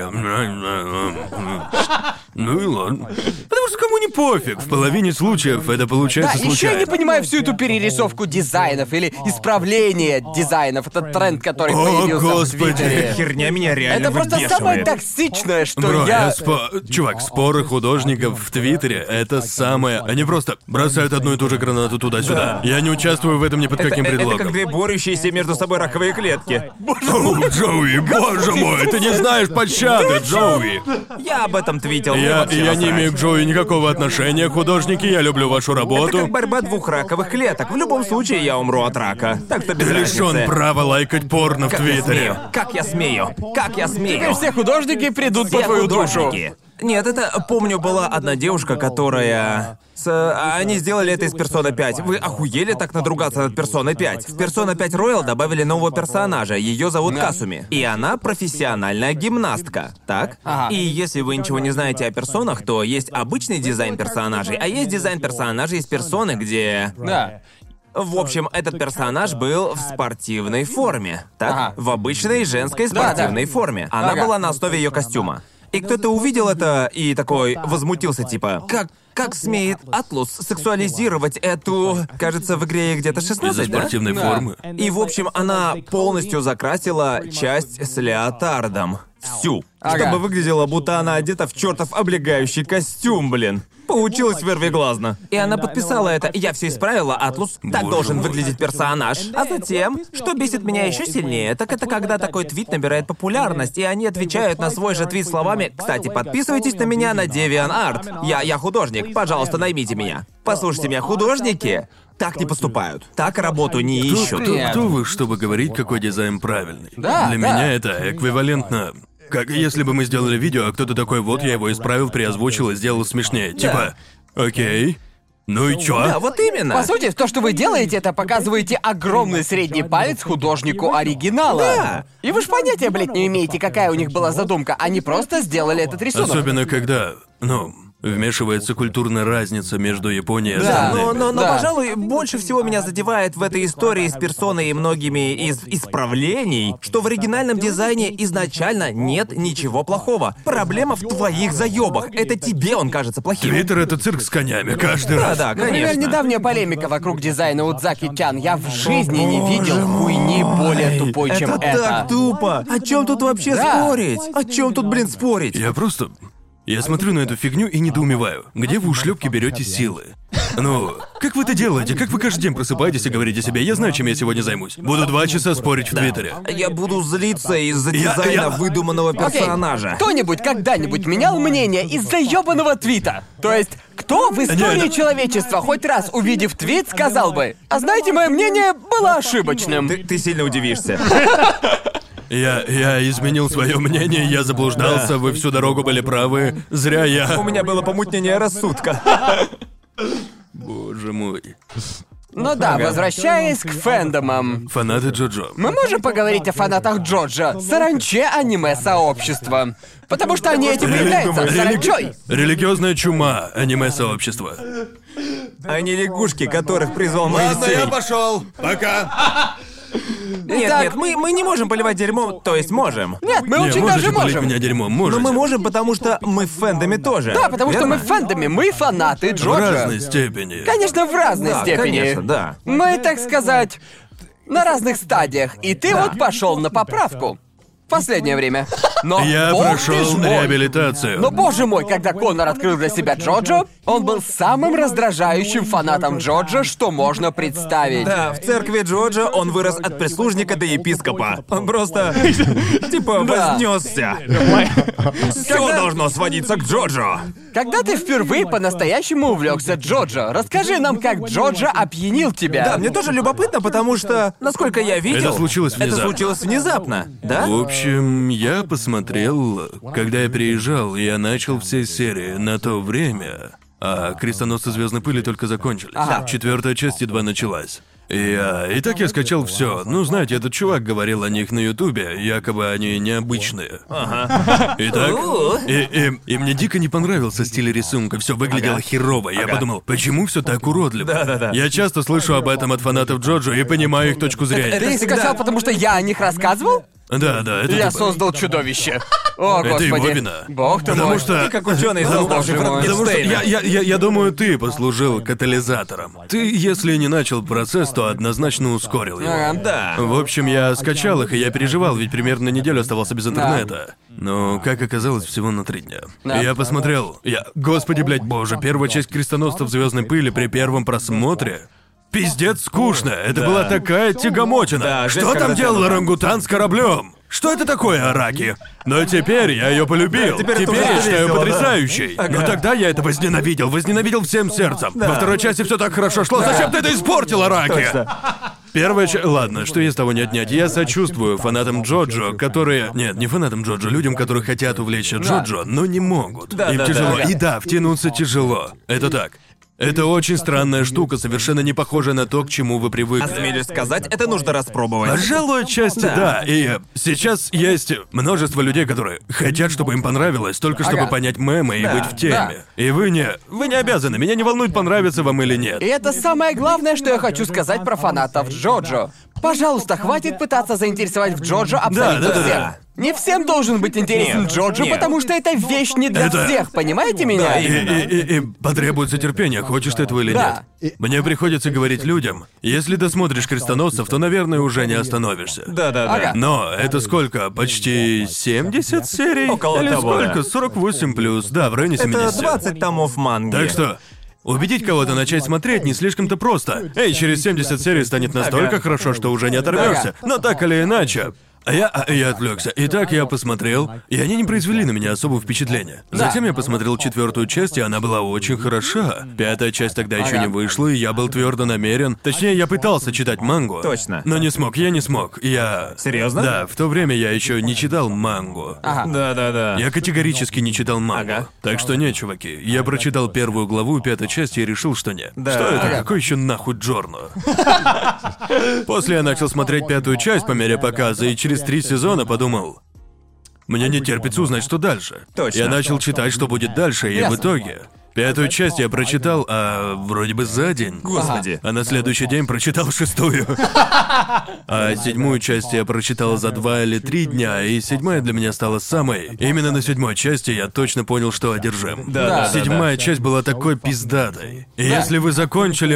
Ну и ладно. Потому что кому не пофиг. В половине случаев это Да, получается еще я случайно. не понимаю всю эту перерисовку дизайнов или исправление дизайнов. Этот тренд, который О, появился господи. в Твиттере. Херня меня реально Это просто выбешивает. самое токсичное, что Бро, я... Чувак, споры художников в Твиттере — это самое... Они просто бросают одну и ту же гранату туда-сюда. Я не участвую в этом ни под каким Это предлогом. как две борющиеся между собой раковые клетки. О, Джоуи, боже мой, ты не знаешь пощады, Джоуи. Я об этом твитил. мне Я вообще не насрать. имею к Джоуи никакого отношения, художники, я люблю вашу Это работу. как борьба двух раковых клеток. В любом случае я умру от рака. Так что без Ты лишён разницы. права лайкать порно в Как я смею? Твиттере. Как я смею? Как я смею? Теперь все художники придут по Все твою душу. художники. Нет, это, помню, была одна девушка, которая... Они сделали это из Persona 5. Вы охуели так надругаться над Persona 5? В Persona 5 Royal добавили нового персонажа, ее зовут Касуми. И она профессиональная гимнастка, так? Ага. И если вы ничего не знаете о персонах, то есть обычный дизайн персонажей, а есть дизайн персонажей из персоны, где... Да. В общем, этот персонаж был в спортивной форме, так? Ага. В обычной женской Да, спортивной да. форме. Она Ага. была на основе ее костюма. И кто-то увидел это и такой возмутился, типа, как смеет Атлус сексуализировать эту... Кажется, в игре ей где-то 16, Из-за да? спортивной Да. формы. И, в общем, она полностью закрасила часть с леотардом. всю. Ага. Чтобы выглядело, будто она одета в чертов облегающий костюм, блин. Получилось вервиглазно. И она подписала это. Я все исправила, Атлус. Так Боже должен мой. выглядеть персонаж. А затем, что бесит меня еще сильнее, так это когда такой твит набирает популярность, и они отвечают на свой же твит словами: «Кстати, подписывайтесь на меня на DeviantArt. Я художник, пожалуйста, наймите меня». Послушайте меня, художники так не поступают. Так работу не ищут. Кто вы, чтобы говорить, какой дизайн правильный? Да, Для да. меня это эквивалентно. Как если бы мы сделали видео, а кто-то такой: вот я его исправил, переозвучил и сделал смешнее. Типа, окей. Ну и чё? Да, вот именно. По сути, то, что вы делаете, это показываете огромный средний палец художнику оригинала. Да. И вы ж понятия, блядь, не имеете, какая у них была задумка. Они просто сделали этот рисунок. Особенно когда, вмешивается культурная разница между Японией и Да. остальными. Но, Да. пожалуй, больше всего меня задевает в этой истории с персоной и многими из исправлений, что в оригинальном дизайне изначально нет ничего плохого. Проблема в твоих заебах. Это тебе он кажется плохим. Твиттер — это цирк с конями каждый Да, раз. да, Например, конечно. недавняя полемика вокруг дизайна Удзаки-тян. Я в жизни не видел хуйни более тупой, чем это это. так тупо. О чем тут вообще Да. спорить? О чем тут, блин, спорить? Я смотрю на эту фигню и недоумеваю. Где вы, ушлепки, берете силы? Как вы это делаете? Как вы каждый день просыпаетесь и говорите себе: я знаю, чем я сегодня займусь. Буду 2 часа спорить в Твиттере. Я буду злиться из-за Я- дизайна выдуманного Окей, персонажа. кто-нибудь когда-нибудь менял мнение из-за ёбаного твита? То есть, кто в истории Нет. человечества, хоть раз увидев твит, сказал бы: а знаете, мое мнение было ошибочным? Ты сильно удивишься. Я изменил свое мнение, я заблуждался, вы всю дорогу были правы. Зря У я. меня было помутнение рассудка. Боже мой. Ну да, возвращаясь к фэндомам. Фанаты Джоджо. Мы можем поговорить о фанатах Джоджо, саранче аниме-сообщества. Потому что они этим и являются, саранчой. Религиозная чума аниме-сообщества. Они лягушки, которых призвал Моисей. пошел. Пока. Нет, Итак- нет, мы не можем поливать дерьмом, то есть можем. Нет, мы Не, очень можете даже полить можем. меня дерьмом, Но можете. мы можем, потому что мы в фэндоме тоже. Да, потому что мы верно? в фэндоме, мы фанаты В Джоджо. разной степени. Конечно, в разной Да, степени. конечно, да. Мы, так сказать, на разных стадиях. И ты вот пошел на поправку. В последнее время. Но Я бог ты прошел ж мой. реабилитацию. Но, боже мой, когда Коннор открыл для себя Джоджо, он был самым раздражающим фанатом Джоджо, что можно представить. Да, в церкви Джоджо он вырос от прислужника до епископа. Он просто, типа, Да. вознесся. Все должно сводиться к Джоджо. Когда ты впервые по-настоящему увлекся Джоджо, расскажи нам, как Джоджо опьянил тебя. Да, мне тоже любопытно, потому что, насколько я видел... Это случилось внезапно. Это случилось внезапно, да? В общем, я посмотрел, когда я приезжал, я начал все серии на то время, а «Крестоносцы Звездной пыли» только закончились. Ага. 4-я часть едва началась. И так я скачал все. Ну, знаете, этот чувак говорил о них на Ютубе, якобы они необычные. Итак, и мне дико не понравился стиль рисунка, все выглядело херово. Я подумал, почему все так уродливо? Да-да-да. Я часто слышу об этом от фанатов Джоджо и понимаю их точку зрения. Ты всегда- скачал, потому что я о них рассказывал? Да, это Я типа- создал чудовище. О, Это господи. его вина. Бог ты Потому мой. что- Ты как ученый, О, создавший боже мой. Потому что Франкенштейна. я думаю, ты послужил катализатором. Ты, если не начал процесс, то однозначно ускорил его. Ага. Да. В общем, я скачал их, и я переживал, ведь примерно неделю оставался без интернета. Но, как оказалось, всего на 3 дня. Да. И я посмотрел. Господи, блядь, боже, первая часть «Крестоносцев Звездной пыли» при первом просмотре. Пиздец скучно. Это была такая тягомотина. Да, жесть, Что когда там ты- делал орангутан с кораблем? Что это такое, Араки? Но теперь я ее полюбил. Да, теперь это теперь уже я считаю весело, да. потрясающей. Но тогда я это возненавидел всем сердцем. Во второй части все так хорошо шло. Зачем ты это испортил, Араки? Точно. Первая часть... Ладно, что есть того не отнять. Я сочувствую фанатам Джоджо, которые... Нет, не фанатам Джоджо, людям, которые хотят увлечься Джоджо, но не могут. Да, Им да, тяжело. да. И да, втянуться тяжело. Это так. Это очень странная штука, совершенно не похожая на то, к чему вы привыкли. Осмелюсь сказать, это нужно распробовать. Пожалуй, отчасти да. И сейчас есть множество людей, которые хотят, чтобы им понравилось, только чтобы Ага. понять мемы и Да, быть в теме. И вы не обязаны. Меня не волнует, понравится вам или нет. И это самое главное, что я хочу сказать про фанатов Джоджо. Пожалуйста, хватит пытаться заинтересовать в Джоджо абсолютно Да. всех. Не всем должен быть интересен Нет, Джоджо, нет. потому что это вещь не для Это- всех, понимаете меня? Да, И потребуется терпение, хочешь ты этого или Да. нет. Мне приходится говорить людям, если досмотришь «Крестоносцев», то, наверное, уже не остановишься. Да-да-да. Ага. Но это сколько? Почти 70 серий? Около Или того, сколько? да. 48 плюс, да, в районе 70. Это 20 томов манги. Так что, убедить кого-то начать смотреть не слишком-то просто. Эй, через 70 серий станет настолько Ага. хорошо, что уже не оторвешься. Но так или иначе. Я отвлекся. Итак, я посмотрел, и они не произвели на меня особого впечатления. Затем я посмотрел 4-ю часть, и она была очень хороша. 5-я часть тогда еще не вышла, и я был твердо намерен. Точнее, я пытался читать мангу. Точно. Но не смог, я не смог. Серьезно? Да, в то время я еще не читал мангу. Да-да-да. Я категорически не читал мангу. Ага. Так что нет, чуваки. Я прочитал 1-ю главу 5-й части и решил, что нет. Да. Что это? Ага. Какой еще нахуй Джорно? После я начал смотреть 5-ю часть по мере показа, и через 3 сезона подумал... Мне не терпится узнать, что дальше. Точно. Я начал читать, что будет дальше, и в Ясно. итоге... 5-ю часть я прочитал, вроде бы за день. Господи. А на следующий день прочитал 6-ю. А 7-ю часть я прочитал за 2 или 3 дня, и 7-я для меня стала самой. Именно на 7-й части я точно понял, что одержим. Да. 7-я часть была такой пиздатой. И если вы закончили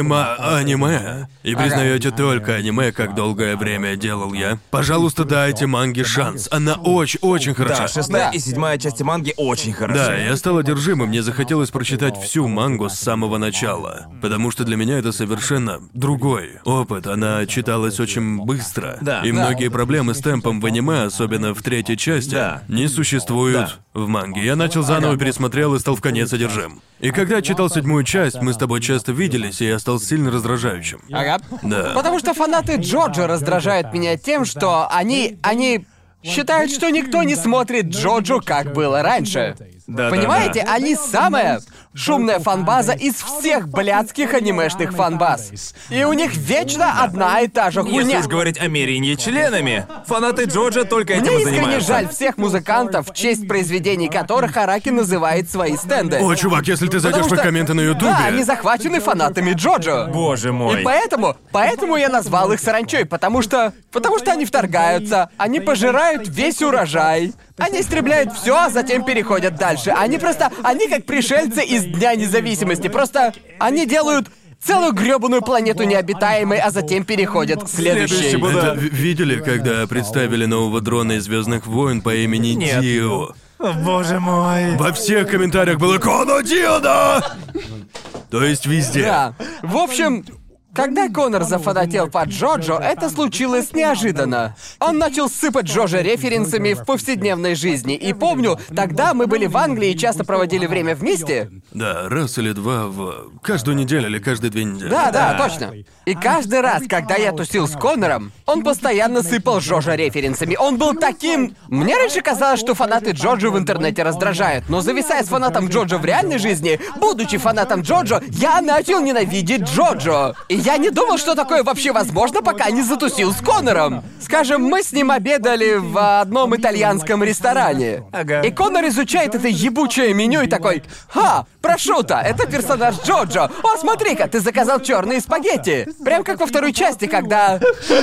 аниме и признаете только аниме, как долгое время делал я, пожалуйста, дайте манге шанс. Она очень-очень хороша. Да, 6-я Да. и 7-я части манги очень хороши. Да, я стал одержимым, мне захотелось прочитать всю мангу с самого начала. Потому что для меня это совершенно другой опыт. Она читалась очень быстро. Да. И Да. многие проблемы с темпом в аниме, особенно в 3-й части, Да. не существуют в манге. Я начал заново, пересмотрел и стал в конец одержим. И когда я читал 7-ю часть, мы с тобой часто виделись, и я стал сильно раздражающим. Ага. Да. Потому что фанаты Джоджо раздражают меня тем, что они считают, что никто не смотрит Джоджо, как было раньше. Да, Понимаете, они самая шумная фанбаза из всех блядских анимешных фанбаз. И у них вечно одна и та же Если хуйня. уж говорить о мерении членами, фанаты Джоджо только этим Мне и искренне занимаются. жаль всех музыкантов, в честь произведений которых Араки называет свои стенды. О, чувак, если ты зайдешь Потому в что- комменты на Ютубе... Да, они захвачены фанатами Джоджо. Боже мой. И поэтому я назвал их саранчой, потому что они вторгаются, они пожирают весь урожай, они истребляют все, а затем переходят дальше. Они как пришельцы из Дня Независимости, просто они делают целую грёбаную планету необитаемой, а затем переходят к следующей. Следующему, да. Это видели, когда представили нового дрона из Звездных войн по имени Нет. Дио? О, боже мой. Во всех комментариях было «Коно Дио, да!» То есть везде. Да. В общем, когда Конор зафанател по Джоджо, это случилось неожиданно. Он начал сыпать Джоджо референсами в повседневной жизни. И помню, тогда мы были в Англии и часто проводили время вместе. Да, раз или два в каждую неделю или каждые 2 недели. Да, точно. И каждый раз, когда я тусил с Конором, он постоянно сыпал Джоджо референсами. Он был таким... Мне раньше казалось, что фанаты Джоджо в интернете раздражают, но зависая с фанатом Джоджо в реальной жизни, будучи фанатом Джоджо, я начал ненавидеть Джоджо. И я не думал, что такое вообще возможно, пока не затусил с Конором. Скажем, мы с ним обедали в одном итальянском ресторане. Ага. И Конор изучает это ебучее меню и такой: «Ха, прошута, это персонаж Джоджо. О, смотри-ка, ты заказал черные спагетти». Прям как во второй части, когда...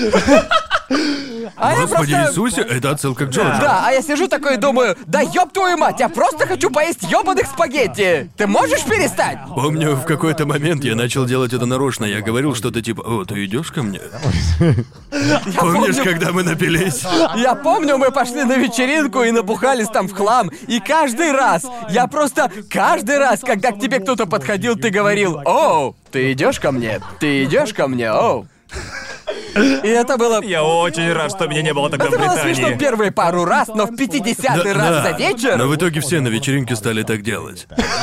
А я Господи просто... Иисусе, это отсылка к Джорджу. Да, а я сижу такой и думаю: да ёб твою мать, я просто хочу поесть ёбаных спагетти. Ты можешь перестать? Помню, в какой-то момент я начал делать это нарочно. Я говорил что-то типа: «О, ты идешь ко мне?» Помнишь, помню. когда мы напились? Я помню, мы пошли на вечеринку и набухались там в хлам, и каждый раз, каждый раз, когда к тебе кто-то подходил, ты говорил: «Оу, ты идешь ко мне? Ты идешь ко мне? Оу». И это было... Я очень рад, что меня не было тогда в Это было смешно Британии. первые пару раз, но в 50-й раз за вечер... Но в итоге все на вечеринке стали так делать.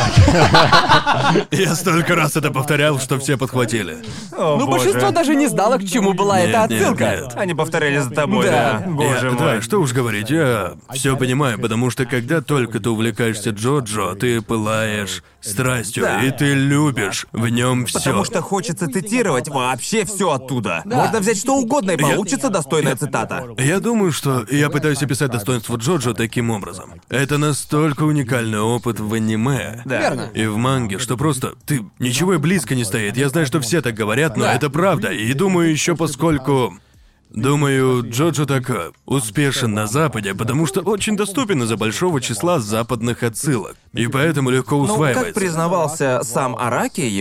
Я столько раз это повторял, что все подхватили. О, Ну, боже. большинство даже не знало, к чему была Нет, эта нет, отсылка. нет. Они повторяли за тобой, Да. да. Боже мой. Да, что уж говорить, я все понимаю, потому что когда только ты увлекаешься Джоджо, ты пылаешь страстью, Да. и ты любишь в нем все. Потому что хочется цитировать вообще все оттуда. Можно взять что угодно, и получится достойная цитата. Я думаю, что я пытаюсь описать достоинство Джоджо таким образом. Это настолько уникальный опыт в аниме. Да. Верно. И в манге, что просто ты ничего и близко не стоит. Я знаю, что все так говорят, но Да. это правда. И думаю, еще поскольку Думаю, Джоджо так успешен на Западе, потому что очень доступен из-за большого числа западных отсылок. И поэтому легко Ну, как усваивается. признавался сам Араки,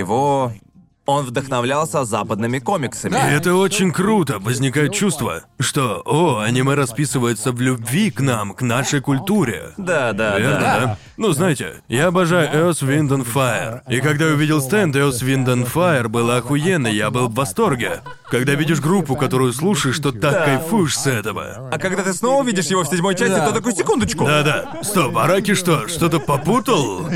он вдохновлялся западными комиксами. И это очень круто. Возникает чувство, что, аниме расписывается в любви к нам, к нашей культуре. Да. Верно, да? Ну, знаете, я обожаю Earth, Wind and Fire. И когда увидел стенд Earth, Wind and Fire, было охуенно, я был в восторге. Когда видишь группу, которую слушаешь, то так кайфуешь с этого. А когда ты снова видишь его в 7-й части, то такой, секундочку. Да-да. Стоп, Араки что-то попутал?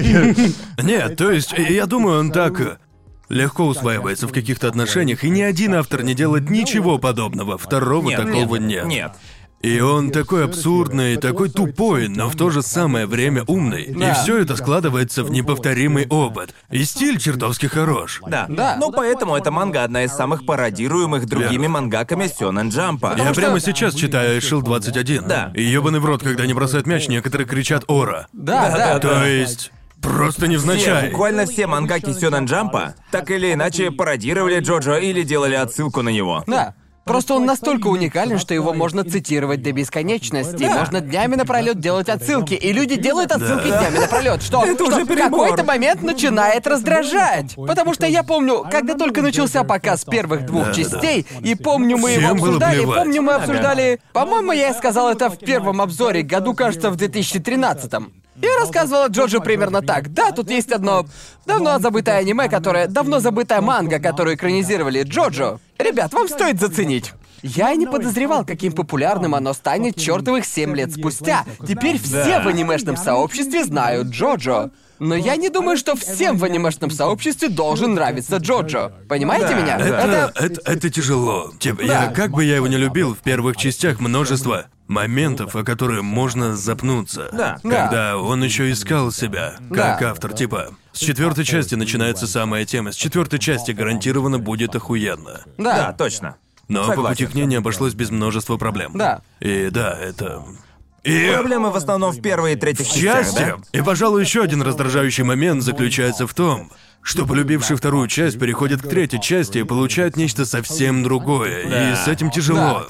Нет, то есть, я думаю, он так легко усваивается в каких-то отношениях, и ни один автор не делает ничего подобного. Второго такого нет. Нет. И он такой абсурдный, такой тупой, но в то же самое время умный. И все это складывается в неповторимый опыт. И стиль чертовски хорош. Да. Да. Ну, поэтому эта манга одна из самых пародируемых другими мангаками Сёнэн Джампа. Я прямо сейчас читаю Эшил 21. Да. И ёбаный в рот, когда они бросают мяч, некоторые кричат «Ора». Да. То есть... Просто Все, невзначай. буквально все мангаки Сёнэн Джампа так или иначе пародировали Джоджо или делали отсылку на него. Да. Просто он настолько уникален, что его можно цитировать до бесконечности. Можно днями напролет делать отсылки. И люди делают отсылки днями напролет, что Это уже в перебор. какой-то момент начинает раздражать. Потому что я помню, когда только начался показ первых двух частей, и помню, мы его Всем было обсуждали, плевать. помню, мы обсуждали. По-моему, я сказал это в первом обзоре, году, кажется, в 2013-м. Я рассказывала Джоджо примерно так. Да, тут есть одно давно забытое аниме, давно забытая манга, которую экранизировали Джоджо. Ребят, вам стоит заценить. Я и не подозревал, каким популярным оно станет чертовых 7 лет спустя. Теперь все в анимешном сообществе знают Джоджо. Но я не думаю, что всем в анимешном сообществе должен нравиться Джоджо. Понимаете меня? Это тяжело. Типа, как бы я его не любил, в первых частях множество моментов, о которые можно запнуться. Да. Когда он еще искал себя, как Да. автор, типа. С 4-й части начинается самая тема. С 4-й части гарантированно будет охуенно. Да, точно. Но по Согласен. пути к ней не обошлось без множества проблем. Да. И да, это... И... Проблемы в основном в первой и третьих частях, Счастье! да? И, пожалуй, еще один раздражающий момент заключается в том, что полюбивший вторую часть переходит к третьей части и получает нечто совсем другое. И с этим тяжело.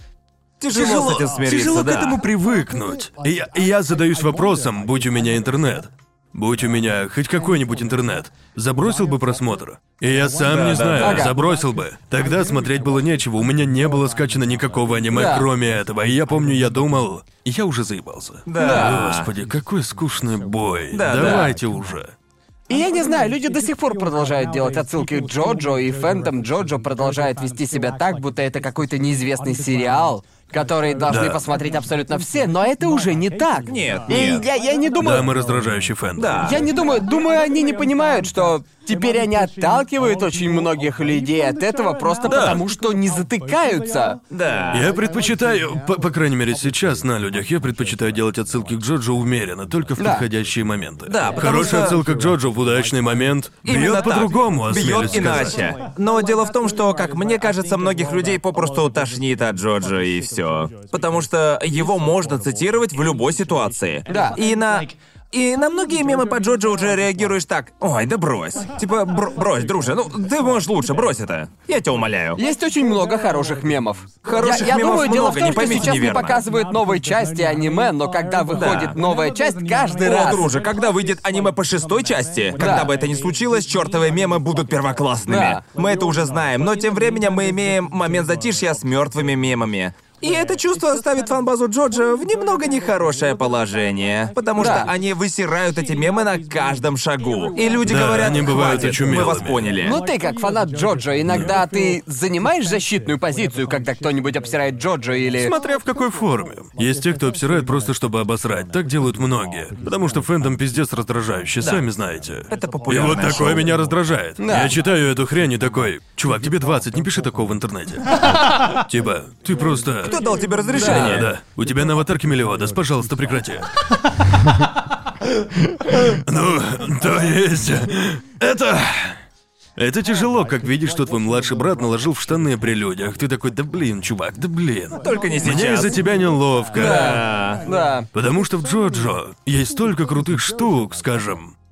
Тяжело с этим смириться, Тяжело да. к этому привыкнуть. И я задаюсь вопросом, будь у меня интернет. Будь у меня хоть какой-нибудь интернет, забросил бы просмотр. И я сам не знаю, Ага. забросил бы. Тогда смотреть было нечего, у меня не было скачано никакого аниме, Да. кроме этого. И я помню, я думал, я уже заебался. Да. Господи, какой скучный бой. Да, Давайте уже. И я не знаю, люди до сих пор продолжают делать отсылки к Джоджо, и фэндом Джоджо продолжает вести себя так, будто это какой-то неизвестный сериал, который должны Да. посмотреть абсолютно все, но это уже не так. Нет, И нет. я не думаю... Да, мы раздражающий фэн. Да. Я не думаю, они не понимают, что теперь они отталкивают очень многих людей от этого просто потому, что не затыкаются. Да. Я предпочитаю, по крайней мере сейчас на людях, я предпочитаю делать отсылки к Джоджо умеренно, только в Да. подходящие моменты. Да, потому Хорошая что- отсылка к Джоджо в удачный момент Именно бьет так. по-другому, осмелюсь Бьет сказать. иначе. Но дело в том, что, как мне кажется, многих людей попросту тошнит от Джоджо и все. Потому что его можно цитировать в любой ситуации. Да. И на многие мемы по Джоджо уже реагируешь так: ой, да брось. Типа, брось, друже, ну ты можешь лучше, брось это. Я тебя умоляю. Есть очень много хороших мемов. Хороших я мемов думаю, дело в много, том, не что поймите сейчас не неверно. показывают новые части аниме, но когда выходит новая часть, каждый О, раз... друже, когда выйдет аниме по 6-й части, когда бы это ни случилось, чертовые мемы будут первоклассными. Да. Мы это уже знаем, но тем временем мы имеем момент затишья с мертвыми мемами. И это чувство ставит фан-базу Джоджо в немного нехорошее положение, потому Да. что они высирают эти мемы на каждом шагу. И люди Да, говорят: они бывают «Хватит, мы очумелыми». вас поняли. Ну ты как фанат Джоджо, иногда ты занимаешь защитную позицию, когда кто-нибудь обсирает Джоджо или... Смотря в какой форме. Есть те, кто обсирает просто чтобы обосрать. Так делают многие. Потому что фэндом пиздец раздражающий, сами знаете. Это И популярное вот такое шоу. меня раздражает. Да. Я читаю эту хрень и такой: чувак, тебе 20, не пиши такого в интернете. Типа, ты просто... Кто дал тебе разрешение? Да. У тебя на аватарке Мелиодас, пожалуйста, прекрати. Ну, то есть... Это тяжело, как видеть, что твой младший брат наложил в штаны при людях. Ты такой: да блин, чувак, да блин. Только не сейчас. Мне из-за тебя неловко. Да. Да. Потому что в Джоджо есть столько крутых штук, скажем.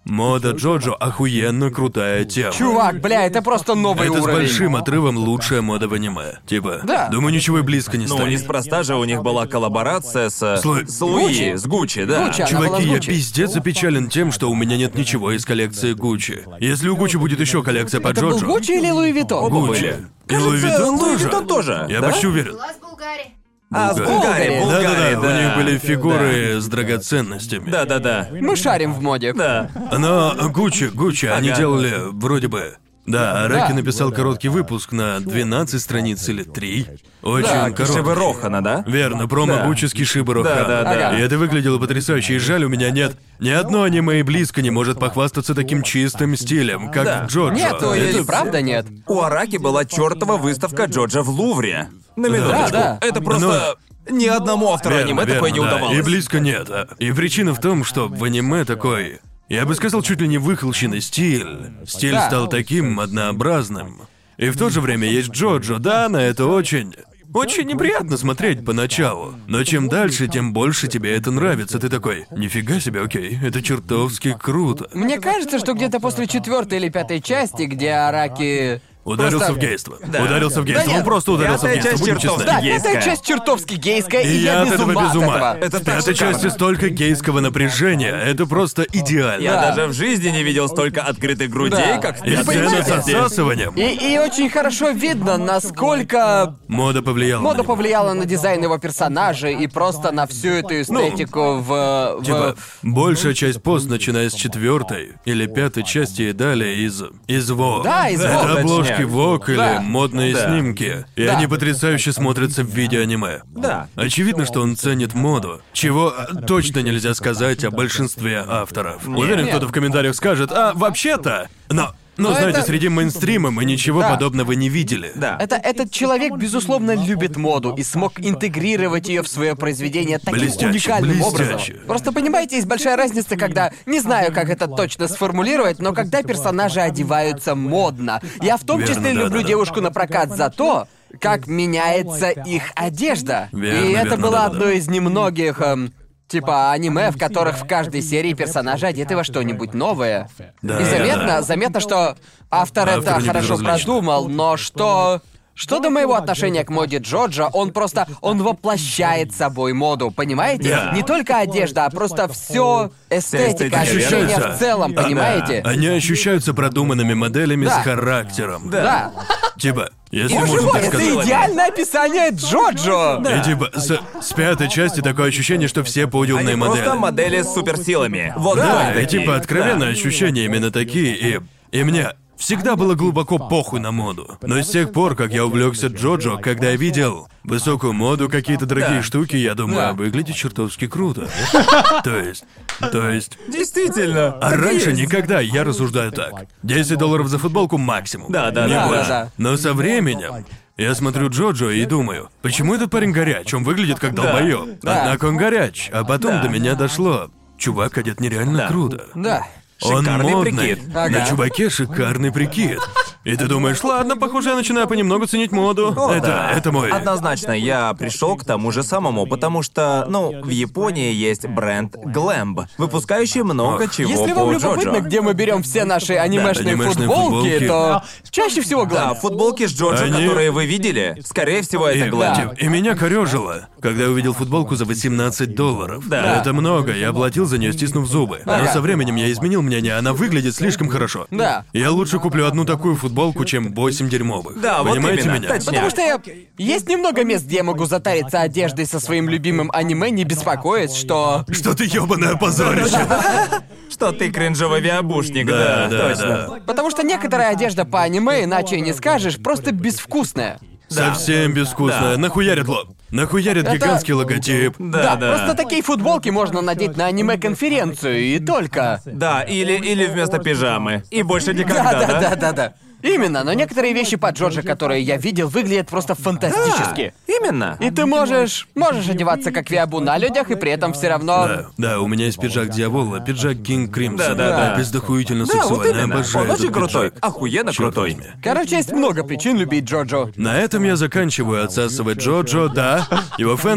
мода Джоджо охуенно крутая тема. Чувак, бля, это просто новый Это с уровень. большим отрывом лучшая мода в аниме. Типа, Да. думаю, ничего и близко не Ну, стоит. неспроста же у них была коллаборация с Луи, Гуччи. с Гуччи, да. Гуччи, она была Чуваки, с я Гуччи. пиздец опечален тем, что у меня нет ничего из коллекции Гуччи. Если у Гуччи будет еще коллекция по Это был Джоджо... Гуччи или Луи Виттон? Гуччи. И Луи Кажется, Виттон Луи тоже? Виттон тоже, Я да? почти уверен. Была с Булгари. А, с Булгари. Булгари, Булгари, Да-да-да, да. у них были фигуры с драгоценностями. Да-да-да. Мы шарим в моде. Да. Но Гуччи, они Ага. делали вроде бы... Да, Араки Да. написал короткий выпуск на 12 страниц или 3. Очень Да, короткий. Кишибы Рохана, да? Верно, промо Да. Гуччи с Кишибы Рохан. Да-да-да. И это выглядело потрясающе, и жаль, у меня нет... Ни одно аниме и близко не может похвастаться таким чистым стилем, как Да. Джоджо. Нет, то Это- есть правда нет. У Араки была чертова выставка Джоджо в Лувре. На минуточку. Да, да. Это просто... Ни одному автору Верно, аниме такое не верно, да. удавалось. И близко нет. И причина в том, что в аниме такой... Я бы сказал, чуть ли не выхолощенный стиль. Стиль Да. стал таким однообразным. И в то же время есть Джоджо, да, на это очень... Очень неприятно смотреть поначалу. Но чем дальше, тем больше тебе это нравится. Ты такой, нифига себе, окей, это чертовски круто. Мне кажется, что где-то после 4-й или 5-й части, где Араки... Ударился просто- в гейство. Да. Ударился в гейство. Да Он нет, просто ударился в пятая гейство, часть будем чертовски честны. Да, гейская. пятая часть чертовски гейская, И я от этого без от ума. этого. Это В так пятой шикарно. части столько гейского напряжения. Это просто идеально. Я Да. даже в жизни не видел столько открытых грудей, Да. как в И пятой сцена с части. отсасыванием. И очень хорошо видно, насколько Мода повлияла на мода него. повлияла на дизайн его персонажей и просто на всю эту эстетику в... Типа, большая часть пост, начиная с 4-й или 5-й части и далее из Vogue. Да, из Vogue. Это обложки Точняк. Vogue или Да. модные Да. снимки. И Да. они потрясающе смотрятся в виде аниме. Да. Очевидно, что он ценит моду, чего точно нельзя сказать о большинстве авторов. Уверен, Нет. кто-то в комментариях скажет, а вообще-то... Но знаете, это- среди мейнстрима мы ничего Да. подобного не видели. Да. Этот человек, безусловно, любит моду и смог интегрировать ее в свое произведение таким Блестяще, уникальным образом. блестяще. Просто понимаете, есть большая разница, когда... Не знаю, как это точно сформулировать, но когда персонажи одеваются модно. Я в том Верно, числе да, люблю да, да. девушку на прокат за то, как меняется их одежда. Верно, и это верно, было да, да. одно из немногих... Типа аниме, в которых в каждой серии персонажи одеты во что-нибудь новое. Да, И заметно, что автор это не хорошо безразличен. продумал, но что до моего отношения к моде Джоджо, он воплощает собой моду, понимаете? Да. Не только одежда, а просто все эстетика, эстетика, ощущения верно. в целом, понимаете? Они ощущаются продуманными моделями Да. с характером. Да. Типа, если Боже можно мой, так это сказать. идеальное описание Джоджо! И типа, с 5-й части такое ощущение, что все подиумные Они модели. просто модели с суперсилами. Вот Да, они и такие. типа откровенные Да. ощущения именно такие, и мне всегда было глубоко похуй на моду. Но с тех пор, как я увлекся Джоджо, когда я видел высокую моду, какие-то дорогие Да. штуки, я думаю, Да. выглядит чертовски круто. То есть... Действительно. А раньше никогда, я рассуждаю так. $10 за футболку максимум. Да, да, не да, больше. да. Но со временем я смотрю Джоджо и думаю, почему этот парень горяч? Он выглядит как долбоёб. Да. Однако он горяч. А потом Да. до меня дошло. Чувак одет нереально Да. круто. Да. Он Шикарный модный. прикид. На Ага. чуваке шикарный прикид. И ты думаешь, ладно, похоже, я начинаю понемногу ценить моду. О, да. Это мой. Однозначно, я пришел к тому же самому, потому что, в Японии есть бренд Glamb, выпускающий много чего Если по вам любопытно, Джоджо. где мы берем все наши анимешные анимешные футболки, футболки. то чаще всего Да, главное. футболки с Джоджо, Они- которые вы видели, скорее всего, это И, Glamb. и меня корёжило, когда я увидел футболку за $18. Да. Это много, я платил за нее, стиснув зубы. Но Ага. со временем я изменил мнение, она выглядит слишком хорошо. Да. Я лучше куплю одну такую футболку, чем 8 дерьмовых. Да, вот Понимаете именно, меня? точняк. Потому что есть немного мест, где я могу затариться одеждой со своим любимым аниме, не беспокоясь, что... Что ты ёбаное позорище? Что ты кринжовый виабушник, Да, да, да, точно. да. Потому что некоторая одежда по аниме, иначе и не скажешь, просто безвкусная. Совсем безвкусно. Да. Нахуярит лоб. Нахуярит Это- гигантский логотип. Да, да. Просто такие футболки можно надеть на аниме-конференцию, и только. Да, или вместо пижамы. И больше никогда, да? Да. Именно, но некоторые вещи по Джоджо, которые я видел, выглядят просто фантастически. Именно. И ты можешь одеваться как Виабу на людях, и при этом все равно... Да, у меня есть пиджак Дьявола, пиджак Кинг Кримсон. Да. Пиздохуительно Да, сексуальный, вот именно. обожаю Он очень этот крутой. пиджак. Охуенно Чёрт крутой. возьми. Короче, есть много причин любить Джоджо. На этом я заканчиваю отсасывать Джоджо, да. Его фэндом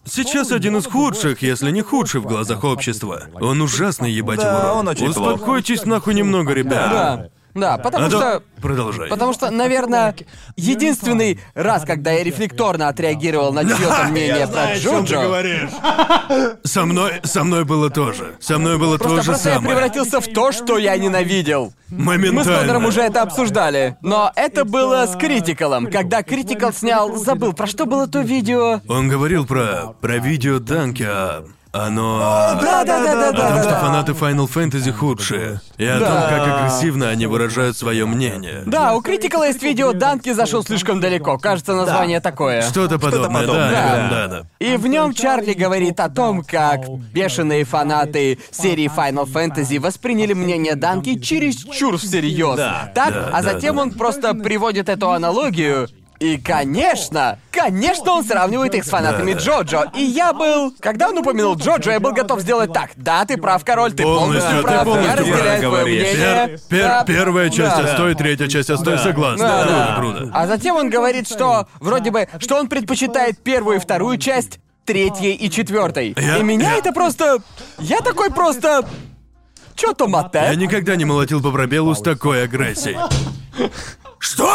сейчас один из худших, если не худший в глазах общества. Он ужасный, ебать Да, его рот. он очень плох. Успокойтесь нахуй немного, ребята. Да, потому А то- что... Продолжай. Потому что, наверное, единственный раз, когда я рефлекторно отреагировал на чьё-то мнение про Джоджо, Со мной было тоже. Со мной было то же просто я самое. превратился в то, что я ненавидел. Мы с Моментально. Конором уже это обсуждали. Но это было с Критикалом. Когда Критикал снял... Забыл, про что было то видео? Он говорил про видео Данки, оно... Да. О том, что фанаты Final Fantasy худшие. И о том, как агрессивно они выражают свое мнение. Да, у Критикала есть видео «Данки зашел слишком далеко». Кажется, название такое. Что-то подобное, подобное. да. И в нем Чарли говорит о том, как бешеные фанаты серии Final Fantasy восприняли мнение Данки чересчур всерьез. А затем он просто приводит эту аналогию. И, конечно, он сравнивает их с фанатами Джоджо. И я был... Когда он упомянул Джоджо, я был готов сделать так. Да, ты прав, король, ты полностью прав. Я разделяю твое говоришь. мнение. Да. Первая часть Да. отстой, третья часть отстой, согласна. Круто. А затем он говорит, что вроде бы, что он предпочитает первую и вторую часть третьей и четвертой. И меня это просто... Я такой просто... Чё то Я мате? никогда не молотил по пробелу с такой агрессией. Что?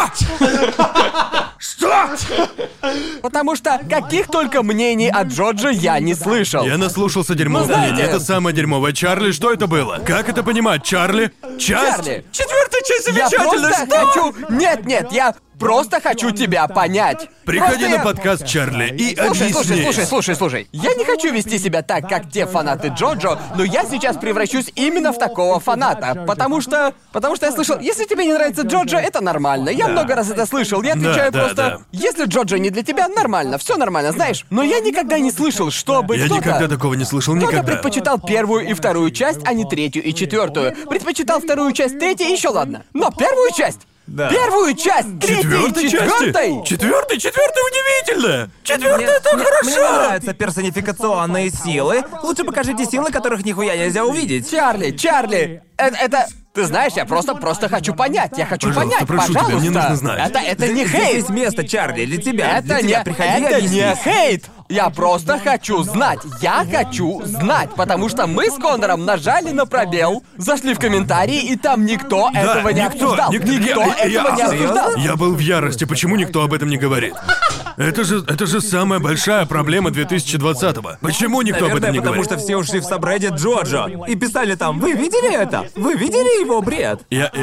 Что? Потому что каких только мнений о Джоджо я не слышал. Я наслушался дерьмовых Ну, знаете- мнений. Это самое дерьмовое. Чарли, что это было? Как это понимать, Чарли? Часть? Чарли. Четвертая часть Я замечательная, просто хочу... Нет, я просто хочу тебя понять. Приходи Просто на я- подкаст, Чарли, и Слушай, объясни. слушай. Я не хочу вести себя так, как те фанаты Джоджо, но я сейчас превращусь именно в такого фаната. Потому что я слышал, если тебе не нравится Джоджо, это нормально. Я много раз это слышал. Я отвечаю Да, просто, да. если Джоджо не для тебя, нормально, все нормально, знаешь. Но я никогда не слышал, чтобы Я кто-то... никогда такого не слышал, Кто-то никогда. предпочитал первую и вторую часть, а не третью и четвертую. Предпочитал вторую часть третьей, еще ладно. Но первую часть! Да. Первую часть третьей Четвертой и четвертой! части? Четвертая удивительно! Четвертая Мне это не хорошо! нравятся персонификационные силы. Лучше покажите силы, которых нихуя нельзя увидеть. Чарли, это... Ты знаешь, я просто хочу понять. Я хочу Пожалуйста, понять, прошу тебя, пожалуйста. мне нужно знать. Это не Здесь хейт. есть место, Чарли, для тебя. Это Для тебя. не, Приходи и это объясни. не хейт. Я просто хочу знать. Я хочу знать, потому что мы с Конором нажали на пробел, зашли в комментарии, и там никто этого не обсуждал. Никто этого не обсуждал. Я был в ярости, почему никто об этом не говорит? Это же самая большая проблема 2020-го. Почему никто об этом Наверное, не потому говорит? что все ушли в сабреддит Джоджо и писали там: вы видели это? Вы видели его бред?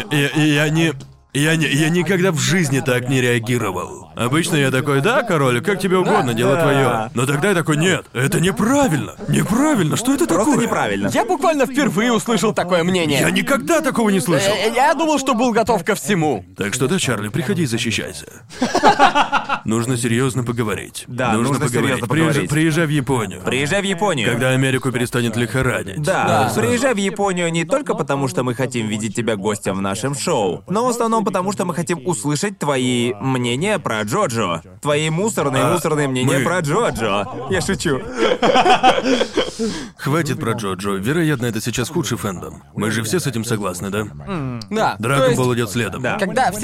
Я никогда в жизни так не реагировал. Обычно я такой: да, король, как тебе угодно, дело да. твое. Но тогда я такой: нет, это неправильно. Неправильно, что это Просто такое? неправильно. Я буквально впервые услышал такое мнение. Я никогда такого не слышал. Я думал, что был готов ко всему. Так что да, Чарли, приходи и защищайся. Нужно серьезно поговорить. Да, нужно серьезно поговорить. Приезжай в Японию. Приезжай в Японию. Когда Америку перестанет лихорадить. Да, приезжай в Японию не только потому, что мы хотим видеть тебя гостем в нашем шоу, но в основном потому, что мы хотим услышать твои мнения про Джоджо. Твои мусорные мнения мы- про Джоджо. Я шучу. Хватит про Джоджо. Вероятно, это сейчас худший фэндом. Мы же все с этим согласны, да? Да. то Драгон есть, Болл идет следом. Да.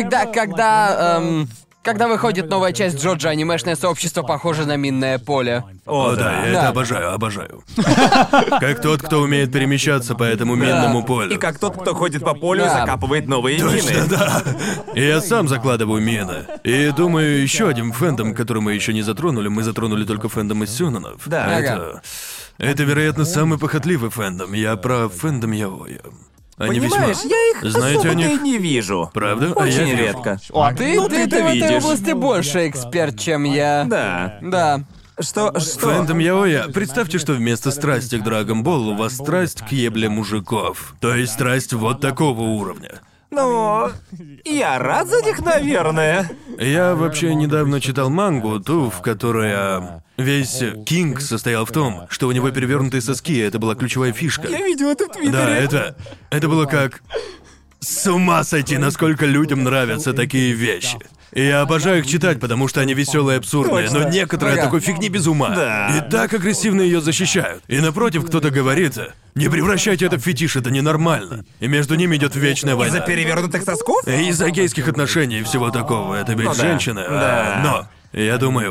Когда выходит новая часть Джоджо, анимешное сообщество похоже на минное поле. О, да, я Да. это обожаю. Как тот, кто умеет перемещаться по этому минному полю. И как тот, кто ходит по полю и Да. закапывает новые Точно, мины. да. И я сам закладываю мины. И думаю, еще один фэндом, который мы еще не затронули, мы затронули только фэндом из сёнэнов. Да. Это, вероятно, самый похотливый фэндом. Я про фэндом яоя. Они Понимаешь, весьма... я их Знаете о особо-то и них? не вижу. Правда? А я Очень вижу. редко. Ты Ну, в ты-то этой видишь. области больше эксперт, чем я. Да. Да. Что? Фэндом яоя. Представьте, что вместо страсти к Драгон Боллу у вас страсть к ебле мужиков. То есть страсть вот такого уровня. Ну, я рад за них, наверное. Я вообще недавно читал мангу, ту, в которой весь Кинг состоял в том, что у него перевернутые соски, и это была ключевая фишка. Я видел это в Твиттере. Да, это было как... С ума сойти, насколько людям нравятся такие вещи. И я обожаю их читать, потому что они веселые и абсурдные, Точно. но некоторые Ага. такой фигни без ума. Да. И так агрессивно ее защищают. И напротив, кто-то говорит: не превращайте это в фетиш, это ненормально. И между ними идет вечная война. Из-за перевернутых сосков? Из-за гейских отношений и всего такого. Это ведь Ну да. женщины. Да. Но я думаю,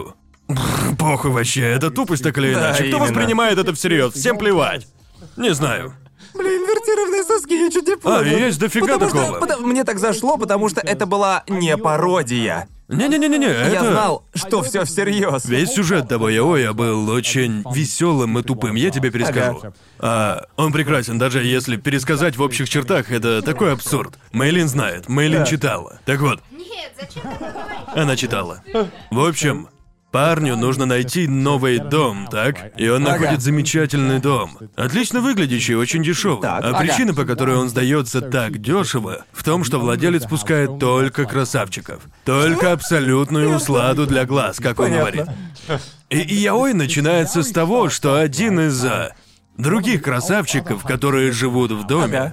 Похуй вообще, это тупость так или Да, иначе. Кто именно. воспринимает это всерьез? Всем плевать. Не знаю. Блин, инвертированные соски, я чуть не понял. есть дофига Потому что- такого. мне так зашло, потому что это была не пародия. Не-не-не-не, это... Я знал, что все всерьез. Весь сюжет того яоя был очень веселым и тупым, я тебе перескажу. Он прекрасен, даже если пересказать в общих чертах, это такой абсурд. Мэйлин знает, Мэйлин читала. Так вот, Нет, зачем ты это говоришь? она читала. В общем, парню нужно найти новый дом, так? И он находит замечательный дом. Отлично выглядящий, очень дешевый. Так. А причина, по которой он сдается так дешево, в том, что владелец пускает только красавчиков. Только абсолютную усладу для глаз, как он говорит. И яой начинается с того, что один из других красавчиков, которые живут в доме,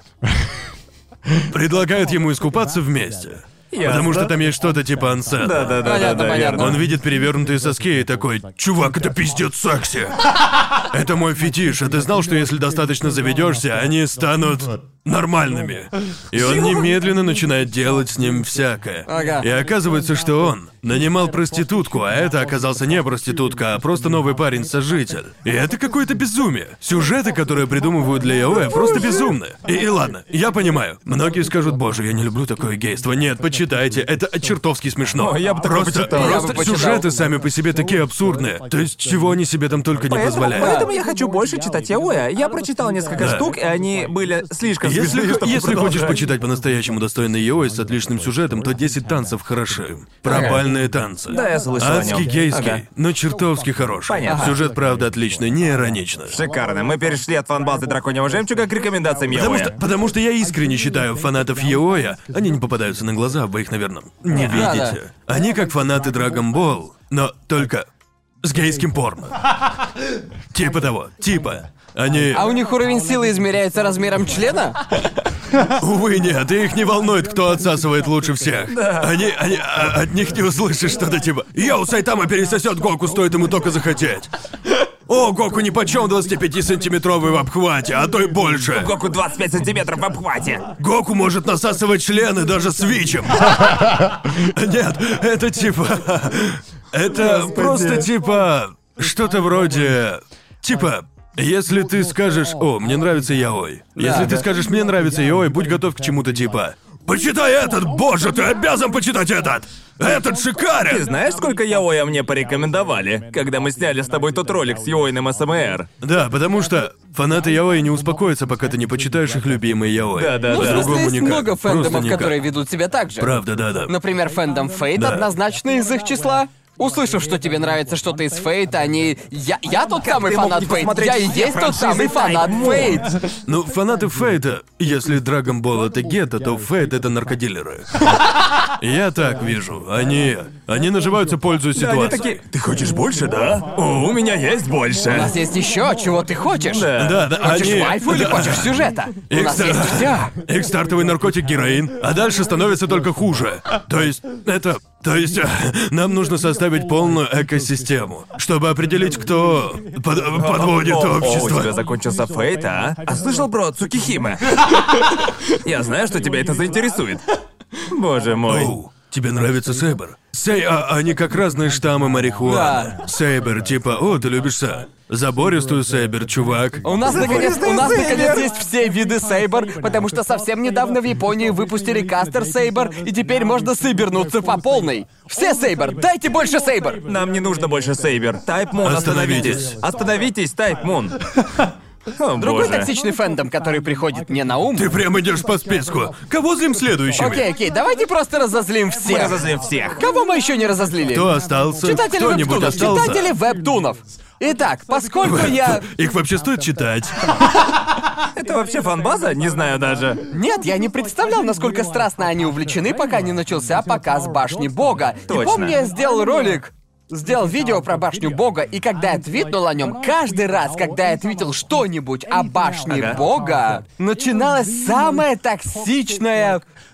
предлагают ему искупаться вместе. Потому что там есть что-то типа ансена. Понятно. Он видит перевернутые соски и такой: «Чувак, это пиздец секси!» Это мой фетиш, а ты знал, что если достаточно заведешься, они станут нормальными? И он немедленно начинает делать с ним всякое. Ага. И оказывается, что он нанимал проститутку, а это оказался не проститутка, а просто новый парень-сожитель. И это какое-то безумие. Сюжеты, которые придумывают для яоя, просто безумны. И ладно, я понимаю. Многие скажут: «Боже, я не люблю такое гейство». Нет, почитайте, это чертовски смешно. О, я бы такое почитал. Я бы Просто почитал. сюжеты сами по себе такие абсурдные. То есть, чего они себе там только не позволяют. Поэтому я хочу больше читать яоя. Я прочитал несколько штук, и они были слишком смешные, чтобы Если хочешь продолжать. почитать по-настоящему достойный яой с отличным сюжетом, то 10 танцев хороши. Пропальные танцы. Да, я слышал о Адский нем. гейский, Ага. но чертовски хороший. Понятно. Сюжет, правда, отличный, не ироничный. Шикарно. Мы перешли от фанбазы Драконьего Жемчуга к рекомендациям яоя. Потому что я искренне считаю фанатов яоя, они не попадаются на глаза, вы их, наверное, не видите. Они как фанаты Dragon Ball, но только с гейским порно. Типа того, типа. Они... А у них уровень силы измеряется размером члена? Увы, нет, и их не волнует, кто отсасывает лучше всех. Они, от них не услышишь что-то типа: «Йоу, Сайтама пересосет Гоку, стоит ему только захотеть». «О, Гоку нипочем 25-сантиметровый в обхвате, а то и больше». Гоку 25 сантиметров в обхвате. Гоку может насасывать члены даже с Вичем. Нет, это типа... Это просто типа... Что-то вроде... Типа... Если ты скажешь: «О, мне нравится яой». Если ты скажешь: «Мне нравится яой», будь готов к чему-то типа: «Почитай этот! Боже, ты обязан почитать этот! Этот Ты шикарен!» знаешь, сколько яоя мне порекомендовали, когда мы сняли с тобой тот ролик с яойным СМР? Да, потому что фанаты яои не успокоятся, пока ты не почитаешь их любимые яои. Да. Ну, в смысле, По-другому есть никак. много Просто фэндомов, никак. которые ведут себя так же. Правда, да. Например, фэндом Фейт Да. однозначно из их числа. Услышав, что тебе нравится что-то из Фейта, они... Я тот самый ты мог фанат не Фейт. посмотреть Я и все есть тот самый франшизы фанат Тайп Мун? Фейт. Ну, фанаты Фейта, если Dragon Ball это гетто, то Фейт это наркодилеры. Я так вижу. Они наживаются, пользуясь Они ситуацией. такие: «Ты хочешь больше, да? О, у меня есть больше». У нас есть еще, чего ты хочешь. Да, Хочешь они... вайфу или да. хочешь сюжета? У Их нас ста- есть все. Их стартовый наркотик героин, а дальше становится только хуже. То есть, нам нужно составить полную экосистему, чтобы определить, кто подводит О, у общество. тебя закончился Фейт, а? А слышал про Цукихиме? Я знаю, что тебя это заинтересует. Боже мой. Оу, тебе нравится Сейбер? Они как разные штаммы марихуаны. Сейбер, типа: «О, ты любишь забористую Сейбер, чувак». У нас наконец есть все виды Сейбер, потому что совсем недавно в Японии выпустили Кастер Сейбер, и теперь можно сейбернуться по полной. Все Сейбер, дайте больше Сейбер! Нам не нужно больше Сейбер. Тайп Мун, остановитесь. Остановитесь, Тайп Мун. О, Другой боже. токсичный фэндом, который приходит мне на ум. Ты прям идешь по списку. Кого злим следующими? Окей, давайте просто разозлим Мы всех. разозлим всех. Кого мы еще не разозлили? Кто остался? Читатели Кто-нибудь вебтунов, остался? читатели вебтунов. Итак, поскольку я... Их вообще стоит читать? Это вообще фанбаза? Не знаю даже. Нет, я не представлял, насколько страстно они увлечены, пока не начался показ Башни Бога. И Точно. помню, я сделал видео про Башню Бога, и когда я твитнул о нем, каждый раз, когда я твитил что-нибудь о Башне Ага. Бога, начиналась самая токсичная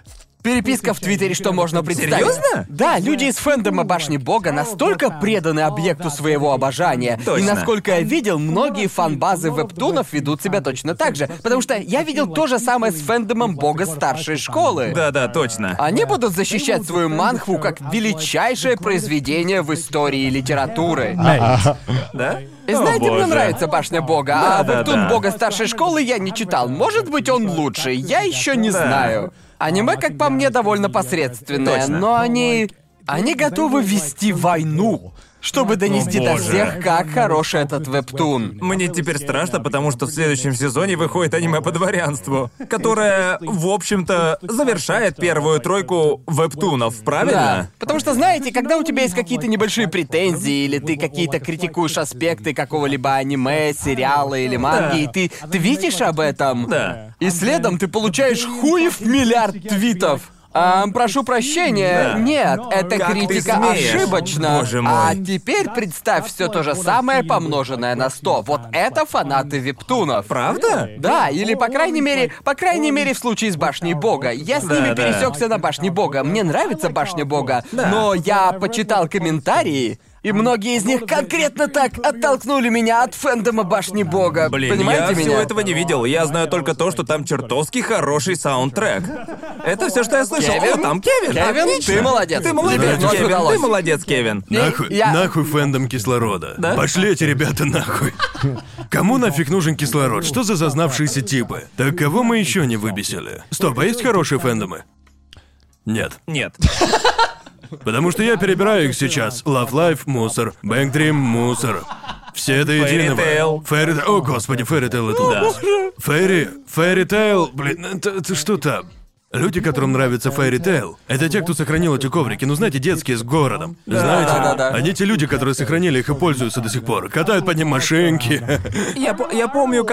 Переписка в Твиттере, что можно представить. Серьезно? Да, люди из фэндома Башни Бога настолько преданы объекту своего обожания. И Точно. насколько я видел, многие фан-базы вебтунов ведут себя точно так же. Потому что я видел то же самое с фэндомом Бога старшей школы. Да, точно. Они будут защищать свою манхву как величайшее произведение в истории литературы. Да? И знаете, мне боже. нравится Башня Бога, а Да, вебтун да. Бога старшей школы я не читал. Может быть, он лучше, я еще не знаю. Аниме, как по мне, довольно посредственное, Точно. но они готовы вести войну, чтобы донести до боже. всех, как хороший этот вебтун. Мне теперь страшно, потому что в следующем сезоне выходит аниме по дворянству, которое, в общем-то, завершает первую тройку вебтунов, Да, правильно? потому что, знаете, когда у тебя есть какие-то небольшие претензии, или ты какие-то критикуешь аспекты какого-либо аниме, сериала или манги, и ты видишь об этом, Да. и следом ты получаешь хуев миллиард твитов. Прошу прощения, Да. нет, эта Как ты критика смеешь? ошибочна. Боже мой. А теперь представь все то же самое, помноженное на 100. Вот это фанаты вебтунов. Правда? Да, или по крайней мере в случае с Башней Бога. Я с ними Да. пересекся на Башне Бога. Мне нравится Башня Бога, но я почитал комментарии, и многие из них конкретно так оттолкнули меня от фэндома Башни Бога. Блин, понимаете я меня? всего этого не видел. Я знаю только то, что там чертовски хороший саундтрек. Это все, что я слышал. Кевин? О, там Кевин! Кевин, Отлично. ты молодец. Ты молодец, Тебе вновь Кевин. удалось. Ты молодец, Кевин. Нахуй, я- нахуй фэндом кислорода. Да? Пошли эти ребята нахуй. Кому нафиг нужен кислород? Что за зазнавшиеся типы? Так кого мы еще не выбесили? Стоп, а есть хорошие фэндомы? Нет. Нет. Потому что я перебираю их сейчас. Love Life — мусор. Bang Dream — мусор. Все это единого. Tail. Fairy... О, господи, Fairy Tail это ужас. Fairy Tail... Блин, это что-то... Люди, которым нравится Fairy Tail, это те, кто сохранил эти коврики, ну знаете, детские с городом. Знаете? да. Они те люди, которые сохранили их и пользуются до сих пор. Катают под ним машинки. Я помню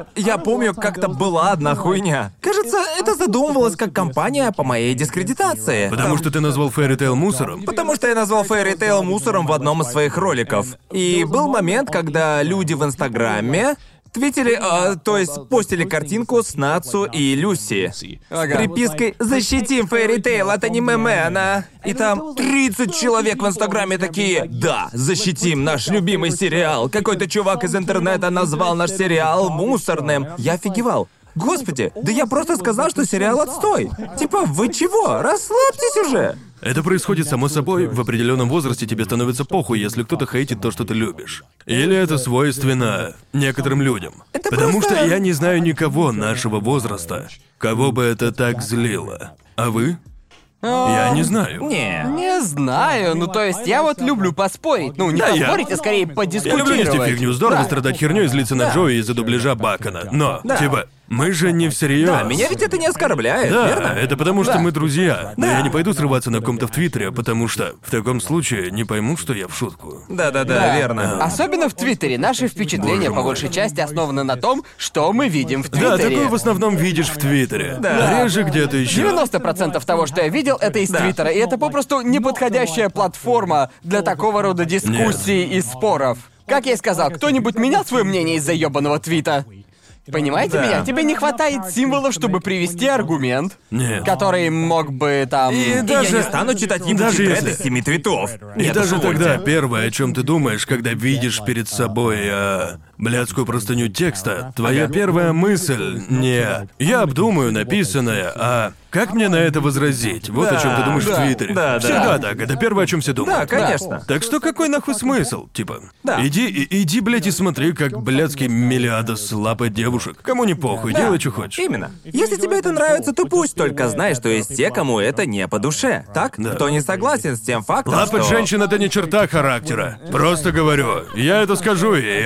как-то была одна хуйня. Кажется, это задумывалось как кампания по моей дискредитации. Потому что ты назвал Fairy Tail мусором. Потому что я назвал Fairy Tail мусором в одном из своих роликов. И был момент, когда люди в Инстаграме твитили, то есть постили картинку с Нацу и Люси. С припиской «Защитим Fairy Tail от аниме-мена». И там 30 человек в Инстаграме такие: «Да, защитим наш любимый сериал». Какой-то чувак из интернета назвал наш сериал мусорным. Я офигевал. Господи, да я просто сказал, что сериал отстой. Типа, вы чего? Расслабьтесь уже. Это происходит само собой, в определенном возрасте тебе становится похуй, если кто-то хейтит то, что ты любишь. Или это свойственно некоторым людям. Это Потому просто- что я не знаю никого нашего возраста, кого бы это так злило. А вы? Я не знаю. Не знаю, ну то есть я вот люблю поспорить. Ну, не Да, я- поспорить, а скорее Я подискутировать. люблю нести фигню, здорово Да. страдать херней и злиться на Джои из-за дубляжа Бакона. Но, типа, мы же не всерьез. Да, меня ведь это не оскорбляет, Да, верно? это потому что Да. мы друзья. Но Да. я не пойду срываться на ком-то в Твиттере, потому что в таком случае не поймут, что я в шутку. Да, верно. Особенно в Твиттере. Наши впечатления по большей части основаны на том, что мы видим в Твиттере. Да, такое в основном видишь в Твиттере. Да. Реже где-то еще. 90% того, что я видел, это из Да. Твиттера, и это попросту неподходящая платформа для такого рода дискуссий и споров. Как я и сказал, кто-нибудь менял свое мнение из-за ёбаного твита? Понимаете Да. меня? Тебе не хватает символов, чтобы привести аргумент, Нет. который мог бы там... И И даже- я не стану читать ебучий даже тред если- из 7 твитов. И Нет, даже уж тогда увольте. первое, о чем ты думаешь, когда видишь перед собой блядскую простыню текста, твоя первая мысль не «я обдумаю написанное», а «как мне на это возразить?» Вот о чем ты думаешь в Твиттере. да. Всегда так, это первое, о чем все думают. Да, конечно. Так что какой нахуй смысл? Типа, Да. иди, блядь, и смотри, как блядский Мелиадос лапает девушек. Кому не похуй, делай, что хочешь. Именно. Если тебе это нравится, то пусть только знай, что есть те, кому это не по душе. Так? Да. Кто не согласен с тем фактом, Лапать что... женщин — это не черта характера. Просто говорю. Я это скажу, и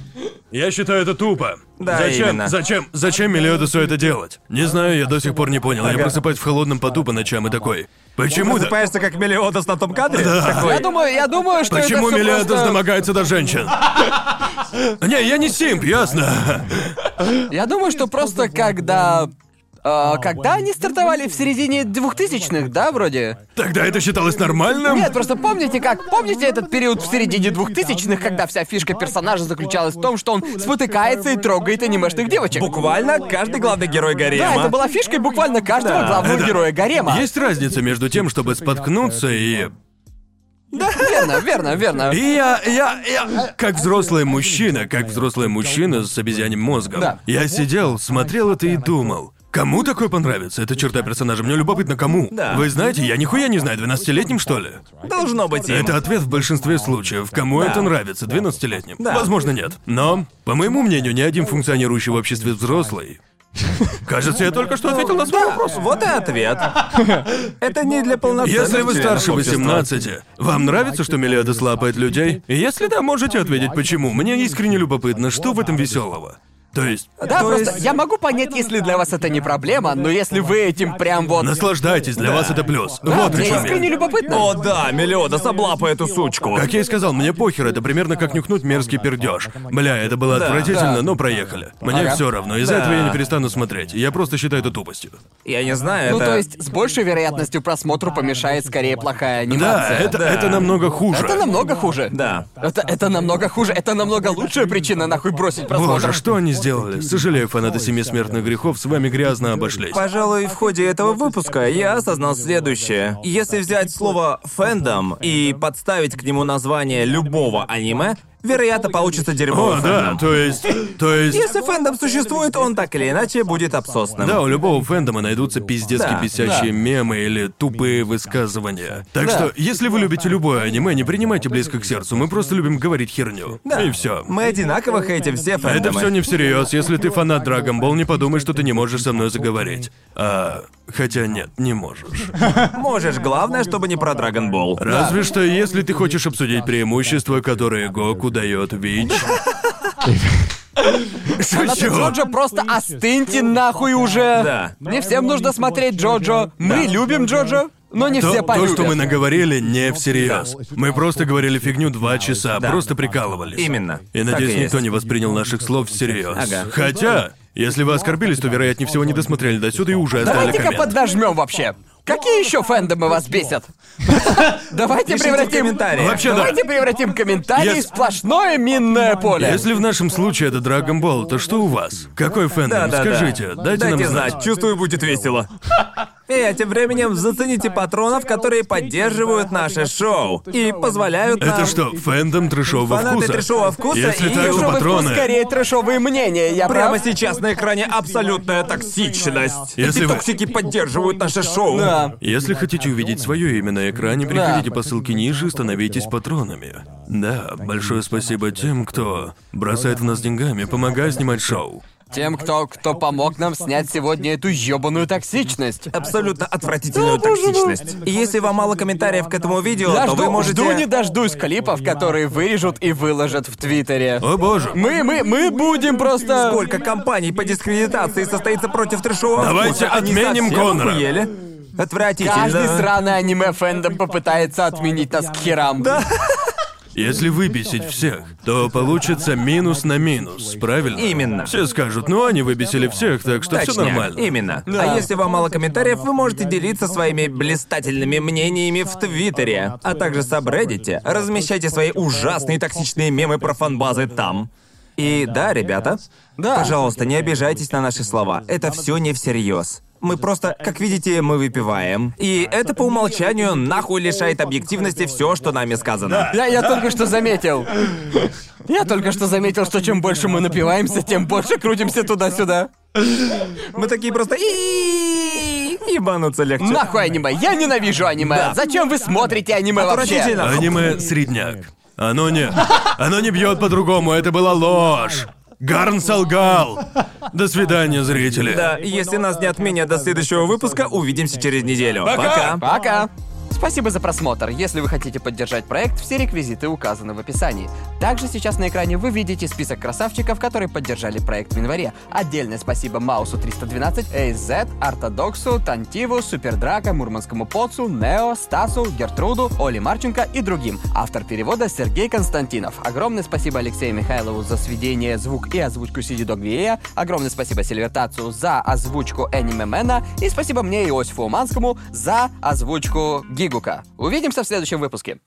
я считаю это тупо. Да, зачем, именно. зачем Мелиодосу это делать? Не знаю, я до сих пор не понял. Я просыпаюсь в холодном поту по ночам и такой. Почему да? Просыпаешься как Мелиодос на том кадре? Такой, Я думаю, что Почему это всё Мелиодос просто... домогается до женщин? Не, я не симп, ясно. Я думаю, что просто когда Когда они стартовали в середине 2000-х, да, вроде? Тогда это считалось нормальным? Нет, просто помните Помните этот период в середине 2000-х, когда вся фишка персонажа заключалась в том, что он спотыкается и трогает анимешных девочек? Буквально каждый главный герой гарема. Да, это была фишкой буквально каждого главного Это- героя гарема. Есть разница между тем, чтобы споткнуться и... Верно. И я, как взрослый мужчина с обезьяним мозгом, Да. я сидел, смотрел это и думал, кому такое понравится? Эта черта персонажа, мне любопытно, кому? Да. Вы знаете, я нихуя не знаю, 12-летним, что ли? Должно быть им. Это ответ в большинстве случаев. Кому Да. это нравится, 12-летним? Да. Возможно, нет. Но, по моему мнению, ни один функционирующий в обществе взрослый... Кажется, я только что ответил на свой вопрос. Вот и ответ. Это не для полноценных Если вы членов старше общества. 18, вам нравится, что Мелиадес лапает людей? И если да, можете ответить почему. Мне искренне любопытно, что в этом веселого. То есть, Да, То просто есть- я могу понять, если для вас это не проблема, но если вы этим прям вот... наслаждайтесь, для вас это плюс. Да, Вот о мне чем искренне я. любопытно. О да, Мелиодас, облапай эту сучку. Как я и сказал, мне похер, это примерно как нюхнуть мерзкий пердеж. Бля, это было отвратительно, Да. но проехали. Мне Ага. все равно, из-за Да. этого я не перестану смотреть. Я просто считаю это тупостью. Я не знаю, Ну, это... то есть, с большей вероятностью просмотру помешает скорее плохая Да, анимация. это намного хуже. Это намного хуже. Да. Это намного хуже. Это намного лучшая причина нахуй бросить просмотр. Боже, что они сделали? Сожалею, фанаты «Семи смертных грехов» с вами грязно обошлись. Пожалуй, в ходе этого выпуска я осознал следующее. Если взять слово «фэндом» и подставить к нему название любого аниме, вероятно, получится дерьмовый О, да, фэндом. то есть... Если фэндом существует, он так или иначе будет обсосным. Да, у любого фэндома найдутся пиздецки Да, бесящие да. мемы или тупые высказывания. Так Да. что, если вы любите любое аниме, не принимайте близко к сердцу, мы просто любим говорить херню. Да. И все. Мы одинаково хейтим все Это фэндомы. все не всерьез. Если ты фанат Dragon Ball, не подумай, что ты не можешь со мной заговорить. Хотя нет, не можешь. Можешь, главное, чтобы не про Dragon Ball. Разве что, если ты хочешь обсудить преимущества, которые Гоку дает Вич. Фанаты Шучу. Джоджо, просто остыньте нахуй уже. Да. Не всем нужно смотреть Джоджо. Мы любим Джоджо, но не все То, полюбят. что мы наговорили, не всерьез. Мы просто говорили фигню 2 часа, Да. просто прикалывались. Именно. И Так надеюсь, и никто есть. не воспринял наших слов всерьез. Ага. Хотя, если вы оскорбились, то, вероятнее всего, не досмотрели до сюда и уже оставили Давайте-ка коммент. поднажмем вообще. Какие еще фэндомы вас бесят? Давайте Пишите в превратим... комментариях. Вообще, да. Давайте превратим комментарии Yes. в сплошное минное поле. Если в нашем случае это Dragon Ball, то что у вас? Какой фэндом? Да-да-да. Скажите, дайте нам знать. Чувствую, будет весело. И тем временем зацените патронов, которые поддерживают наше шоу и позволяют нам... Это что, фэндом трэшового Фанаты вкуса? трэшового вкуса Если и так, то Трэшовый вкус, патроны. скорее трэшовые мнения, я Прямо прав? сейчас на экране абсолютная токсичность. Если Эти вы- токсики поддерживают наше шоу. Да. Если хотите увидеть свое имя на экране, переходите по ссылке ниже и становитесь патронами. Да, большое спасибо тем, кто бросает в нас деньгами, помогая снимать шоу. Тем, кто помог нам снять сегодня эту ёбаную токсичность. Абсолютно отвратительную О, боже мой. токсичность. И если вам мало комментариев к этому видео, Я то вы жду, можете... жду не дождусь клипов, которые вырежут и выложат в Твиттере. О боже. Мы будем просто... Сколько компаний по дискредитации состоится против трэшового Давайте вкуса? Они отменим совсем Конора. охуели? Отвратительно. Каждый сраный аниме-фэндом попытается отменить нас к херам. Да. Если выбесить всех, то получится минус на минус, правильно? Именно. Все скажут, ну они выбесили всех, так что все Точняк, нормально. Именно. Да. А если вам мало комментариев, вы можете делиться своими блистательными мнениями в Твиттере, а также в Сабреддите. Размещайте свои ужасные токсичные мемы про фанбазы там. И да, ребята, Да. пожалуйста, не обижайтесь на наши слова. Это все не всерьез. Мы просто, как видите, мы выпиваем. И это по умолчанию нахуй лишает объективности все, что нами сказано. Я только что заметил. Я только что заметил, что чем больше мы напиваемся, тем больше крутимся туда-сюда. Мы такие просто ебануться легче. Нахуй аниме. Я ненавижу аниме. Да. Зачем вы смотрите аниме вообще? Отвратительно. Аниме средняк. Оно не бьет по-другому, это была ложь. Гарн солгал. До свидания, зрители. Да, если нас не отменят до следующего выпуска, увидимся через неделю. Пока. Пока. Спасибо за просмотр. Если вы хотите поддержать проект, все реквизиты указаны в описании. Также сейчас на экране вы видите список красавчиков, которые поддержали проект в январе. Отдельное спасибо Маусу 312, AZ, Ортодоксу, Тантиву, Супердрака, Мурманскому Поцу, Нео, Стасу, Гертруду, Оле Марченко и другим. Автор перевода Сергей Константинов. Огромное спасибо Алексею Михайлову за сведение, звук и озвучку Сиди Дог VA. Огромное спасибо Сильвертацию за озвучку Аниме Мэна. И спасибо мне, Иосифу Уманскому, за озвучку Гигука. Увидимся в следующем выпуске.